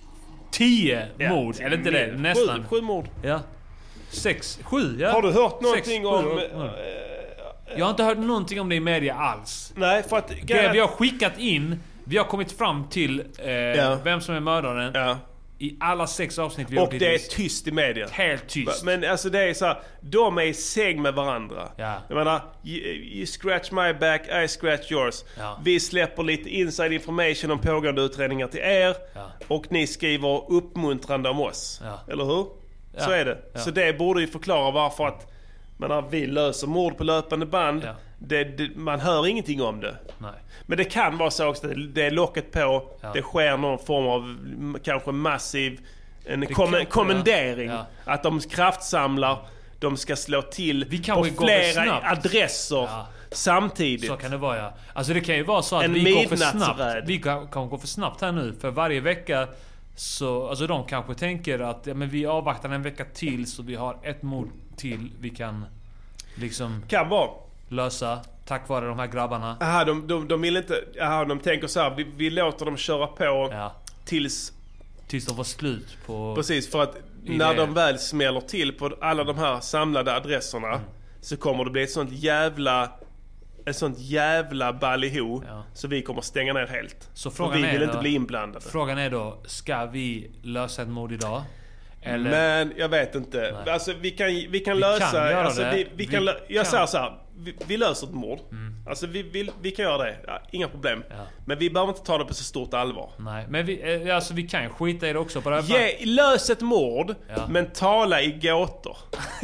tio ja. mord. Eller inte det? Nästan. Sju, sju mord. Ja. Sex, sju, ja. Har du hört någonting Sex, om... Sju, ja. Jag har inte hört någonting om det i media alls. Nej, för att... Det vi har skickat in, vi har kommit fram till eh, ja. vem som är mördaren. Ja. I alla sex avsnitt vi har och det är tyst i media. Helt tyst. Men alltså det är så här, de är i säng med varandra. Ja. Jag menar, you, you scratch my back, I scratch yours. Ja. Vi släpper lite inside information om pågående utredningar till er. Ja. Och ni skriver uppmuntrande om oss. Ja. Eller hur? Ja. Så är det. Ja. Så det borde ju förklara varför att menar, vi löser mord på löpande band. Ja. Det, det, man hör ingenting om det. Nej. Men det kan vara så också. Det är locket på. Ja. Det sker någon form av kanske massiv en kom- kommendering. Ja. Att de kraftsamlar, de ska slå till vi på flera adresser ja. samtidigt. Så kan det vara, ja. Alltså det kan ju vara så att en vi går för snabbt. Rädd. Vi kan, kan gå för snabbt här nu. För varje vecka så, alltså de kanske tänker att ja, men vi avvaktar en vecka till så vi har ett mord till vi kan liksom kan vara. lösa tack vare de här grabbarna. Aha, de, de, de vill inte, aha, de tänker så här, vi, vi låter dem köra på ja. tills tills de får slut på. Precis, för att när de väl smäller till på alla de här samlade adresserna mm. så kommer det bli ett sånt jävla ett sånt jävla balliho ja. så vi kommer stänga ner helt. Så frågan vi vill är inte då, bli inblandade. Frågan är då, ska vi lösa ett mord idag? Eller? Men jag vet inte. Nej. Alltså vi kan vi kan vi lösa kan göra alltså, det. Vi, vi kan vi lö- jag kan. säger så här, vi, vi löser ett mord. Mm. Alltså vi, vi vi kan göra det. Ja, inga problem. Ja. Men vi behöver inte ta det på så stort allvar. Nej, men vi alltså vi kan skita i det också på det här. Ge, lös ett mord ja. men tala i gåtor.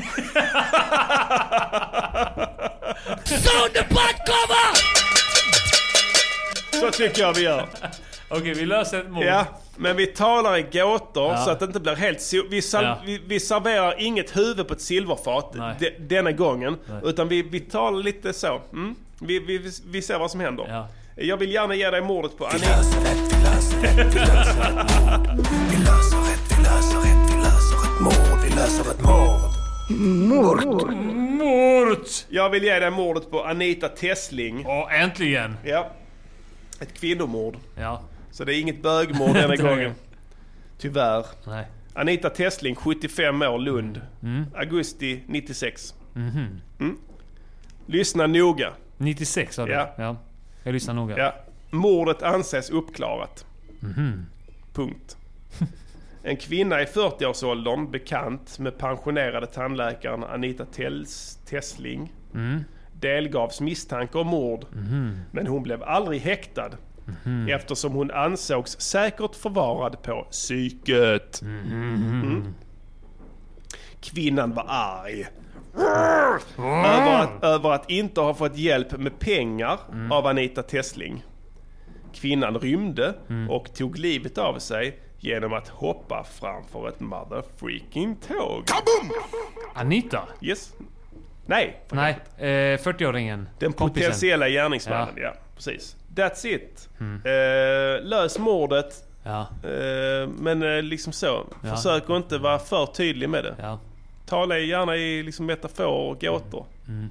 Sound the butt cover! Så tycker jag vi gör. Okej, vi löser ett mord. Ja, men vi talar i gåtor ja. så att det inte blir helt so- vi, sal- ja. vi, vi serverar inget huvud på ett silverfat d- denna gången. Nej. Utan vi, vi talar lite så. Mm? Vi, vi, vi ser vad som händer. Ja. Jag vill gärna ge dig mordet på Anita. Vi löser rätt, vi löser rätt, vi löser ett mord. Vi löser rätt, vi löser rätt, vi löser ett mord. Vi löser ett mord. Mord. Mord. Jag vill ge dig mordet på Anita Tessling. Ja, äntligen. Ja. Ett kvinnomord. Ja. Så det är inget bögmord denna gången. Tyvärr. Nej. Anita Tessling, sjuttiofem år, Lund. Mm. Augusti nittiosex. Mm-hmm. Mm. Lyssna noga. nittiosex har du? Ja. ja. Jag lyssnar noga. Ja. Mordet anses uppklarat. Mm-hmm. Punkt. En kvinna i fyrtioårsåldern, bekant med pensionerade tandläkaren Anita Tels- Tessling, mm. delgavs misstanke om mord. Mm-hmm. Men hon blev aldrig häktad. Mm-hmm. Eftersom hon ansågs säkert förvarad på psyket. Mm-hmm. Mm. Kvinnan var arg. Mm. Över, att, över att inte ha fått hjälp med pengar mm. av Anita Tessling. Kvinnan rymde mm. och tog livet av sig genom att hoppa framför ett motherfreaking tåg. Kaboom! Anita? Yes. Nej. Nej, eh, fyrtioåringen. Den kompisen. Potentiella gärningsmannen, ja. ja. Precis. That's it. Mm. Eh, lös mordet. Ja. Eh, men eh, liksom så. Ja. Försök att inte vara för tydlig med det. Ja. Tala gärna i liksom metafor och gåtor. Mm.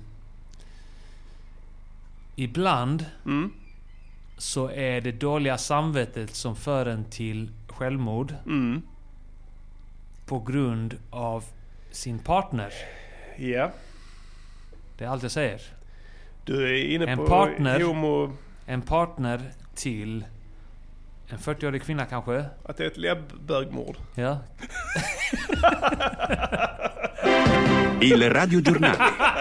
Ibland mm. så är det dåliga samvetet som för en till självmord. Mm. På grund av sin partner. Ja. Yeah. Det är allt jag säger. Du är inne en på partner, homo... En partner till en fyrtioårig kvinna kanske. Att det är ett läbbögmord. Ja. Il Radio Giornale.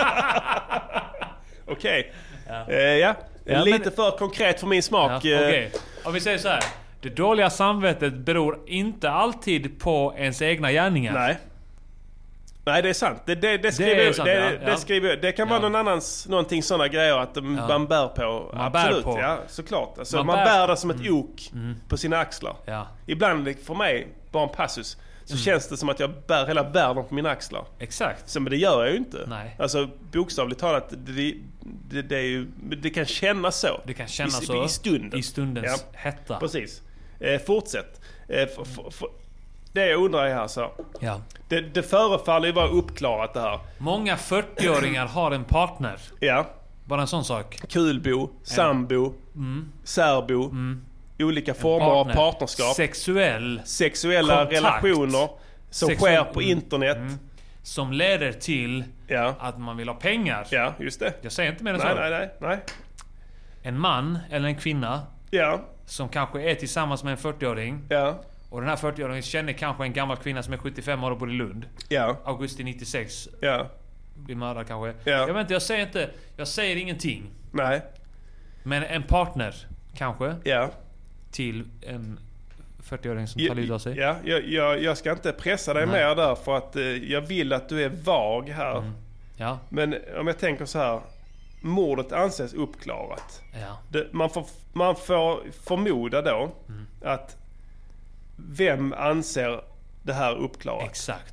Okej. Okay. Ja. Uh, ja. ja. Lite men... för konkret för min smak. Ja, Okej. Okay. Om vi säger så här. Det dåliga samvetet beror inte alltid på ens egna gärningar. Nej. Nej, det är sant. Det, det, det skriver det, sant, det, ja. det, skriver, det kan vara ja. någon annans, någonting sådana grejer att ja. man bär på. Man Absolut, bär på. Ja, såklart. Alltså, man, man bär, bär det som ett mm. ok mm. på sina axlar. Ja. Ibland för mig, bara en passus, så mm. känns det som att jag bär hela världen på mina axlar. Exakt. Så, men det gör jag ju inte. Nej. Alltså bokstavligt talat, det, det, det, är ju, det kan kännas så. Det kan kännas I, så. I stunden. I stundens ja. hetta. Precis. Eh, fortsätt. Eh, f- f- f- det jag undrar är här så. Ja. Det, det förefaller ju vara uppklarat det här. Många fyrtioåringar har en partner. Ja. Bara en sån sak. Kulbo, sambo, mm. särbo. Mm. Olika former partner. av partnerskap. Sexuell. Sexuella kontakt. Relationer som Sexuell, sker på internet. Mm. Som leder till ja. att man vill ha pengar. Ja, just det. Jag säger inte mer än nej, så. Nej, nej, nej. En man eller en kvinna. Ja. Som kanske är tillsammans med en fyrtioåring. Ja. Och den här fyrtioåringen känner kanske en gammal kvinna som är sjuttiofem år och bor i Lund. Ja. Augusti nittiosex. Ja. Blir mördad kanske. Ja. Jag vet inte, jag säger inte... Jag säger ingenting. Nej. Men en partner, kanske. Ja. Till en fyrtioåring som tar livet av sig. Ja, jag, jag, jag ska inte pressa dig mer där för att eh, jag vill att du är vag här. Mm. Ja. Men om jag tänker så här. Mordet anses uppklarat. Ja. Det, man, får, man får förmoda då mm. att vem anser det här uppklarat. Exakt.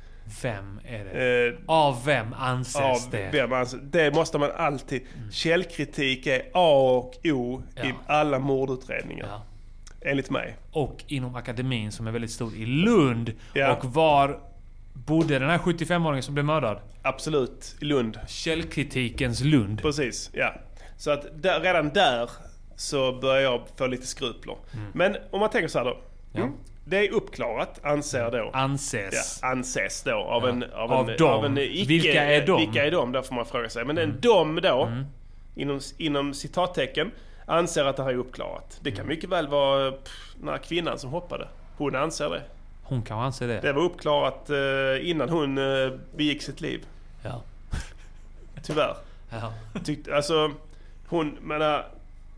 Vem är det? Eh, av vem anses av det? Vem anses, det måste man alltid... Mm. Källkritik är A och O ja. i alla mordutredningar. Ja. Enligt mig. Och inom akademin som är väldigt stor i Lund. Ja. Och var bodde den här sjuttiofemåringen som blev mördad? Absolut, i Lund. Källkritikens Lund. Precis, ja. Så att där, redan där så börjar jag få lite skrupler. Mm. Men om man tänker så här då. Ja. Mm, det är uppklarat, anser då. Anses. Ja, anses då av ja. en... Av, av en, dem. av en icke, vilka är de? Vilka är de? Där får man fråga sig. Men mm. en dom då, mm. inom, inom citattecken, anser att det här är uppklarat. Det kan mm. mycket väl vara pff, den här kvinnan som hoppade. Hon anser det. Hon kan anse det. Det var uppklarat eh, innan hon eh, begick sitt liv. Ja. Tyvärr. Ja. Tyckte, alltså, hon, menar,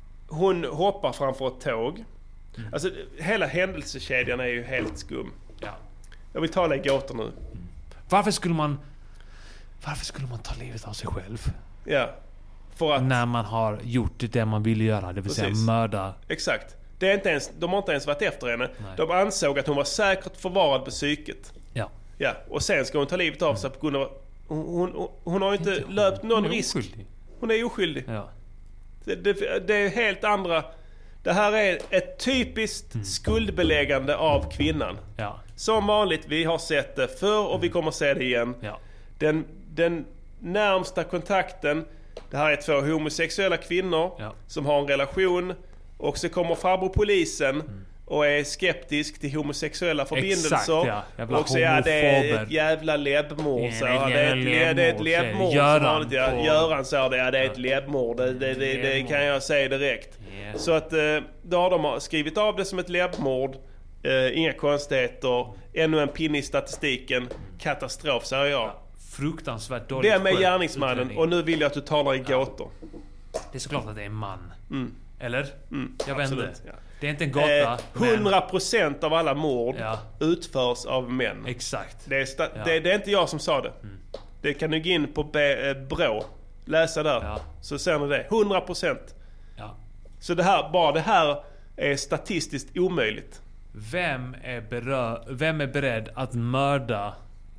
hon hoppar framför ett tåg. Mm. Alltså, hela händelsekedjan är ju helt skum. Ja. Jag vill tala i gåtor nu. Mm. Varför skulle man Varför skulle man ta livet av sig själv? Ja. För att... När man har gjort det man vill göra, det vill Precis. säga mörda. Exakt. Det är inte ens, de har inte ens varit efter henne. Nej. De ansåg att hon var säkert förvarad på psyket. Ja. Ja. Och sen ska hon ta livet av sig på grund av... Hon, hon, hon har inte, inte löpt någon hon risk. Oskyldig. Hon är oskyldig. Ja. Det, det, det är helt andra... Det här är ett typiskt mm. skuldbeläggande av kvinnan. Ja. Som vanligt, vi har sett det förr och vi kommer se det igen. Ja. Den, den närmsta kontakten, det här är två homosexuella kvinnor ja. som har en relation, och så kommer farbror polisen mm. och är skeptisk till homosexuella förbindelser. Exakt, ja. Och så ja, det är ett jävla läbbmord. Så, ja, det, är ett, det är ett läbbmord. Göran, som ja, Göran sa det, ja, det är ett läbbmord. Det, det, det, det kan jag säga direkt. Yeah. Så att då har de skrivit av det som ett läbbmord. Uh, inga konstigheter. Ännu en pinne i statistiken. Katastrof, säger jag. Ja, fruktansvärt dåligt. Det med gärningsmannen. Och nu vill jag att du talar i gåtor. Det är såklart att det är en man. Mm. Eller? Mm, jag vet inte. Ja. Det är inte en gåta. hundra procent men... av alla mord ja. utförs av män. Exakt. Det är, sta- ja. det, det är inte jag som sa det. Mm. Det kan du gå in på B- Brå. Läsa där. Ja. Så ser ni det. hundra procent. Ja. Så det här, bara det här är statistiskt omöjligt. Vem är, berö- vem är beredd att mörda?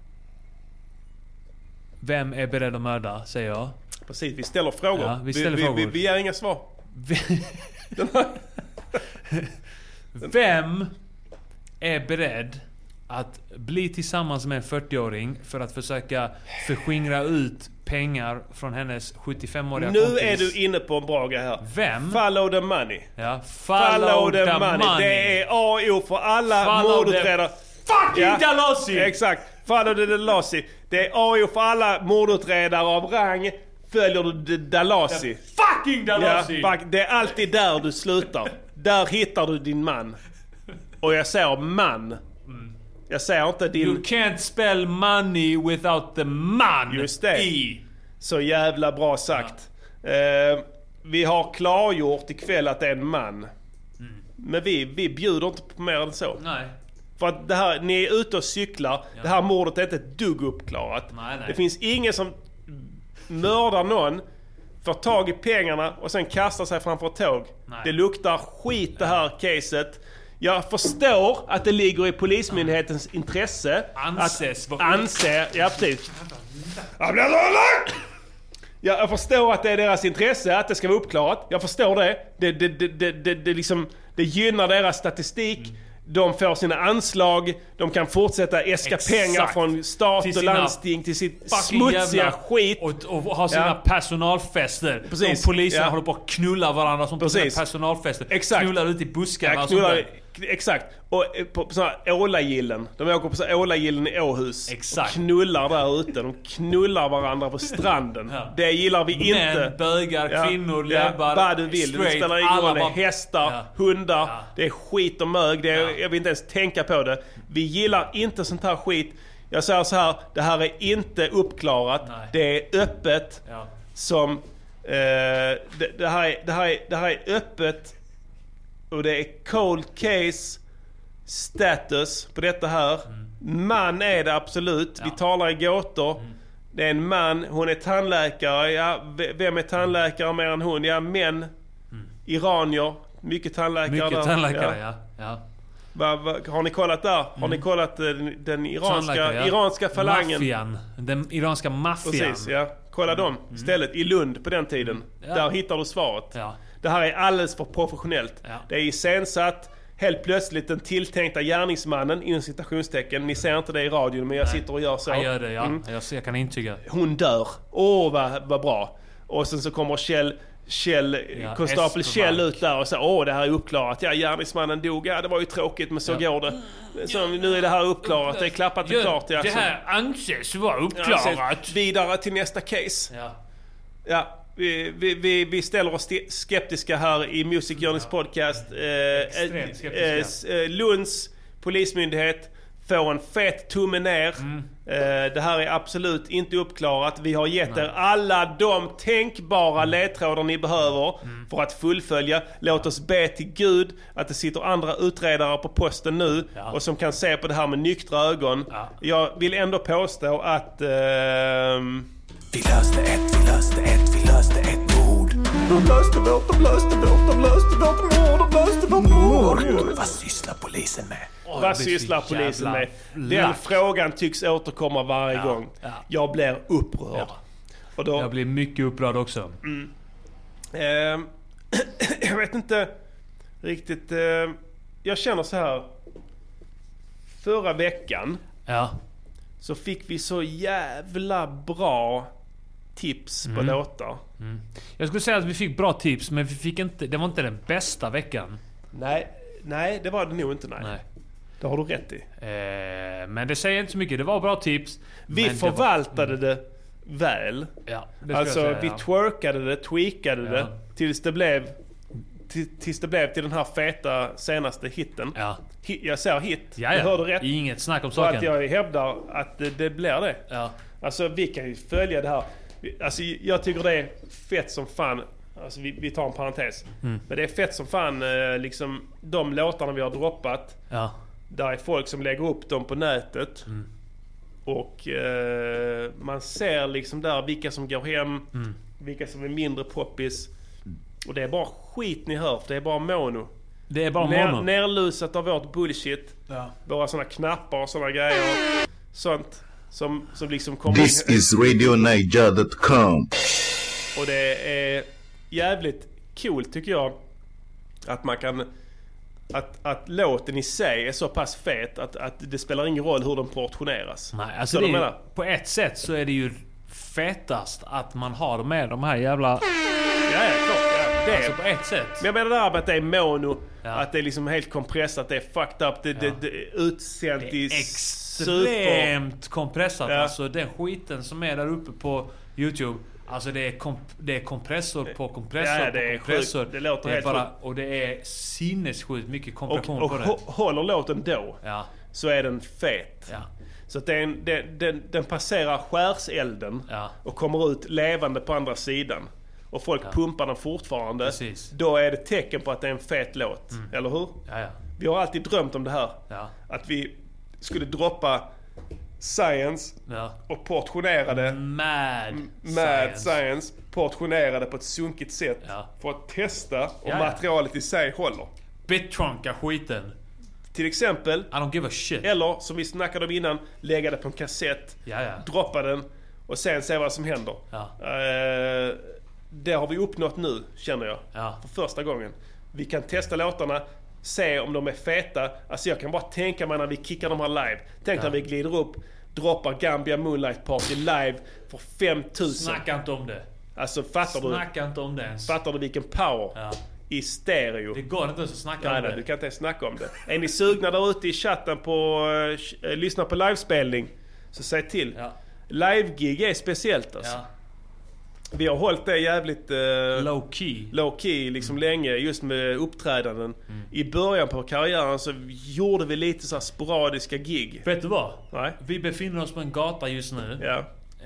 Vem är beredd att mörda, säger jag. Precis, vi ställer frågor. Ja, vi ställer vi, frågor. Vi, vi, vi ger inga svar. Vem är beredd att bli tillsammans med en fyrtioåring för att försöka förskingra ut pengar från hennes sjuttiofemåriga nu kompis? Nu är du inne på en bra grej här. Vem? Follow the money. Ja, follow, follow the, the money. money. Det är A och O för alla mordutredare. Fucking ja, Dalasi! Exakt. Follow the Dalasi. Det är A och O för alla mordutredare av rang. Följer du Dalasi. Fucking Dalasi! Ja, det är alltid där du slutar. Där hittar du din man. Och jag säger man. Mm. Jag säger inte din... You can't spell money without the man. Just det. I. Så jävla bra sagt. Ja. Eh, vi har klargjort ikväll att det är en man. Mm. Men vi, vi bjuder inte på mer än så. Nej. För att det här, ni är ute och cyklar. Ja. Det här mordet är inte ett dugg uppklarat. Nej, nej. Det finns ingen som mördar någon, får tag i pengarna och sen kastar sig framför ett tåg. Nej. Det luktar skit det här caset. Jag förstår att det ligger i polismyndighetens intresse. Anses. Att anse, ja precis. Ja, jag förstår att det är deras intresse att det ska vara uppklarat. Jag förstår det. Det, det, det, det, det, det, liksom, det gynnar deras statistik. Mm. De får sina anslag. De kan fortsätta äska Exakt. pengar från stat och landsting till sitt smutsiga skit. Och, och ha sina ja. personalfester. Precis. De poliserna ja. håller på att knulla varandra som på sina personalfester. Exakt. Knullar ut i buskarna ja, och sånt där. Exakt. Och på, på sådana här ålagillen. De åker på sådana ålagillen i Åhus. Exakt. Och knullar där ute. De knullar varandra på stranden. Ja. Det gillar vi inte. Män, bögar, ja. kvinnor, ja. läbbar, vad du vill. straight. Det spelar ingen roll. Det är bara... hästar, ja. hundar. Ja. Det är skit och mög. Det är, ja. Jag vill inte ens tänka på det. Vi gillar inte sånt här skit. Jag säger så här. Det här är inte uppklarat. Nej. Det är öppet. Ja. Som... Eh, det, det, här är, det, här är, det här är öppet. Och det är cold case status på detta här. Mm. Man är det absolut. Ja. Vi talar i gåtor. Mm. Det är en man. Hon är tandläkare. Ja, vem är tandläkare mer än hon? Ja, män. Mm. Iranier. Mycket tandläkare. Mycket tandläkare, ja. ja. Va, va, har ni kollat där? Har Mm. ni kollat den, den iranska, Sandläkare, ja. iranska falangen? Maffian. Den iranska maffian. Precis, ja. Kolla dem istället i Lund på den tiden. Ja. Där hittar du svaret. Ja. Det här är alldeles för professionellt. Ja. Det är iscensatt. Helt plötsligt den tilltänkta gärningsmannen, inom citationstecken. Ni ser inte det i radion, men jag sitter och gör så. Jag gör det, ja. Mm. Jag, jag kan intyga. Hon dör. Åh, vad, vad bra. Och sen så kommer Kjell, Kjell Ja, konstapel Espermark. Kjell ut där och säger åh, det här är uppklarat. Ja, gärningsmannen dog. Ja, det var ju tråkigt, men så Ja. går det. Så nu är det här uppklarat. Det är klappat och Ja, klart. Ja, det så- här anses vara Ja, uppklarat. så vidare till nästa case. Ja. Ja, vi, vi, vi, vi ställer oss sti- skeptiska här i Music Journeys podcast. Eh, Extremt eh, skeptiska. eh, s- eh, Lunds polismyndighet får en fet tumme ner. Mm. Eh, det här är absolut inte uppklarat. Vi har gett er alla de tänkbara ledtrådar ni behöver Mm. för att fullfölja. Låt oss be till Gud att det sitter andra utredare på posten nu Ja. och som kan se på det här med nyktra ögon. Ja. Jag vill ändå påstå att... ehm, Vi löste ett, vi löste ett, vi löste ett mord. De löste vårt, de löste vårt, de löste vårt mord, de löste vårt mord. Vad sysslar polisen med? Åh, jag Vad blir sysslar så polisen jävla med? Den lack. frågan tycks återkomma varje Ja, gång. ja. Jag blir upprörd. Ja. Och då, Jag blir mycket upprörd också. mm, ehm, jag vet inte riktigt. ehm, jag känner så här. Förra veckan Ja. så fick vi så jävla bra tips på Mm. låtar. Mm. Jag skulle säga att vi fick bra tips, men vi fick inte, det var inte den bästa veckan. Nej, nej, det var det nog inte. Nej. Nej. Det har du rätt i. Eh, men det säger inte så mycket. Det var bra tips. Vi men det förvaltade det väl. Ja, det skulle Alltså jag säga, vi ja. twerkade det, tweakade Ja. det tills det blev till, tills det blev till den här feta senaste hitten. Ja. Hi, jag säger hit, Ja, du ja. hörde rätt. Inget snack om Så att saken. jag hävdar att det, det blir det. Ja. Alltså vi kan ju följa det här. Vi- Alltså jag tycker det är fett som fan. Alltså vi, vi tar en parentes. Mm. Men det är fett som fan eh, liksom de låtarna vi har droppat. Ja. Där är folk som lägger upp dem på nätet. Mm. Och eh, man ser liksom där vilka som går hem, Mm. vilka som är mindre poppis. Och det är bara skit ni hör, för det är bara mono. Det är bara Ner, mono. nerlusat av vårt bullshit. Ja. Våra sådana knappar och sådana grejer. Sånt som, som liksom kommer This in. is radio niger dot com. Och det är jävligt coolt tycker jag. Att man kan... Att, att låten i sig är så pass fet att, att det spelar ingen roll hur den portioneras. Nej, alltså Så det de är, menar? på ett sätt så är det ju fetast att man har med de här jävla... Ja, ja, klart. Ja, det är, Alltså på ett sätt. Men jag menar där med att det är mono, Ja. att det är liksom helt kompressat, det är fucked up, det, Ja. det, det är utsänt Det är i super... extremt kompressat. Ja. Alltså den skiten som är där uppe på YouTube. Alltså det är, komp- det är kompressor på kompressor Ja, det är på kompressor. sjukt. Det låter är helt bara, sjukt. Och det är sinnessjukt mycket Och, kompression och på det. hå- håller låten då, Ja. så är den fet. Ja. Så att det är en, den, den, den passerar skärselden Ja. och kommer ut levande på andra sidan. Och folk Ja. pumpar den fortfarande. Precis. Då är det tecken på att det är en fet låt. Mm. Eller hur? Ja, ja. Vi har alltid drömt om det här. Ja. Att vi skulle droppa science Ja. och portionera det. Mad, Mad science. science. Portionera det på ett sunkigt sätt. Ja. För att testa om Ja, ja. materialet i sig håller. Bitrunka skiten. Till exempel. I don't give a shit. Eller som vi snackade om innan. Lägga det på en kassett. Ja, ja. Droppa den. Och sen se vad som händer. Ja. Eh, det har vi uppnått nu, känner jag. Ja. För första gången. Vi kan testa låtarna. Se om de är feta. Alltså jag kan bara tänka mig när vi kickar de här live. Tänk Ja. när vi glider upp. Droppar Gambia Moonlight Party live för fem tusen. Snacka inte om det. Alltså fattar du? Snacka inte om det ens. Fattar du vilken power? Ja. I stereo. Det går inte ens att snacka Nej, om nej, det. du kan inte ens snacka om det. Är ni sugna där ute i chatten på uh, lyssna på livespelning, så säg till. Ja. Live-gig är speciellt alltså. Ja. Vi har hållit det jävligt uh, Low key. low key liksom Mm. länge, just med uppträdanden. I början på karriären så gjorde vi lite så här sporadiska gig. Vet du vad? Nej. Vi befinner oss på en gata just nu. Ja.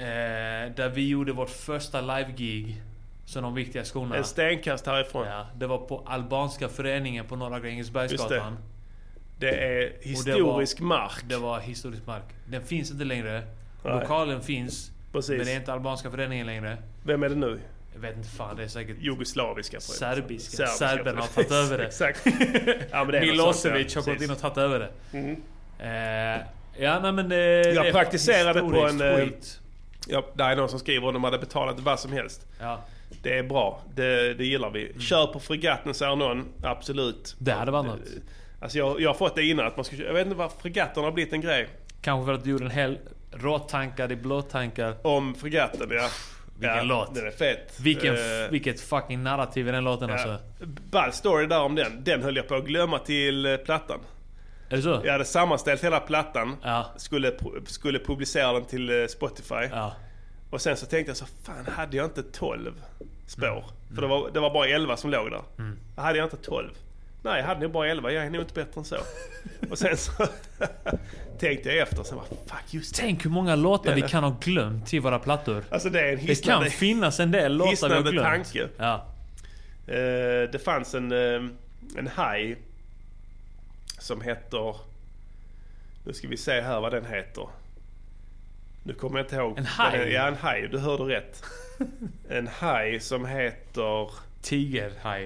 Eh, där vi gjorde vårt första live-gig. Så de viktiga skorna. En stenkast härifrån. Ja, det var på Albanska föreningen på Norra Grängesbergsgatan. Det är historisk Och det var, mark. Det var historisk mark. Den finns inte längre. Nej. Lokalen finns. Precis. Men det är inte Albanska föreningen längre. Vem är det nu? Jag vet inte fan, det är säkert jugoslaviska. Serbiska. Serbiska. Serberna har tagit över det. Exakt. Ja, men det Milosevic sånt, har gått in och tagit över det. Mm. Eh, ja, nej, men det, jag det praktiserade på en... skit. Ja, det är någon som skriver att de hade betalat vad som helst. Ja. Det är bra, det, det gillar vi. Mm. Kör på fregatten, säger någon. Absolut. Det hade varit något. Alltså jag, jag har fått det innan att man ska, jag vet inte varför fregatten har blivit en grej. Kanske för att du gjorde en hel råtankar i blåtankar. Om fregatten, ja. Vilken ja, låt. Den är fett. Vilken, uh, vilket fucking narrativ i den låten ja. Alltså. Ball story där om den. Den höll jag på att glömma till uh, plattan. Är det så? Jag hade sammanställt hela plattan. Ja. Skulle, skulle publicera den till uh, Spotify. Ja. Och sen så tänkte jag så, fan hade jag inte tolv spår? Mm. För det var, det var bara elva som låg där. Mm. Hade jag inte tolv? Nej, jag hade nog bara elva. Jag är nog inte bättre än så. Och sen så tänkte jag efter. Sen bara, fuck just Tänk hur många låtar vi kan ha glömt till våra plattor. Alltså det är en hisnande, det kan finnas en del låtar vi har glömt. Tanke. Ja. Uh, det fanns en, uh, en haj som heter... Nu ska vi se här vad den heter. Nu kommer jag inte ihåg. En haj? Ja, en haj. Du hörde rätt. En haj som heter... Tigerhaj.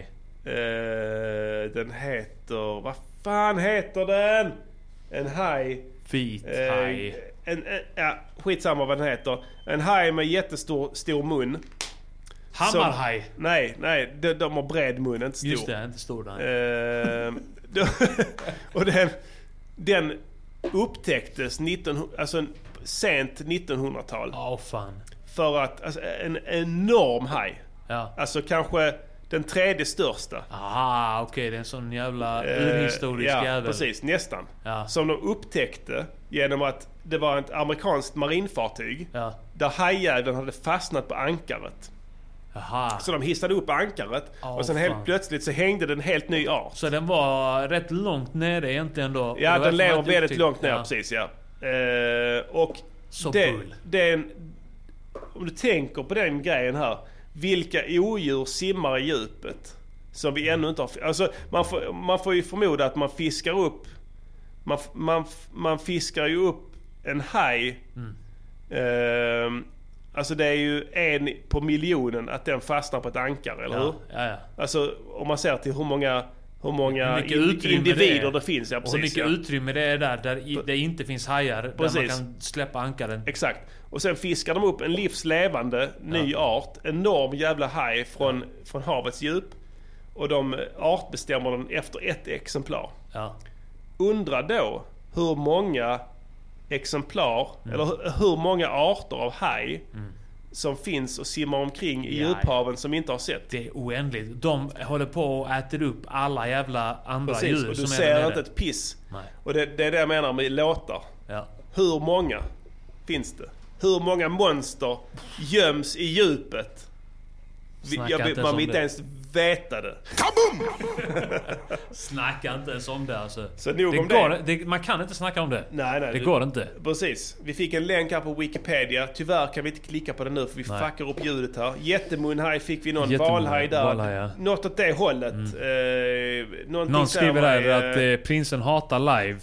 Uh, den heter... Vad fan heter den? En haj. Vit haj. Uh, en, en, ja, skitsamma vad den heter. En haj med jättestor stor mun. Hammarhaj? Som, nej, nej. De, de har bred mun, inte stor. Just det, inte stor. Nej. Uh, de, och den, den upptäcktes nitton, alltså sent nittonhundratal. Åh oh, fan. För att, alltså, en enorm haj. Ja. Alltså kanske den tredje största. Aha, okej. Okay. Det är en sån jävla urhistorisk uh, ja, jävel. Precis. Nästan. Ja. Som de upptäckte genom att det var ett amerikanskt marinfartyg. Ja. Där hajjäveln hade fastnat på ankaret. Aha. Så de hissade upp ankaret. Oh, och sen helt fan. plötsligt så hängde den en helt ny art. Så den var rätt långt nere egentligen då? Ja, den lever väldigt långt ner, ja. Precis, ja. Uh, och så det, bull. det är en, om du tänker på den grejen här. Vilka odjur simmar i djupet? Som vi ännu inte har... Alltså, man får, man får ju förmoda att man fiskar upp... Man, man, man fiskar ju upp en haj. Mm. Uh, alltså det är ju en på miljonen att den fastnar på ett ankare, eller ja, hur? Ja, ja. Alltså om man ser till hur många... Hur många hur individer det, det, det finns. Ja, precis, och hur mycket ja. utrymme det är där, där det inte finns hajar. Precis. Där man kan släppa ankaren. Exakt. Och sen fiskar de upp en livslevande ny ja. art. Enorm jävla haj från, ja. från havets djup. Och de artbestämmer den efter ett exemplar. Ja. Undra då hur många exemplar, mm. eller hur, hur många arter av haj mm. som finns och simmar omkring i ja, djuphaven ja. som vi inte har sett. Det är oändligt. De håller på och äter upp alla jävla andra Precis, djur och du som ser är inte ett piss. Nej. Och det, det är det jag menar med låtar. Ja. Hur många finns det? Hur många monster göms i djupet? Jag, man vill inte ens veta det. Kaboom! Snacka inte ens om det alltså. Så nog det om går, det. det. Man kan inte snacka om det. Nej, nej, det du, går inte. Precis. Vi fick en länk här på Wikipedia. Tyvärr kan vi inte klicka på den nu för vi nej. fuckar upp ljudet här. Jättemunhaj fick vi någon. Valhaj där. Valhaj, ja. Något åt det hållet. Mm. Eh, någon skriver där, där att eh, prinsen hatar live.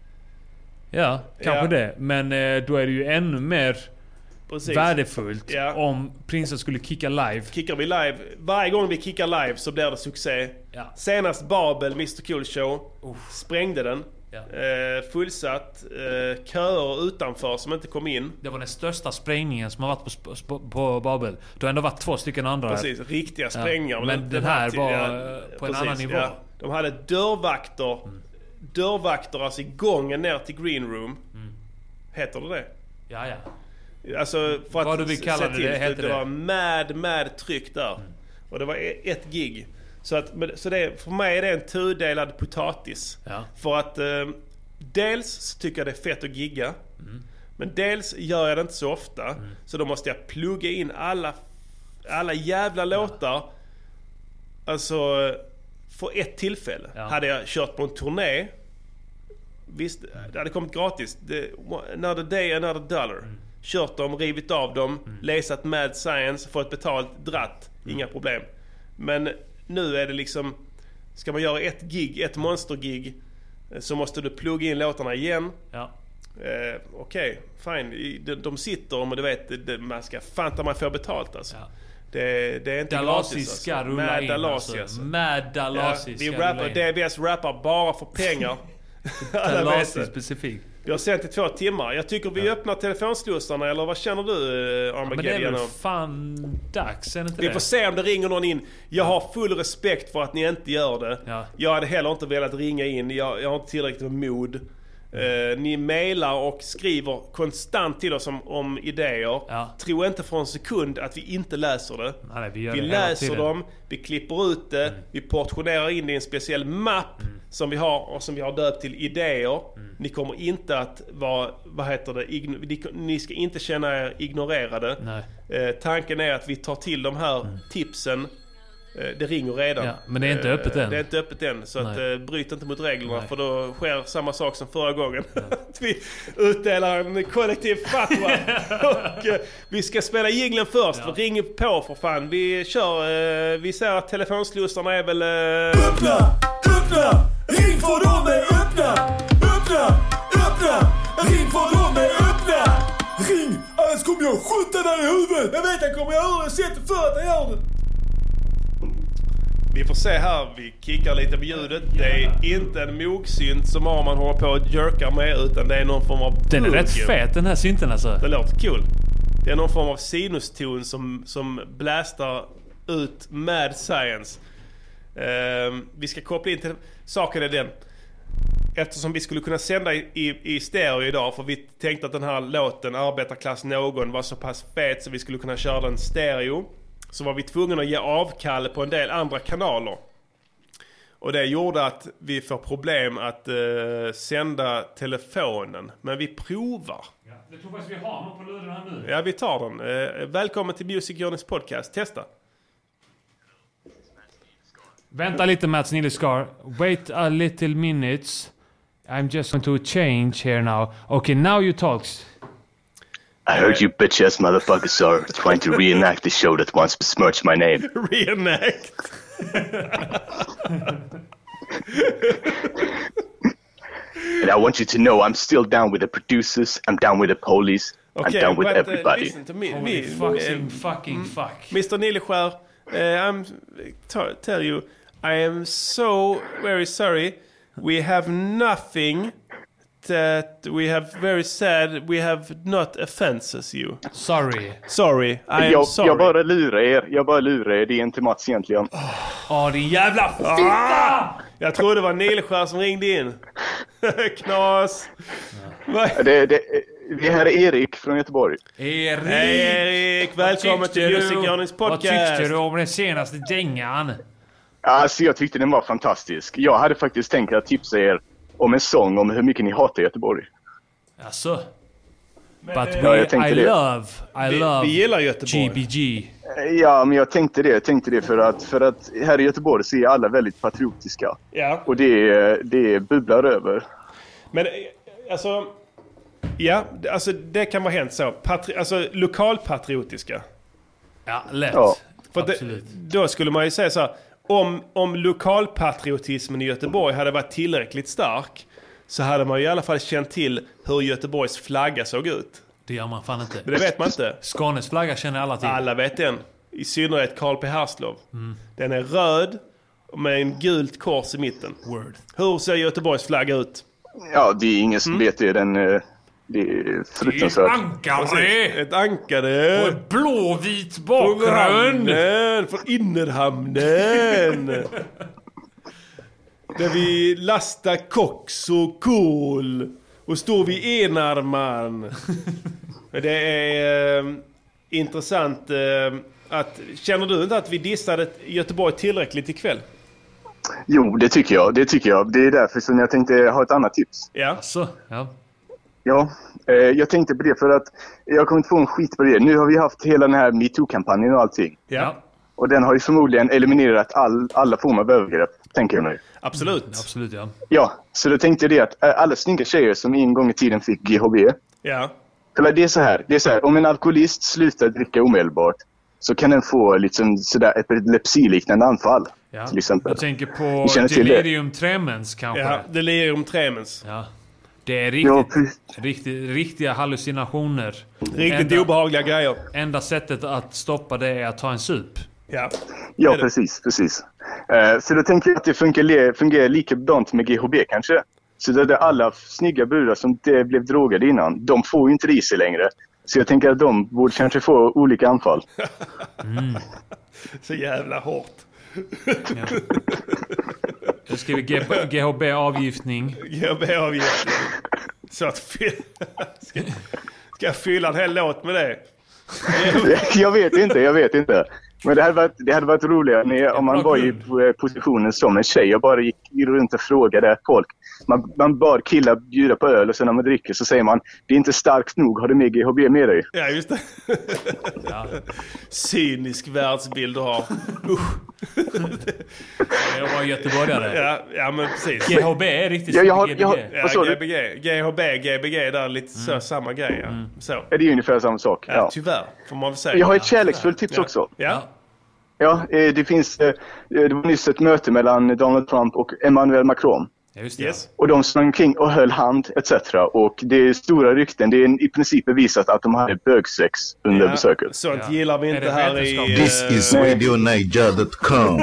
Ja, kanske ja. det. Men eh, då är det ju ännu mer... Precis. Värdefullt ja. om prinsen skulle kicka live. Kickar vi live. Varje gång vi kickar live så blir det succé. Ja. Senast Babel, mister Cool Show. Uff. Sprängde den. Ja. Eh, fullsatt. Eh, köer utanför som inte kom in. Det var den största sprängningen som har varit på, på, på Babel. Det har ändå varit två stycken andra. Precis, här. Riktiga sprängningar. Ja. Men den, den här var ja, på precis, en annan nivå. Ja. De hade dörrvakter. Mm. Dörrvakter alltså i gången ner till green room. Mm. Heter det det? Ja, ja. Alltså för att vad du vill kalla se till det, det, det var mad, mad tryck där. Mm. Och det var ett gig. Så, att, så det, för mig är det en tudelad potatis. Ja. För att eh, dels så tycker jag det är fett att gigga. Mm. Men dels gör jag det inte så ofta. Mm. Så då måste jag plugga in alla, alla jävla ja. låtar. Alltså för ett tillfälle. Ja. Hade jag kört på en turné. Visst, det hade kommit gratis. The, another day, another dollar. Mm. Kört dem, rivit av dem, mm. läsat Mad Science, fått betalt, dratt. Mm. Inga problem. Men nu är det liksom... Ska man göra ett gig, ett monstergig, så måste du plugga in låtarna igen. Ja. Eh, Okej, okay, fine. De, de sitter och du vet, det, man ska fan ta man få betalt alltså. Ja. Det, det är inte Dalasi gratis ska alltså. rulla Med in Dalasi alltså. alltså. Med Dalasi ja, ska vi rulla rappar, in. D B S rappar bara för pengar. Dalasi specifikt. Vi har sänt i två timmar. Jag tycker vi ja. öppnar telefonslussarna, eller vad känner du, Armageddon? Ja, men det är väl fan dags, är det inte Vi det? får se om det ringer någon in. Jag har full respekt för att ni inte gör det. Ja. Jag hade heller inte velat ringa in. Jag, jag har inte tillräckligt med mod. Uh, ni mailar och skriver konstant till oss om, om idéer. Ja. Tro inte för en sekund att vi inte läser det. Nej, vi gör vi det läser dem, vi klipper ut det, mm. vi portionerar in det i en speciell mapp mm. som vi har och som vi har döpt till idéer. Mm. Ni kommer inte att vara, vad heter det, igno- ni ska inte känna er ignorerade. Nej. Uh, tanken är att vi tar till de här mm. tipsen. Det ringer redan. Ja, men det är inte öppet än. Det är inte öppet än. Så att, uh, bryt inte mot reglerna. Nej. För då sker samma sak som förra gången. Att vi utdelar en kollektiv fatwa. Och uh, vi ska spela jinglen först. Ja. Ring på för fan. Vi kör. Uh, vi ser att telefonslussarna är väl... Uh... Öppna! Öppna! Ring för dem är öppna! Öppna! Öppna! Ring för dem är öppna! Ring! Annars kommer jag skjuta dig i huvudet! Jag vet att kommer jag göra det. Sätt för att jag gör det. Vi får se här, vi kickar lite på ljudet. Det är inte en mogsynt som Arman håller på att jerka med, utan det är någon form av... Den är rätt fet, den här synten alltså. Det låter kul. Det är någon form av sinuston som, som blastar ut mad science. Uh, vi ska koppla in till... Saken är den. Eftersom vi skulle kunna sända i, i, i stereo idag, för vi tänkte att den här låten, Arbetarklass någon, var så pass fet så vi skulle kunna köra den stereo. Så var vi tvungna att ge avkall på en del andra kanaler. Och det gjorde att vi får problem att uh, sända telefonen. Men vi provar. Ja, jag tror faktiskt vi har någon på luren här nu. Ja, vi tar den. Uh, välkommen till Music Journeys podcast. Testa. Vänta lite, Mats Nileskar. Wait a little minutes. I'm just going to change here now. Okay, now you talks. I heard you bitch-ass motherfuckers are trying to reenact the show that once besmirched my name. Reenact? And I want you to know I'm still down with the producers, I'm down with the police, okay, I'm down with but, everybody. Uh, listen to me. Holy me fucking, uh, fucking fuck. Mister Nileskär, uh, I'm t- tell you, I am so very sorry. We have nothing... that we have very sad we have not offenses you. Sorry. Sorry. I am jag, sorry. Jag bara lurar er. Jag bara lurar er. Det är inte Mats egentligen. Ja, oh, din jävla fitta! Ah! Jag tror det var Nileskär som ringde in. Knas. Ja. det, det, det här är Erik från Göteborg. Erik! Hej Erik! Välkommen till Music Journeys podcast. Vad tyckte du om den senaste dängan? Alltså jag tyckte den var fantastisk. Jag hade faktiskt tänkt att tipsa er om en sång om hur mycket ni hatar Göteborg. Alltså. Men, But ja, we, jag tänkte I det. love, I vi, love vi gillar Göteborg. G B G. Ja, men jag tänkte det. Jag tänkte det för att, för att här i Göteborg så är alla väldigt patriotiska. Ja. Och det, det bubblar över. Men alltså... Ja, alltså det kan vara hänt så. Patri- alltså lokalpatriotiska. Ja, lätt. Ja. För det, då skulle man ju säga så här. Om, om lokalpatriotismen i Göteborg hade varit tillräckligt stark, så hade man ju i alla fall känt till hur Göteborgs flagga såg ut. Det gör man fan inte. Men det vet man inte. Skånes flagga känner alla till. Alla vet den. I synnerhet Carl P. Herslov. Mm. Den är röd med en gult kors i mitten. Word. Hur ser Göteborgs flagga ut? Ja, det är ingen som mm. vet det. Den, det är fruktansvärt. Det är ett ankare! Ett ankare! På en blåvit bakgrund! Från Innerhamnen! Där vi lastar koks och kol. Och står vid enarman. Det är eh, intressant eh, att... Känner du inte att vi dissade Göteborg tillräckligt ikväll? Jo, det tycker jag. Det tycker jag. Det är därför som jag tänkte ha ett annat tips. Ja. Så, ja. Ja, eh, jag tänkte på det för att jag kommer inte få en skit på det. Nu har vi haft hela den här MeToo-kampanjen och allting. Ja. Och den har ju förmodligen eliminerat all, alla former av övergrepp, tänker jag nu. Absolut. Mm, absolut, ja. Ja, så då tänkte jag det att alla snygga tjejer som en gång i tiden fick G H B. Ja. Eller det är så här, det är så här, om en alkoholist slutar dricka omedelbart så kan den få liksom sådär epilepsiliknande anfall. Ja. Till exempel. Jag tänker på delirium tremens kanske. Ja, delirium tremens. Ja. Det är riktigt, riktigt, riktiga hallucinationer. Riktigt enda, obehagliga grejer. Enda sättet att stoppa det är att ta en sup. Ja, ja precis. precis. Uh, så då tänker jag att det fungerar, fungerar likadant med G H B kanske. Så det är alla snygga brudar som det blev drogade innan, de får ju inte det i sig längre. Så jag tänker att de borde kanske få olika anfall. Mm. Så jävla hårt. Ja. Jag skriver G H B-avgiftning. G H B-avgiftning. Så att ska, ska jag fylla en hel låt med det? Jag vet inte, jag vet inte. Men det hade varit, det hade varit roligare om man var i positionen som en tjej och bara gick runt och frågade folk. Man, man bara killar bjuda på öl och sen när man dricker så säger man det är inte starkt nog, har du med G H B med dig? Ja, just det. Ja. Cynisk världsbild du har. Usch. Jag var göteborgare. Ja, ja, men precis. G H B är riktigt ja, jag har, G B G. Jag har, ja, G B G. G H B, G B G där lite mm. så, samma grej. Ja. Mm. Så. Är det är ungefär samma sak? Ja, ja. tyvärr får man väl säga. Jag har ett kärleksfullt tips ja. också. Ja. Ja, det finns det var nyss ett möte mellan Donald Trump och Emmanuel Macron. Just det. Yes. Och de sprang omkring och höll hand et cetera. Och det är stora rykten. Det är i princip bevisat att de hade bögsex under ja, besöket. Sånt ja. gillar vi inte här i... This is radio niger dot com.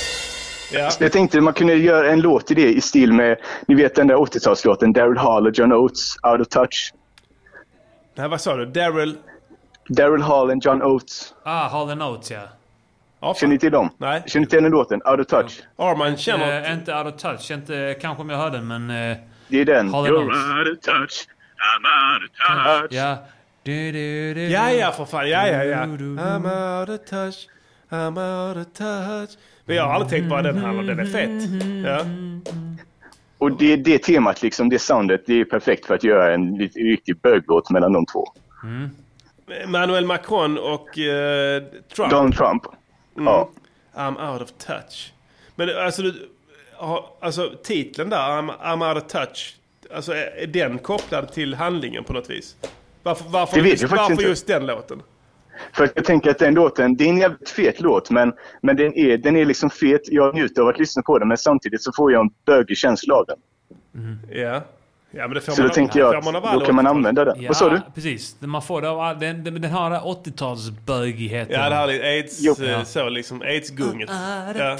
Ja. Jag tänkte man kunde göra en låt i det i stil med, ni vet den där åttiotalslåten Daryl Hall och John Oates, Out of Touch. Nej, vad sa du? Daryl? Daryl Hall och John Oates. Ah, Hall and Oates, ja. Ja, känner ni till dem? Nej. Känner ni till den låten? Out of Touch? Ja. Arman känner äh, inte Out of Touch. Inte, kanske om jag hörde den, men... Äh, det är den. Hall and Oates. You're out of touch. I'm out of touch. Ja. Du, du, du, ja, ja, för fan. Ja, ja, ja. I'm out of touch. I'm out of touch. Men jag har aldrig tänkt vad den handlar om. Den är fett. Ja. Och det, det temat, liksom, det soundet, det är perfekt för att göra en riktig böglåt mellan de två. Mm. Manuel Macron och uh, Trump. Donald Trump. Mm. Ja. I'm out of touch. Men alltså, du, alltså titeln där, I'm, I'm out of touch. Alltså är den kopplad till handlingen på något vis? Varför, varför, just, varför just den låten? För att jag tänker att den låten, det är en jävligt fet låt, men, men den, är, den är liksom fet. Jag njuter av att lyssna på den, men samtidigt så får jag en bögig känsla av den. Mm. Ja. Ja, men det får så man då av, tänker jag att då kan man använda den. Ja, vad sa du? Precis. Man får det av, den, den, den har åttiotalsbögigheten. Ja, det har lite AIDS, ja. så liksom AIDS-gunget. Ja.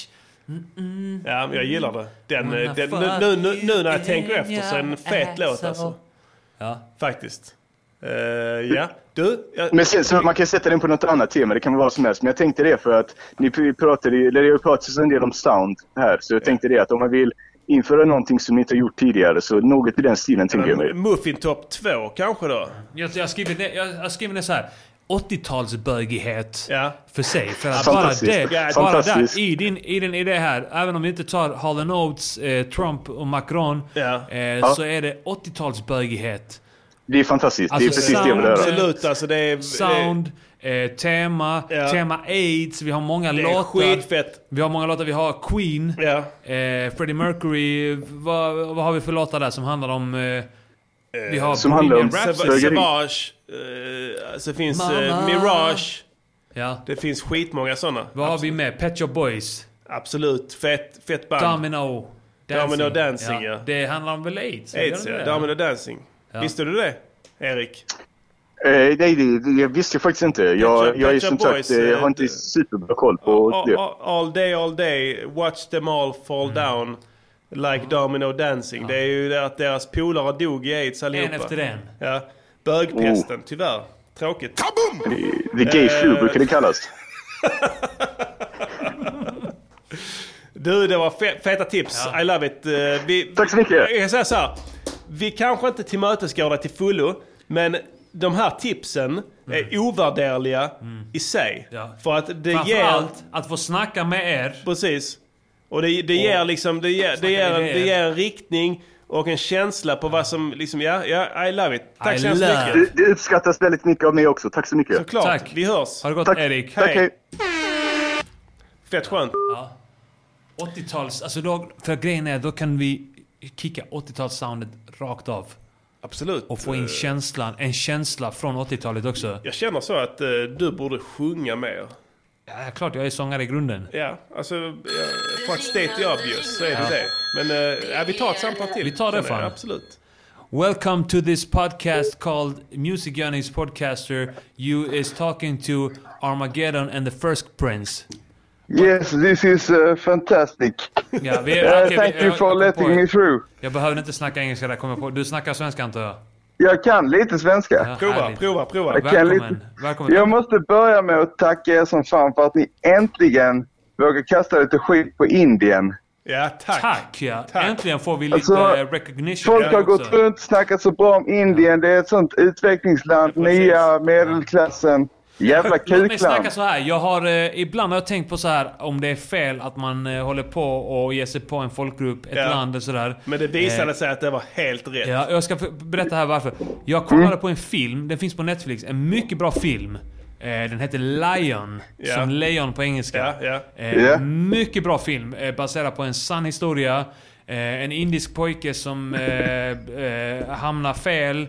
Mm, mm, ja, men jag gillar det. Den, den, den, nu, nu, nu när jag tänker efter så är en fet låt alltså. Ja. Faktiskt. Uh, ja, du. Jag... Men sen, så man kan sätta den på något annat tema, det kan vara vad som helst. Men jag tänkte det för att ni pratade, eller jag pratade en del om sound här. Så jag tänkte det att om man vill införa någonting som ni inte har gjort tidigare, så något i den stilen tänker jag mig. Muffin Top två kanske då? Jag, jag skriver det, jag, jag skriver det så här. åttiotalsbögighet ja. för sig. För att bara det, bara där, i din, i din idé här, även om vi inte tar Hall and Oates, eh, Trump och Macron, ja. Eh, ja. så är det åttiotalsbögighet. Det är fantastiskt, alltså, det är precis sound, det jag vill höra. Absolut, alltså det är... Sound, eh, tema, ja. tema AIDS, vi har många det låtar. Skitfett. Vi har många låtar, vi har Queen, ja. eh, Freddie Mercury, vad, vad har vi för låtar där som handlar om... Eh, vi har som handlar om Savage, uh, så finns uh, Mirage. Ja. Det finns skitmånga sådana. Vad har vi med? Pet Shop Boys. Absolut, fett, fett band. Domino Dancing. Domino Dancing, ja. ja. Det handlar om väl AIDS? AIDS, ja. Domino Dancing. Ja. Visste du det, Erik? Eh, nej, det, det visste jag faktiskt inte. Jag, Pet jag är som sagt, jag har inte superbra koll på all, det. All, all day, all day, watch them all fall mm. down. Like Domino Dancing. Ja. Det är ju det att deras polare dog i AIDS allihopa. En efter den. Ja. Bögpesten, oh. tyvärr. Tråkigt. Kaboom! The, the gay flu brukar det kallas. Du, det var fe- feta tips. Ja. I love it. Vi, Tack så mycket. Jag kan säga så här. Vi kanske inte tillmötesgår det till fullo, men de här tipsen mm. är ovärderliga mm. i sig. Ja. För att det framför ger... allt att få snacka med er. Precis. Och det, det ger liksom det ger, det ger, en, det ger en riktning och en känsla på vad som liksom, ja, ja, I love it. Tack så mycket. Det, det uppskattas väldigt mycket av mig också. Tack så mycket. Såklart. Tack. Vi hörs. Har det gått, Tack. Erik? Tack, hej. Fett skönt. Ja. åttio-tals, alltså då, för grejen är, då kan vi kicka åttio-tals-soundet rakt av. Absolut. Och få in känslan, en känsla från åttio-talet också. Jag känner så att uh, du borde sjunga mer. Ja, klart, jag är sångare i grunden. Ja, alltså, ja, för att state the obvious så är det ja. det. Men uh, ja, vi tar ett samtal till. Vi tar det fan. Absolut. welcome to this podcast called Music Journeys Podcaster. You is talking to Armageddon and the First Prince. Yes, this is uh, fantastic. Ja, vi, uh, okay, thank vi, you for letting me through. Jag behöver inte snacka engelska där, kommer jag på. Du snackar svenska, antar jag? Jag kan lite svenska. Ja, prova, prova, prova. Jag, Välkommen. lite... Välkommen. jag måste börja med att tacka er som fan för att ni äntligen vågar kasta lite skit på Indien. Ja, tack. Tack, ja. Tack. Äntligen får vi lite alltså, recognition. Folk har gått runt och snackat så bra om Indien. Det är ett sånt utvecklingsland, ja, nya medelklassen. Jävla kukland. Men snacka så här. Jag har, eh, ibland har jag tänkt på så här om det är fel att man eh, håller på och ger sig på en folkgrupp, ett ja. land och sådär. Men det visade eh, sig att det var helt rätt. Ja, jag ska berätta här varför. Jag kollade mm. på en film, den finns på Netflix, en mycket bra film. Eh, den heter Lion, ja. som lejon på engelska. Ja, ja. Eh, yeah. Mycket bra film, eh, baserad på en sann historia. Eh, en indisk pojke som eh, eh, hamnar fel.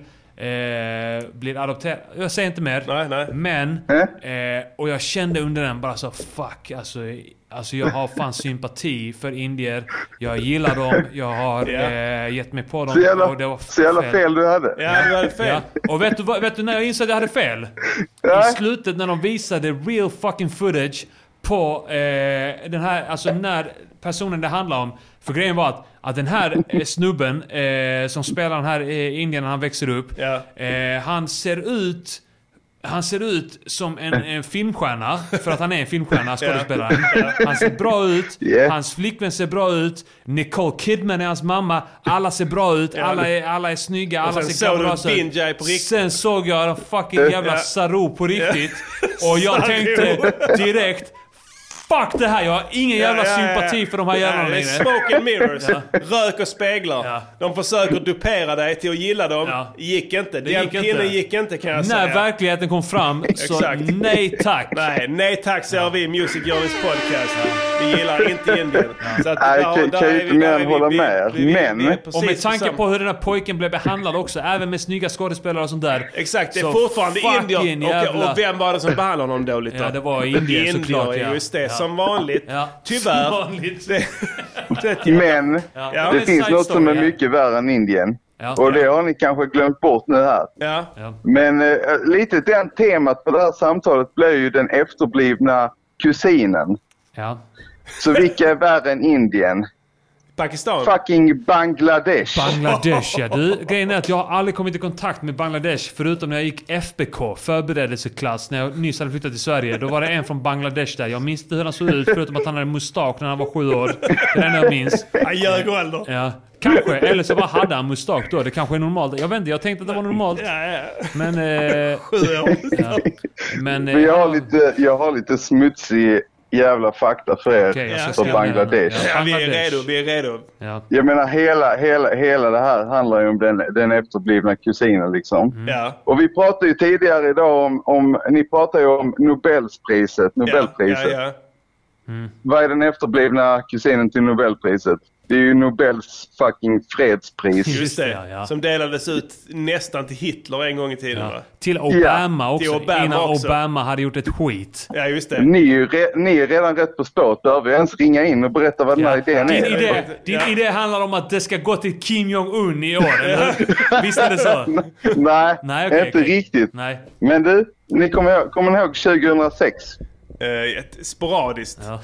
Eh, blir adopterad. Jag säger inte mer. Nej, nej. Men mm. eh, och jag kände under den bara så fuck alltså, alltså jag har fan sympati för indier. Jag gillar dem. Jag har yeah. eh, gett mig på dem. Så jävla, och det var så jävla fel. fel du hade. Ja, du hade fel. Ja. Och vet du, vet du när jag insåg att jag hade fel? Nej. I slutet när de visade real fucking footage på eh, den här, alltså när personen det handlar om. För grejen var att, att den här eh, snubben eh, som spelar den här eh, indien när han växer upp, ja. eh, han ser ut han ser ut som en, en filmstjärna, för att han är en filmstjärna, skådespelaren. Han ser bra ut, yeah. hans flickvän ser bra ut, Nicole Kidman är hans mamma, alla ser bra ut, alla är, alla är snygga, alla ser bra ut. Sen såg jag en fucking jävla Saru på riktigt, och jag tänkte direkt, fuck det här, jag har ingen jävla ja, ja, ja. sympati för de här jävlarna längre. Ja, smoke and mirrors. Ja. Rök och speglar. Ja. De försöker dupera dig till att gilla dem. Ja. Gick inte. Den gick pillen inte. gick inte, kan jag När säga. När verkligheten kom fram, så nej tack. Nej, nej tack säger ja. vi Music Journeys podcast. Vi gillar inte Indien. Så att, Nej, där, kan, där kan ju inte mer än hålla med. Vi, vi, men... Vi och med tanke på hur den här pojken blev behandlad också, även med snygga skådespelare och sånt där. Exakt, det är fortfarande Indien. Och, och vem var det som behandlade honom dåligt då? Ja, det var Indien såklart. Ja. Just det, ja. som vanligt. Ja. Tyvärr. Vanligt. Det, det, men ja. det finns något som är mycket värre än Indien. Ja. Och det har ni kanske glömt bort nu här. Ja. Ja. Men äh, lite den temat på det här samtalet blir ju den efterblivna kusinen. Ja. Så vilka är värre än Indien? Pakistan. Fucking Bangladesh. Bangladesh, ja. Du, grejen är att jag har aldrig kommit i kontakt med Bangladesh förutom när jag gick F B K, förberedelseklass, när jag nyss hade flyttat till Sverige. Då var det en från Bangladesh där. Jag minns inte hur han såg ut förutom att han hade mustasch när han var sju år. Det är det enda jag minns. Han ljög ålder. Ja. Kanske, eller så bara hade han mustasch då. Det kanske är normalt. Jag vet inte, jag tänkte att det var normalt. Ja, ja. Men... Eh, sju år. Ja. Men, eh, Men jag, har lite, jag har lite smutsig jävla fakta för er okay, för Bangladesh. Ja, vi är redo, vi är redo. Ja. Jag menar, hela, hela, hela det här handlar ju om den, den efterblivna kusinen liksom. Mm. Ja. Och vi pratade ju tidigare idag om, om ni pratade ju om Nobelpriset. Nobelpriset. Ja, ja, ja. Mm. Vad är den efterblivna kusinen till Nobelpriset? Det är ju Nobels fucking fredspris. Just det, ja, ja. som delades ut nästan till Hitler en gång i tiden. Ja. Va? Till Obama ja. också, till Obama innan också. Obama hade gjort ett skit. Ja, just det. Ni är ju re, ni är redan rätt på start. Behöver vi ens ringa in och berätta vad den här ja. idén din är? Idé, din ja. idé handlar om att det ska gå till Kim Jong-Un i år, eller? Visst är det så? Nej, Nej okay, inte okay. riktigt. Nej. Men du, ni kommer, kommer ni ihåg tjugohundrasex? Uh, ett, sporadiskt. Ja.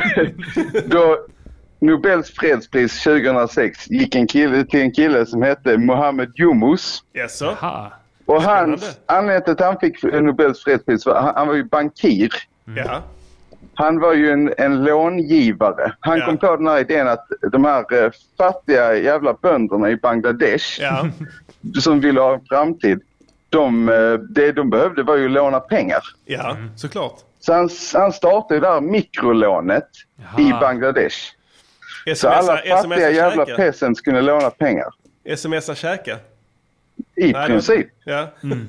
Då Nobels fredspris tjugohundrasex gick en kille till en kille som hette Mohammed Yunus. Yes, so. Och hans anledning till att han fick Nobels fredspris var han, han var ju bankir. Mm. Ja. Han var ju en, en långivare. Han ja. kom på den här idén att de här fattiga jävla bönderna i Bangladesh ja. som ville ha en framtid, de, det de behövde var ju låna pengar. Ja, mm. såklart. Så han, han startade det där mikrolånet Jaha. i Bangladesh. S M S, så alla fattiga jävla peasants kunde låna pengar. Smsa käka? I Nej, princip. Ja. Mm.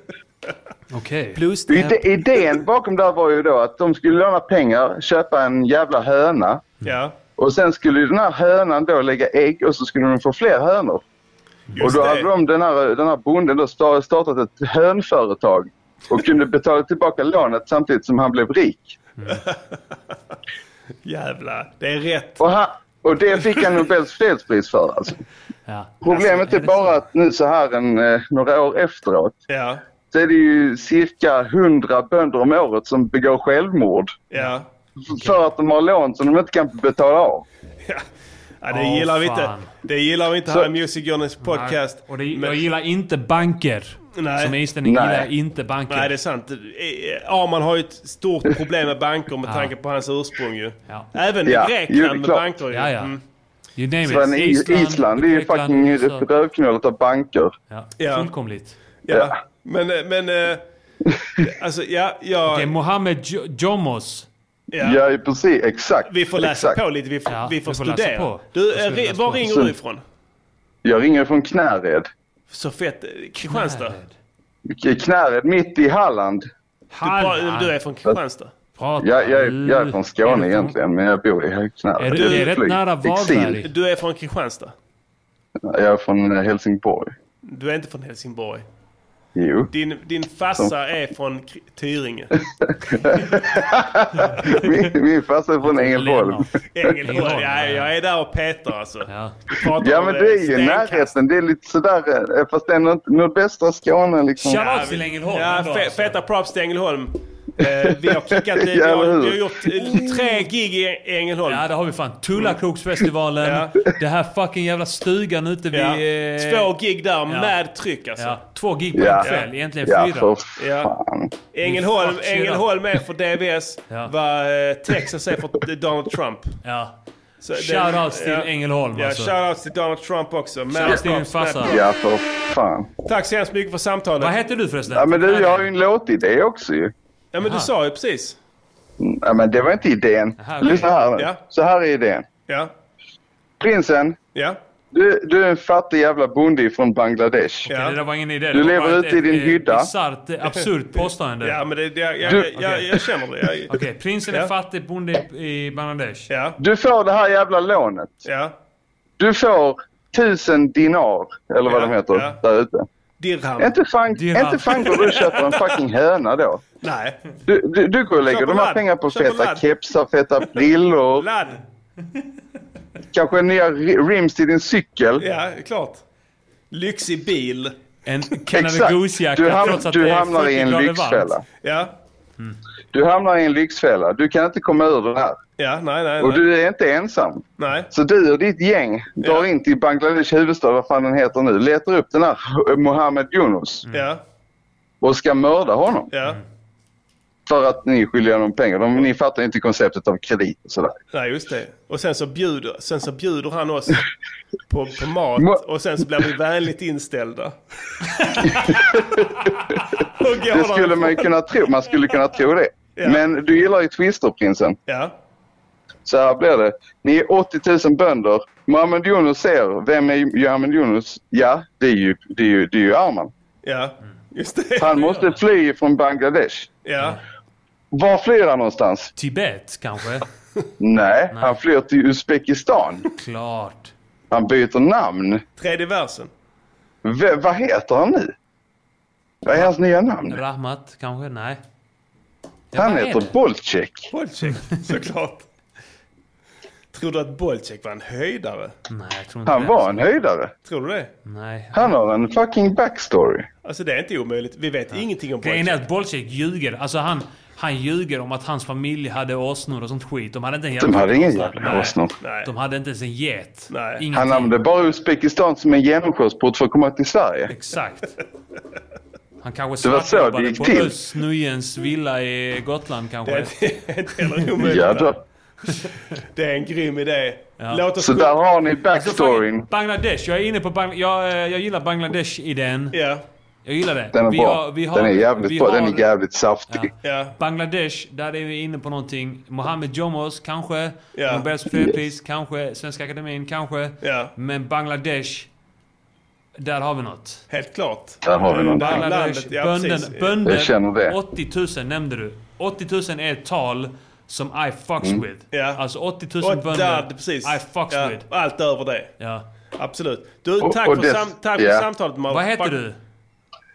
Okej. Okay. Idén bakom där var ju då att de skulle låna pengar, köpa en jävla höna. Ja. Och sen skulle den här hönan då lägga ägg och så skulle de få fler hönor. Just och då det. hade de, den här, den här bonden då startat ett hönföretag och kunde betala tillbaka lånet samtidigt som han blev rik. Mm. Jävlar, det är rätt. Och, han, och det fick han Nobels fredspris för alltså. Ja. Problemet alltså, är, är bara så? Att nu så här en, eh, några år efteråt ja. så är det ju cirka hundra bönder om året som begår självmord. Ja. För att de har lån som de inte kan betala av. Ja. Ja, det gillar oh, vi inte. Det gillar vi inte här i Music Journeys podcast. Nej. Och det, men... jag gillar inte banker. Nej. Som inställning gillar jag inte banker. Nej, det är sant. Arman har ju ett stort problem med banker med tanke på hans ursprung ju. Ja. Även i ja, Grekland med banker ju. Ja, ja. Mm. You name it. Island, Island det är ju fucking ett rövknullet av banker. Ja, ja. Fullkomligt. Ja, ja. men... men äh, alltså, ja, ja. Okej, okay, Mohammed Jomos. Ja. ja, precis. Exakt. Vi får läsa exakt. på lite. Vi får, ja, vi får, vi får studera. På. Du, äh, var ringer Så, du ifrån? Jag ringer från Knäred. Så fett. Kristianstad? Knäred, Knäred mitt i Halland. Halland. Du, du är från Kristianstad? Ja, jag, är, jag är från Skåne är egentligen, men jag bor i Knäred. Är du är rätt nära Varberg? Du är från Kristianstad? Jag är från Helsingborg. Du är inte från Helsingborg? Jo. Din, din farsa Som... är från Tyringe. min, min farsa är från Ängelholm. Ängelholm, ja, jag är där och petar alltså. Ja, ja men det är ju närheten. Det är lite sådär, fast det är något, något bästa Skåne liksom. Shoutout till Ängelholm. Ja, fe, feta props till Ängelholm. Eh, vi har kickat, ja, vi, har, vi har gjort tre gig i Ängelholm. Ja, det har vi fan. Tullakroksfestivalen. Ja. Det här fucking jävla stugan ute vid... Ja. Två gig där, ja. Med tryck alltså. Ja. Två gig på ja. En kväll, egentligen ja, fyra. Ja. Ängelholm, Ängelholm är för D V S. Ja. Vad eh, Texas är för Donald Trump. Ja. Shoutouts till ja. Ängelholm ja, alltså. shoutouts till Donald Trump också. Shoutouts till din farsa. Ja, för fan. Tack så hemskt mycket för samtalet. Vad heter du förresten? Ja, men du, jag har ju en låtidé också ju. Ja, men Aha. Du sa ju precis. Ja, men det var inte idén. Aha, okay. Lyssna här nu. Ja. Så här är idén. Ja. Prinsen. Ja. Du, du är en fattig jävla bonde från Bangladesh. Ja. Okay, det var ingen idé. Du lever ute i din hydda. Bisarrt, absurt påstående. Ja, men det, det, jag, du, jag, jag, jag känner det. Okej, okay, prinsen är ja. fattig bonde i Bangladesh. Ja. Du får det här jävla lånet. Ja. Du får tusen dinar, eller vad ja. de heter, ja. där ute. Dirham. Inte fan, Dirham. Inte fan går du och köper en fucking höna då. Nej. Du, du, du går och lägger de här pengar på Köper feta ladd. Kepsar, feta brillor. Ladd. Kanske nya rims till din cykel. Ja, klart. Lyxig bil. En Canada Goose-jacka. Du, ham du hamnar i en lyxfälla. Ja. Mm. Du hamnar i en lyxfälla. Du kan inte komma ur det här. Ja, nej, nej. Och nej. du är inte ensam. Nej. Så du och ditt gäng drar ja. in till Bangladesh huvudstad, vad fan den heter nu. Letar upp den här Mohammed Yunus. Mm. Ja. Och ska mörda honom. Ja. För att ni skiljer honom pengar. De, ni fattar inte konceptet av kredit och sådär. Nej, just det. Och sen så bjuder, sen så bjuder han oss på, på mat. Mo och sen så blir vi vänligt inställda. Det skulle man kunna tro. Man skulle kunna tro det. Ja. Men du gillar ju Twister, prinsen. Ja. Så här blir det. Ni är åttio tusen bönder. Mohammed Yunus ser. Vem är Mohammed Yunus? Ja, det är ju, det är ju, det är ju Arman. Ja, just det. Han måste fly från Bangladesh. Ja. Var flyr han någonstans? Tibet, kanske? Nej, Nej, han flyr till Uzbekistan. Klart. Han byter namn. Tredje versen. V vad heter han nu? Vad är hans nya namn? Rahmat, kanske? Nej. Ja, han heter Bolcek. Bolcek, såklart. Tror du att Bolcek var en höjdare? Nej, jag tror inte Han det. var en höjdare. Tror du det? Nej. Han har en fucking backstory. Alltså det är inte omöjligt. Vi vet ja. ingenting om Bolcek. Grejen är att Bolcek ljuger. Alltså han, han ljuger om att hans familj hade åsnor och sånt skit. De hade inte en jävla De hade ingen jävla åsnor. De hade inte ens en get. Nej. Han använde bara Uzbekistan som en genomskördsport för att komma till Sverige. Exakt. Han kanske svartjobbade på Östnujens villa i Gotland kanske. Det är inte heller omöjligt. Ja då. Det är en grym idé. Ja. Låt oss så gå. Där har ni backstoryn. Bangladesh. Jag är inne på Bang jag, jag gillar Bangladesh-idén. Ja. Jag gillar det. Den är vi bra. Har, vi har, den är jävligt bra. Den är jävligt saftig. Ja. Ja. Bangladesh, där är vi inne på någonting. Mohammed Jomos, kanske. Ja. Nobels fredspris, kanske. Svenska Akademin, kanske. Ja. Men Bangladesh, där har vi något. Helt klart. Där har vi något. Bangladesh, ja, bönden, bönden, jag känner det. åttio tusen nämnde du. åttio tusen är ett tal som I fucks mm. with. Ja. Alltså åttio tusen bönder. Dad, precis. I fucks ja. with. Allt över det. Ja. Absolut. Du, tack, och, och för, det, sam tack yeah. för samtalet. Vad heter du?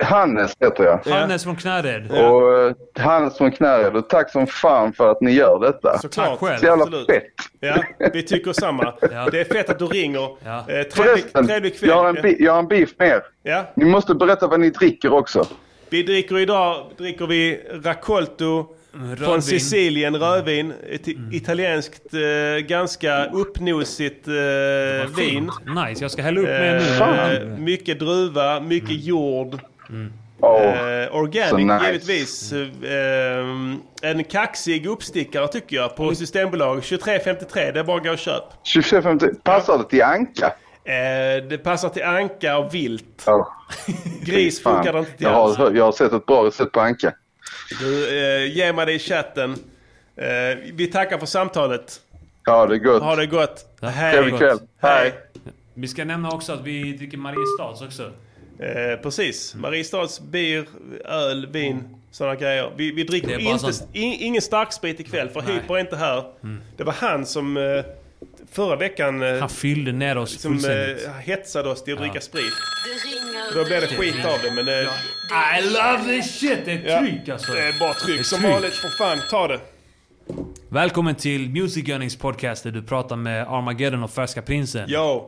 Hannes heter jag. Hannes från Knäred. Och uh, Hannes från Knäred. Och tack som fan för att ni gör detta. Såklart. Tack själv. Så jävla Absolut. fett. Ja, vi tycker samma. Ja. Det är fett att du ringer. Ja. Eh, trevlig, Förresten, trevlig kväll. jag har, en bi- jag har en beef med er. Ja. Ni måste berätta vad ni dricker också. Vi dricker idag dricker vi Raccolto rödvin. Från Sicilien, rödvin. Ett mm. italienskt, eh, ganska uppnosigt eh, vin. Nice, jag ska hälla upp med nu. Eh, mycket druva, mycket mm. jord. Mm. Oh, eh, organic nice. givetvis. Eh, en kaxig uppstickare tycker jag på Systembolag. tjugotre femtiotre, det är bara att gå och köp. tjugotre femtiotre, passar det till anka? Eh, det passar till anka och vilt. Oh. Gris funkar det inte till. Jag har, jag har sett ett bra recept på anka. Du, eh, ge mig det i chatten. Eh, vi tackar för samtalet. Ja, det är gott. Ha det gott. Ja, Hej. Trevlig kväll. Hej. Vi ska nämna också att vi dricker Mariestads också. Eh, precis. Mariestads, bier, öl, vin, sådana grejer. Vi, vi dricker inte, in, ingen starksprit ikväll, för Nej. Hyper är inte här. Mm. Det var han som eh, förra veckan eh, han fyllde ner oss som eh, hetsade oss till att dricka ja. sprit. Då blev det skit av det, men eh, I love this shit. Det är tryck ja, alltså. Det är bara tryck. Är som tryck. Vanligt, för fan, ta det. Välkommen till Music Gunnings podcast där du pratar med Armageddon och Färska Prinsen. Yo.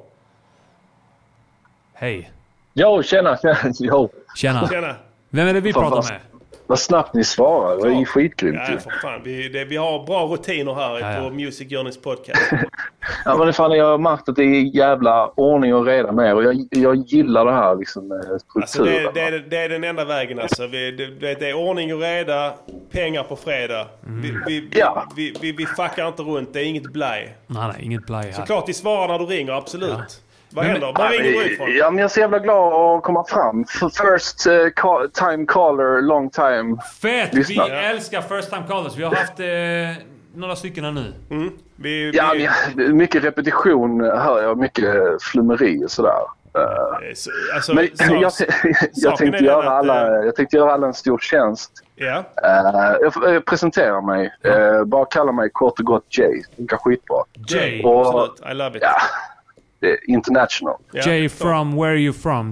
Hej. Jo, tjena. Jo. Tjena. Tjena. Vem är det vi fan, pratar vad, med? Vad snabbt ni svarar. Det är ju skitgrymt. Ja, för fan. Vi, det, vi har bra rutiner här ja, ja. på Music Gunnings podcast. Ja, men fan, jag har märkt att det är jävla ordning och reda med. Och jag, jag gillar det här liksom med strukturen. Alltså det, det, är, det är den enda vägen alltså. Vi, det, det är ordning och reda, pengar på fredag. Mm. Vi, vi, ja. vi, vi, vi fuckar inte runt, det är inget blaj. Nej, nej, inget blaj här. Såklart vi svarar när du ringer, absolut. Ja. Vad men, händer? Var ringer du ifrån? Ja, men jag är så jävla glad att komma fram. First uh, call, time caller, long time. Fett! Lyssna. Vi älskar first time callers. Vi har haft eh, några stycken här nu. Mm. Vi, ja, vi... Men, mycket repetition hör jag. Mycket flummeri och sådär. Uh, så, alltså, men så, jag, jag, tänkte göra att, alla, jag tänkte göra alla en stor tjänst. Yeah. Uh, jag, jag presenterar mig. Uh, bara kalla mig kort och gott Jay. Det funkar skitbra. Jay, och, absolut. I love it. Ja, international. Yeah. Jay from where are you from?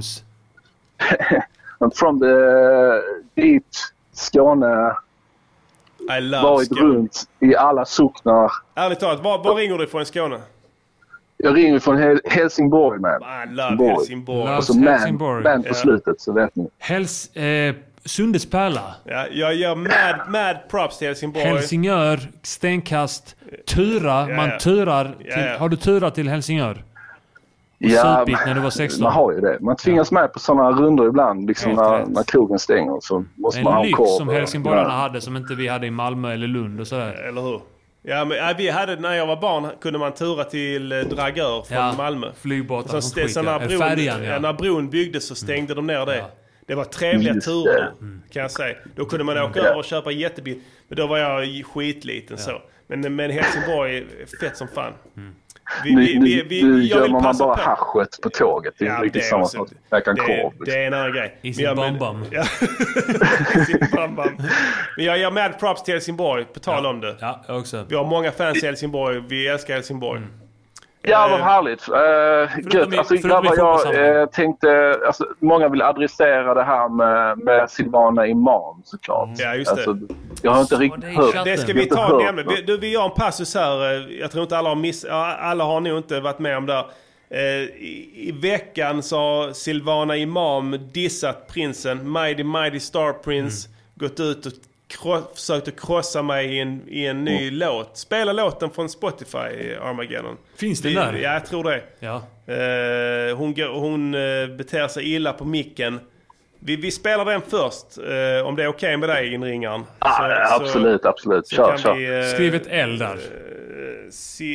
I'm from the deep Skåne. I love varit Skåne. Runt i alla socknar. Ärligt talat, var, var ringer du från Skåne? Jag ringer från Hel- Helsingborg, man. I love Helsingborg. Och så man, man på yeah. slutet, så vet ni. Hels... Eh, Sundes pärla. Ja, jag gör mad, mad props till Helsingborg. Helsingör, stenkast, tura. Ja, man ja. turar till, Ja, ja. har du turat till Helsingör? Ja, supit när du var sexton. Man har ju det. Man tvingas ja. med på sådana runder ibland. Liksom när, när krogen stänger. Så måste en man ha lyx korv, som Helsingborgarna ja. hade som inte vi hade i Malmö eller Lund och sådär. Eller hur? Ja, men ja, vi hade, när jag var barn kunde man tura till eh, Dragör från ja, Malmö. Flygbotar och så, så när, bron, färjan, ja. när bron byggdes så stängde mm. de ner det. Ja. Det var trevliga Just turer mm. kan jag säga. Då kunde man åka mm. över och köpa jättebil. Men då var jag skitliten ja. så. Men, men Helsingborg är fett som fan. Mm. Vi, vi, vi, vi, nu gör man bara haschet på tåget. Det är ja, riktigt samma sak. Jag kan korv. Det är en annan grej. I sin bambam. Ja. I sin bambam. Men jag gör mad props till Helsingborg. På tal ja. om det. Ja, också. Vi har många fans i Helsingborg. Vi älskar Helsingborg. Mm. Ja, vad härligt. Uh, gött. Alltså, grabbar, jag uh, tänkte... Alltså, många vill adressera det här med, med Silvana Imam, såklart. Mm. Ja, just det. Alltså, jag har inte riktigt det hört. Det ska vi ta nämligen. Vi, du, vi gör en passus här. Jag tror inte alla har miss... Alla har nog inte varit med om det. Uh, i, I veckan så har Silvana Imam dissat prinsen. Mighty Mighty Star Prince. Mm. Gått ut och kro- försökt att krossa mig i en, i en ny mm. låt. Spela låten från Spotify, Armageddon. Finns det vi, där? Ja, jag tror det. Ja. Uh, hon hon uh, beter sig illa på micken. Vi, vi spelar den först, uh, om det är okej okay med dig, inringaren. Ah, så, absolut, så, absolut. Så kör, kör. Vi, uh, Skriv ett L där. Uh,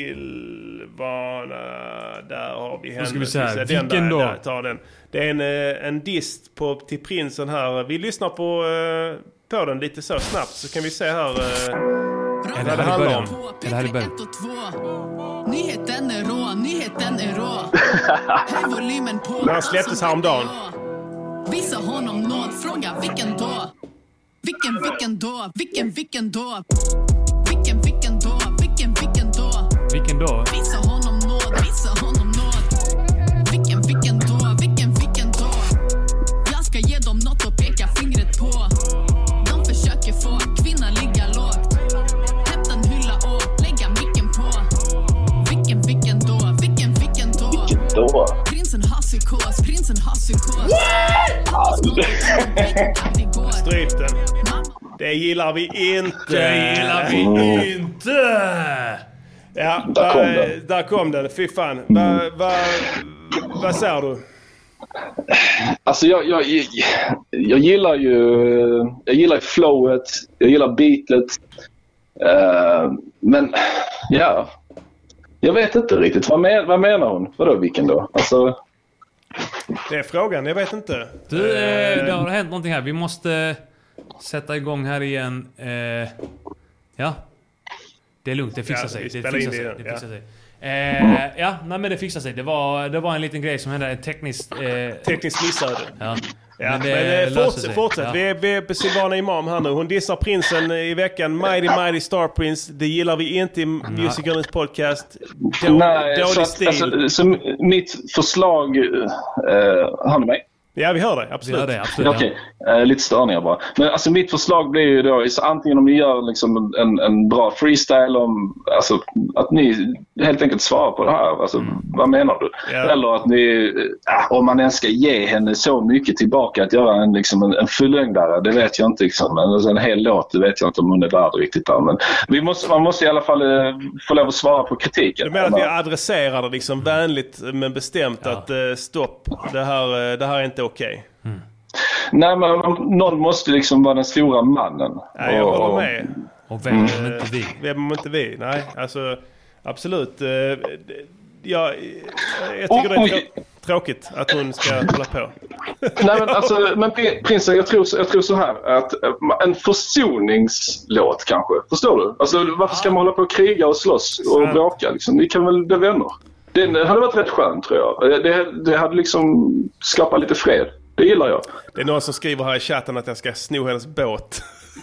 Silvana, där har vi henne. Ska vi säga, den vilken där, då? Där, tar den. Det är en, uh, en dist på, till prinsen här. Vi lyssnar på, uh, på den lite så snabbt, så kan vi se här uh, är det, det handlar om. Är det här i början? Nyheten är rå, nyheten är rå. Höj volymen på. När han släpptes häromdagen. Visa honom nåd, fråga vilken då? Vilken, vilken då? Vilken, vilken då? Vilken, vilken då? Vilken, vilken då? Vilken då? Visa honom nåd, visa honom nåd. Vilken, vilken då? Vilken, vilken då? Jag ska ge dem något att peka då. Prinsen har psykos, prinsen har psykos. Stryp den. Det gillar vi inte. Det gillar vi Mm. inte. Ja, Där kom äh, den. där kom den. Fy fan. Vad va, va säger du? Alltså jag, jag, jag, jag gillar ju jag gillar flowet, jag gillar beatet. Uh, men ja, jag vet inte riktigt. Vad, men, vad menar hon? Vadå vilken då? Alltså... Det är frågan, jag vet inte. Du, eh, det har hänt någonting här. Vi måste sätta igång här igen. Eh, ja. Det är lugnt, det fixar Ja, sig. vi Det spelar fixar in sig. det Det igen, fixar sig. Eh, ja, nej men det fixar sig. Det var, det var en liten grej som hände. En teknisk... Eh, Tekniskt missöde. Ja. Ja, Men men, det men löser fortsätt, sig. fortsätt. Ja. Vi är, vi är på Silvana Imam här nu. Hon dissar prinsen i veckan. Mighty Mighty Star Prince. Det gillar vi inte i Music Journeys podcast. Då, Nej, så, dålig att, stil. alltså, så mitt förslag... Uh, har ni mig? Ja, vi hör det. Absolut. Vi hör det, absolut. Okej, okay. uh, lite störningar bara. Men alltså mitt förslag blir ju då, så antingen om ni gör liksom en, en bra freestyle om, alltså att ni helt enkelt svarar på det här. Alltså, mm. vad menar du? Ja. Eller att ni, äh, om man ens ska ge henne så mycket tillbaka att göra en, liksom en, en fullängdare, det vet jag inte liksom. Men alltså, en hel låt, det vet jag inte om hon är värd riktigt där. Men vi måste, man måste i alla fall uh, få lov att svara på kritiken. Du menar att vi adresserar det liksom vänligt men bestämt ja. att uh, stopp, det här, uh, det här är inte okej. Okay. Mm. Nej, men någon måste liksom vara den stora mannen. Nej, jag håller med. Och vem mm. är inte vi? Vem är inte vi? Nej, alltså absolut. Jag, jag tycker oh, det är trå- tråkigt att hon ska hålla på. Nej, men alltså, men prinsen, jag tror, jag tror så här att en försoningslåt kanske. Förstår du? Alltså, varför ska man hålla på och kriga och slåss och Sant. bråka? Liksom? Ni kan väl bli vänner. Det hade varit rätt skönt, tror jag. Det, det hade liksom skapat lite fred. Det gillar jag. Det är någon som skriver här i chatten att jag ska sno hennes båt.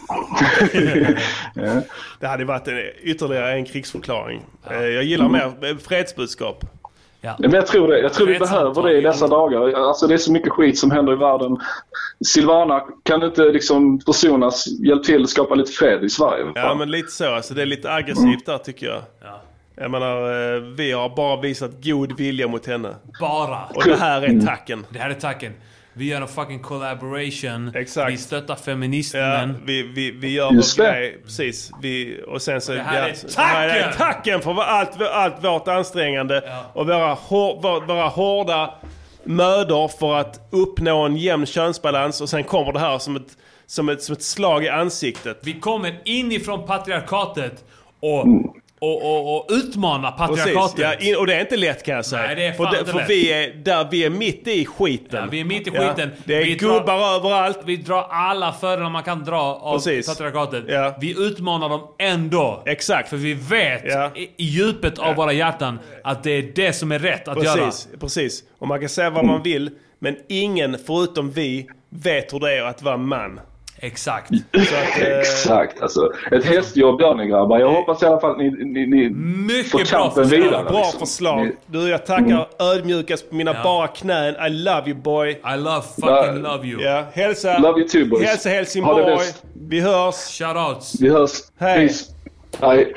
ja. Det hade varit en, ytterligare en krigsförklaring. Ja. Jag gillar mer fredsbudskap. Ja. Men jag tror det. Jag tror vi behöver det i dessa dagar. Alltså det är så mycket skit som händer i världen. Silvana kan inte liksom försonas, hjälp till att skapa lite fred i Sverige. Ja, men lite så. Alltså, det är lite aggressivt där tycker jag. Ja. Jag menar, vi har bara visat god vilja mot henne. Bara. Och det här är tacken. Det här är tacken. Vi gör en fucking collaboration. Exakt. Vi stöttar feministen. Ja, vi, vi, vi gör vår grej. Precis. Vi, och sen så... Det här ja, är tacken! Det är tacken för allt, allt vårt ansträngande. Ja. Och våra, hår, våra hårda mödor för att uppnå en jämn könsbalans. Och sen kommer det här som ett, som ett, som ett slag i ansiktet. Vi kommer inifrån patriarkatet och... Mm. Och, och, och utmana patriarkatet. Ja, in, och det är inte lätt kan jag säga. Nej, det är fan för inte för lätt. Vi är, där vi är mitt i skiten. Ja, vi är mitt i skiten. Ja, det är vi gubbar drar, överallt. Vi drar alla fördelar man kan dra av Precis. patriarkatet. Ja. Vi utmanar dem ändå. Exakt. För vi vet ja. i, i djupet av ja. våra hjärtan att det är det som är rätt att Precis. göra. Precis. Och man kan säga vad man vill. Men ingen förutom vi vet hur det är att vara man. Exakt. Så att, eh... Exakt. Alltså, ett hästjobb gör ni grabbar. Jag hoppas i alla fall att ni, ni, ni Mycket får kampen vidare. Bra liksom. förslag. Du, jag tackar mm. ödmjukast på mina ja. bara knän. I love you boy. I love fucking uh, love you. Ja, hälsa. Love you too boys. Hälsa Helsingborg. Vi hörs. Shoutouts. Vi hörs. Hej. Peace. Hej.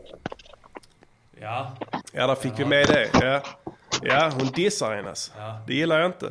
Ja. Ja, där fick ja. vi med det. Ja. Ja, hon dissar hennes. Ja. Det gillar jag inte.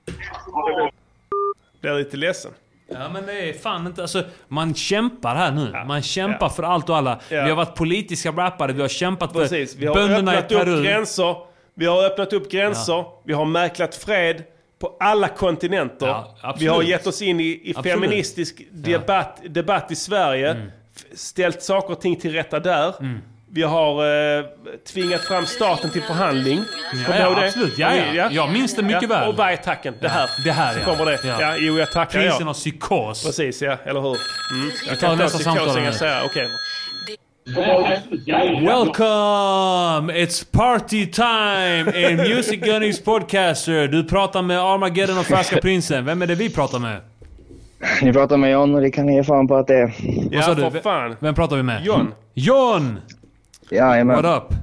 Blir lite ledsen. Ja, men det är fan inte... Alltså, man kämpar här nu. Man kämpar ja. för allt och alla. Ja. Vi har varit politiska rappare. Vi har kämpat för Precis. Vi har bönderna öppnat i Peru. upp gränser. Vi har öppnat upp gränser. Ja. Vi har mäklat fred på alla kontinenter. Ja, vi har gett oss in i, i feministisk debatt, ja. debatt i Sverige. Mm. Ställt saker och ting till rätta där. Mm. Vi har eh, tvingat fram staten till förhandling. Ja, ja absolut. Ja, ja. Ja. Jag minns det mycket ja. väl. Och vad är tacken? Det här. Det här, så ja. kommer det. Ja. Ja, jo, jag tackar. Prisen ja. av psykos. Precis, ja. Eller hur? Mm. Jag tar nästa samtal. Okej. Okay. Welcome! It's party time in Music Gunnings podcaster. Du pratar med Armageddon och Färska Prinsen. Vem är det vi pratar med? Ni pratar med John och det kan ni ge fan på att det är. Ja, för fan. Vem pratar vi med? John. John! Jajamän. What up?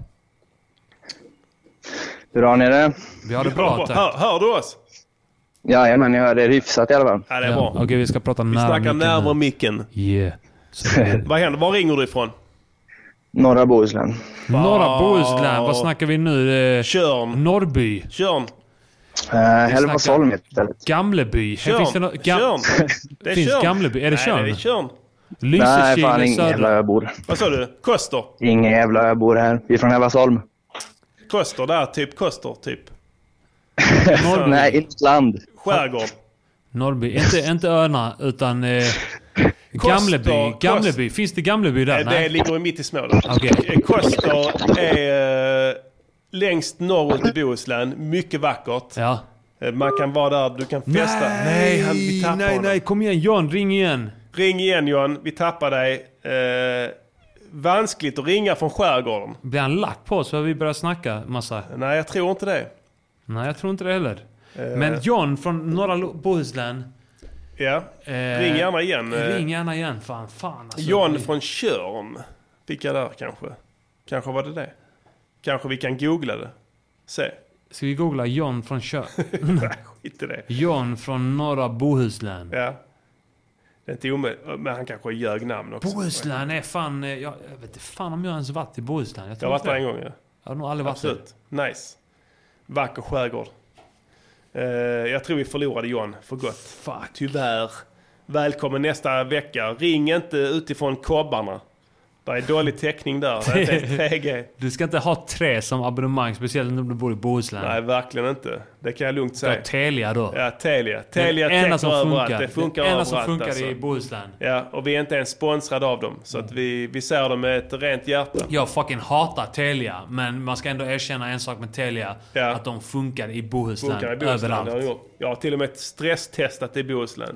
Hur har ni det? Vi har det bra, tack. Hör, hör du oss? Jajamän, jag hör det hyfsat i alla fall. Ja, det är bra. Okej, okay, vi ska prata närmare micken. Vi snackar närmare micken. Yeah. Vad händer? Var ringer du ifrån? Norra Bohuslän. Norra Bohuslän, vad snackar vi nu? Eh, Körn. Norrby. Körn. Uh, Hällevarsholm istället. Gamleby. Körn. Finns det no- Gam- Körn. Det är finns Körn. Gamleby. Är det Nej, Körn? det är Körn. Nej, fan, ingen jävla jag bor. Vad sa du? Koster? Ingen jävla jag bor här. Vi är från Hällevarsholm. Koster där, typ Koster, typ. Nej, inte land. Skärgård. Norrby. Inte, inte Örna, utan... Eh, Gamleby. Koster, Gamleby. Kost- Finns det Gamleby där? Det Nej. ligger mitt i Småland. Okej. Koster är eh, längst norrut i Bohuslän. Mycket vackert. Ja. Eh, Man kan vara där, du kan festa. Nej, han, vi tappar nej, honom. nej. Kom igen, John. Ring igen. Ring igen, John. Vi tappar dig. Eh, vanskligt att ringa från skärgården. Blir han lack på oss för vi börjar snacka massa? Nej, jag tror inte det. Nej, jag tror inte det heller. Eh. Men John från norra Lo- Bohuslän. Ja, Eh, ring gärna igen. Eh, Ring gärna igen. Fan, fan. Alltså. John från Körn. Fick jag där kanske. Kanske var det det. Kanske vi kan googla det. Se. Ska vi googla John från Kör? Nej, skit i det. John från norra Bohuslän. Ja. Det är inte omöjligt. Men han kanske ljög namn också. Bohuslän är fan... eh, Jag, jag vet inte fan om jag ens varit i Bohuslän. Jag, Jag har varit där en gång, ja. Jag har nog aldrig varit där. Absolut. Nice. Vacker skärgård. Uh, jag tror vi förlorade John för gott. Fuck. Tyvärr. Välkommen nästa vecka. Ring inte utifrån kobbarna. Det är dålig täckning där. Det är inte tre G. Du ska inte ha tre som abonnemang, speciellt om du bor i Bohuslän. Nej, verkligen inte. Det kan jag lugnt säga. Ja, Telia då. Ja, Telia. Telia det enda täcker som överallt. funkar. Det funkar det enda överallt. som funkar alltså. i Bohuslän. Ja, och vi är inte ens sponsrade av dem. Så att vi, vi ser dem med ett rent hjärta. Jag fucking hatar Telia, men man ska ändå erkänna en sak med Telia. Ja. Att de funkar i Bohuslän. Funkar i Bohuslän. Överallt. Det har de gjort. Jag har till och med stresstestat i Bohuslän.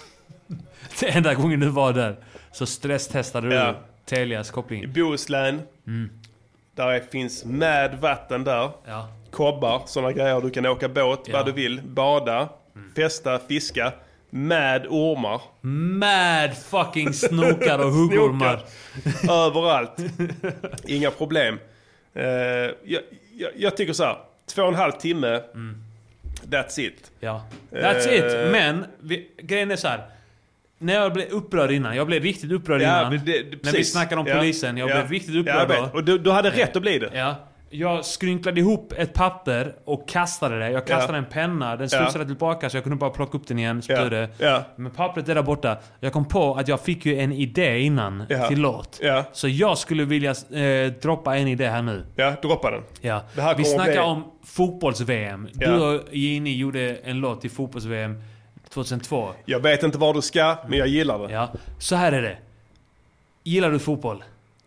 Det enda gången du var där så stresstestade du Ja. Telias koppling. I Bohuslän. Mm. Där är, finns med vatten där. Ja. Kobbar, sådana grejer. Du kan åka båt, Ja. vad du vill. Bada, festa, fiska. Med ormar. Med fucking snokar och huggormar. Snokar. Överallt. Inga problem. Uh, jag, jag, jag tycker så här. Två och en halv timme. Mm. That's it. Ja. That's Uh, it. Men vi, grejen är så här. När jag blev upprörd innan. Jag blev riktigt upprörd Ja, innan. det- det- när vi precis. snackade om Ja. polisen. Jag Ja. blev riktigt Ja, jag upprörd vet. då. Och du, du hade rätt att bli det. Ja. Jag skrynklade ihop ett papper och kastade det. Jag kastade Ja. en penna. Den Ja. studsade tillbaka så jag kunde bara plocka upp den igen. Ja. Större. Ja. Men pappret är där borta. Jag kom på att jag fick ju en idé innan Ja. till låt. Ja. Så jag skulle vilja eh, droppa en idé här nu. Ja, droppa den. Ja. Det här Vi kommer snackar bli- om fotbolls-V M. Du Ja. och Gini gjorde en låt till fotbolls-V M tjugohundratvå. Jag vet inte var du ska, men jag gillar det. Ja. Så här är det. Gillar du fotboll?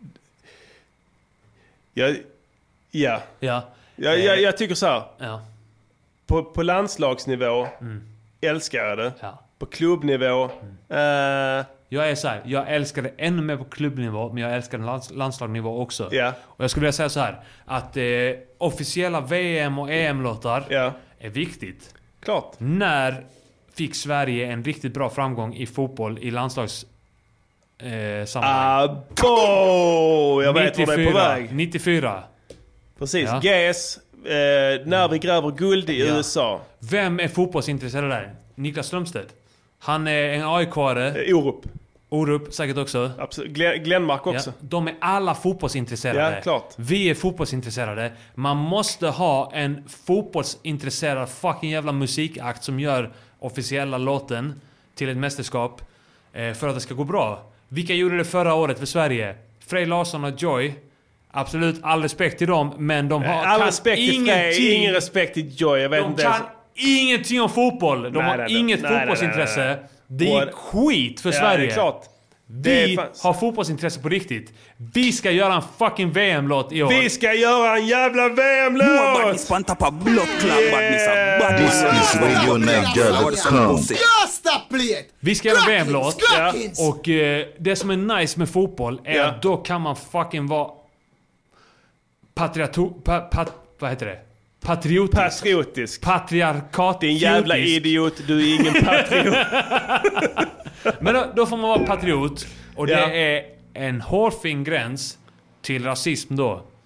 Jag, ja. Ja. Jag, jag, jag tycker så här. Ja. På, på landslagsnivå Mm. älskar jag det. Ja. På klubbnivå... eh, Jag är så här, jag älskar det ännu mer på klubbnivå, men jag älskar lands, landslagnivå också. Ja. Och jag skulle vilja säga så här, att eh, officiella V M och E M-låtar är viktigt. Klart. När fick Sverige en riktigt bra framgång i fotboll i landslags eh, sammanhang? Ah, bo! Jag vet var det är på väg. nittiofyra. Precis. Ja. G S. Eh, när vi gräver guld i Ja. U S A. Vem är fotbollsintresserad där? Niklas Strömstedt. Han är en A I K-are. Eh, Orup. Orup säkert också. Absolut. Glenn, Glenmark också. Ja, de är alla fotbollsintresserade. Ja, klart. Vi är fotbollsintresserade. Man måste ha en fotbollsintresserad fucking jävla musikakt som gör officiella låten till ett mästerskap eh, för att det ska gå bra. Vilka gjorde det förra året för Sverige? Frej Larsson och Joy. Absolut all respekt till dem, men de har All kan respekt till ingenting. Frej, ingen respekt till Joy. Jag vet De inte kan ens. ingenting om fotboll. De Nej, har nej, nej. inget Nej, nej, fotbollsintresse. nej, nej. Det är Och- skit för Ja, Sverige. det är klart. Det Vi är fan- har fotbollsintresse på riktigt. Vi ska göra en fucking V M-låt i år. Vi ska göra en jävla V M-låt! More badness on top of blood clot badness. A bad This man is radio niger dot com. Just stop playing! Vi ska göra en V M-låt. Glockins! Och eh, det som är nice med fotboll är Ja. att då kan man fucking vara patriato... Pa, pat, vad heter det? Patriotisk. Patriotisk. Patriarkat. Din jävla idiot, du är ingen patriot. Men då, då får man vara patriot. Och det Ja. är en hårfin gräns till rasism då.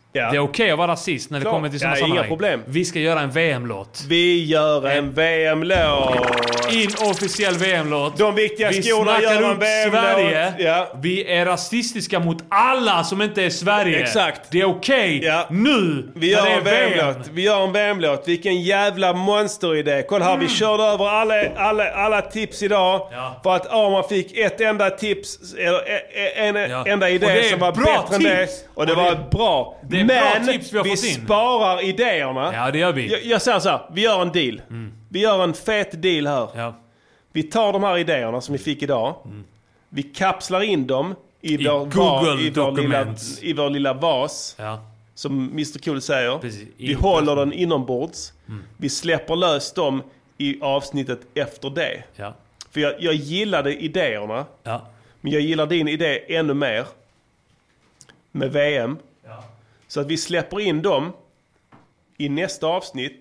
Ja. Det är okej okay att vara rasist när det Klart. kommer till sådana ja, sammanhang. Inga problem. Vi ska göra en V M-låt. Vi gör en V M-låt. Inofficiell V M-låt. De viktiga vi skorna gör en V M-låt. Sverige. Ja. Vi är rasistiska mot alla som inte är Sverige. Exakt. Det är okej. Okay. Ja. Nu. Vi gör en V M-låt. Vi gör en V M-låt. Vilken jävla monsteridé. Kolla här, mm. vi körde över alla, alla, alla tips idag. Ja. För att Arman fick ett enda tips, eller en, en ja. enda idé som var bättre tips. än det. Och det och var det, bra. Det är Men bra tips vi har vi fått in. sparar idéerna. Ja, det gör vi. Jag, jag säger så här, vi gör en deal. Mm. Vi gör en fet deal här. Ja. Vi tar de här idéerna som vi fick idag. Mm. Vi kapslar in dem i, I vår, Google i, vår lilla, i vår lilla vas. Ja. Som mister Cool säger. Precis. Vi håller den inombords. Mm. Vi släpper lös dem i avsnittet efter det. Ja. För jag, jag gillade idéerna. Ja. Men jag gillar din idé ännu mer. Med V M. Ja. Så att vi släpper in dem i nästa avsnitt.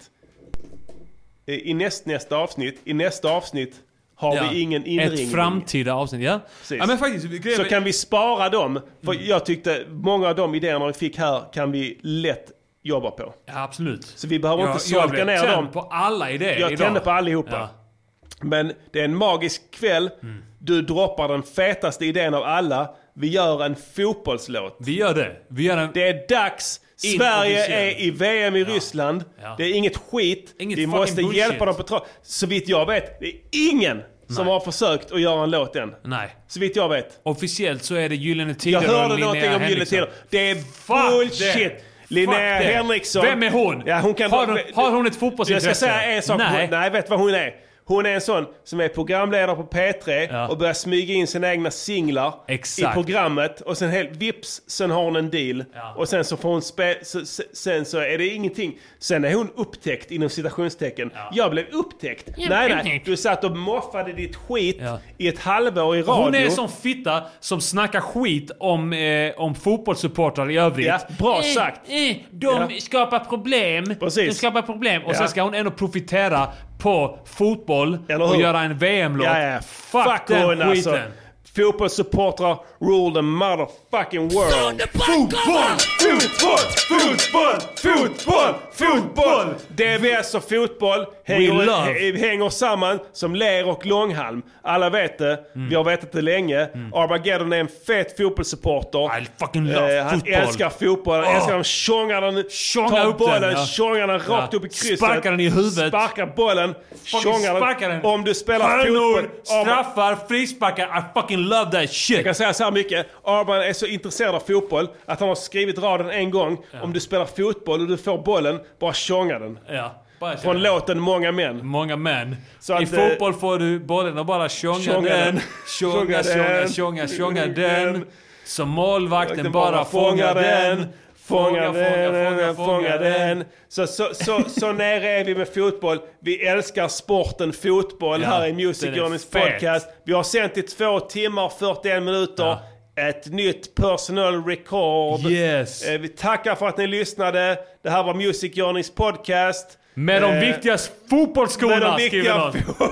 I näst, nästa avsnitt. I nästa avsnitt har ja. vi ingen inringning. Ett framtida avsnitt, ja. ja men faktiskt, så kan vi spara dem. För mm. jag tyckte många av de idéerna vi fick här kan vi lätt jobba på. Ja, absolut. Så vi behöver jag, inte solka ner dem. Jag tänd på alla idéer Jag idag. tände på allihopa. Ja. Men det är en magisk kväll. Mm. Du droppar den fetaste idén av alla. Vi gör en fotbollslåt. Vi gör det. Vi gör en... Det är dags. Sverige är i V M i ja. Ryssland. Ja. Det är inget skit. Inget vi måste bullshit. hjälpa dem på tra- Så vitt jag vet, det är ingen Nej. som har försökt att göra en låt än. Nej. Så vitt jag vet. Officiellt så är det Gyllene Tider. Jag hörde någonting om Gyllene Tider. Det är bullshit. Linnea Henriksson. Vem är hon? Ja, hon kan har, hon, har hon ett fotbollsintresse? Jag ska säga en sak. Nej. Nej, vet vad hon är. Hon är en sån som är programledare på P tre ja. och börjar smyga in sina egna singlar Exakt. i programmet. Och sen helt vips, sen har hon en deal. Ja. Och sen så får hon spä- så, sen så är det ingenting. Sen är hon upptäckt inom citationstecken. Ja. Jag blev upptäckt. Ja, nej, nej. Du satt och moffade ditt skit ja. i ett halvår i radio. Hon är en sån fitta som snackar skit om, eh, om fotbollssupportrar i övrigt. Ja, bra sagt. Eh, eh, de ja. skapar problem. Precis. De skapar problem. Och ja. sen ska hon ändå profitera på fotboll och göra en V M-låt. Ja, ja. Fuck, Fuck den skiten. Alltså. Fotbollssupportrar rule the motherfucking world. Fotboll! Fotboll! Fotboll! Fotboll! Fotboll! D V S och fotboll hänger, hänger samman som ler och långhalm. Alla vet det. Mm. Vi har vetat det länge. Mm. Armageddon är en fet fotbollssupporter. I fucking love eh, Han fotboll. älskar fotboll. Han oh. älskar den. Tjongar den. Tar bollen. Den, ja. Tjongar den rakt ja. upp i krysset. Sparkar den i huvudet. Sparkar bollen. Tjongar den. den. Om du spelar Hörnor, fotboll. straffar, frisparkar. I fucking love that shit. Jag kan säga så här mycket. Arman är så intresserad av fotboll att han har skrivit raden en gång. Ja. Om du spelar fotboll och du får bollen, bara tjonga den. Ja. Från låten Många män. Många män. Så att, I fotboll får du bollen och bara tjonga den. Tjonga, tjonga, tjonga, tjonga den. Som målvakten bara fångar den. Fånga den, fånga den. Så, så, så, så nära är vi med fotboll. Vi älskar sporten fotboll ja, här i Music Journeys podcast. Vi har sänt i två timmar och fyrtioen minuter. Ja. Ett nytt personal record. Yes. Vi tackar för att ni lyssnade. Det här var Music Journeys podcast. Med de eh, viktiga fotbollsskorna, med de viktiga, fo-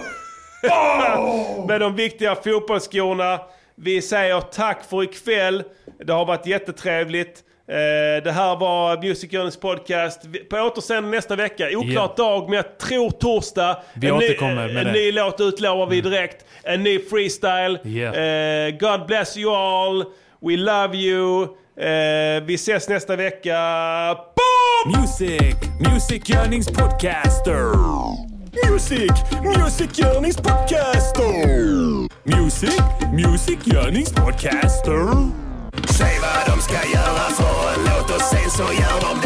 oh! med de viktiga fotbollsskorna. Vi säger tack för ikväll. Det har varit jättetrevligt. Det här var Music Journeys podcast. På återseende nästa vecka. Oklart yeah. dag, men jag tror torsdag. Vi en återkommer ny, med en det. ny låt utlovar vi direkt. En ny freestyle. Yeah. uh, God bless you all. We love you. uh, Vi ses nästa vecka. Boom! Music, Music Journeys podcaster. Music, Music Journeys podcaster. Music, Music Journeys podcaster. Säg vad de ska göra för en låt och sen så gör de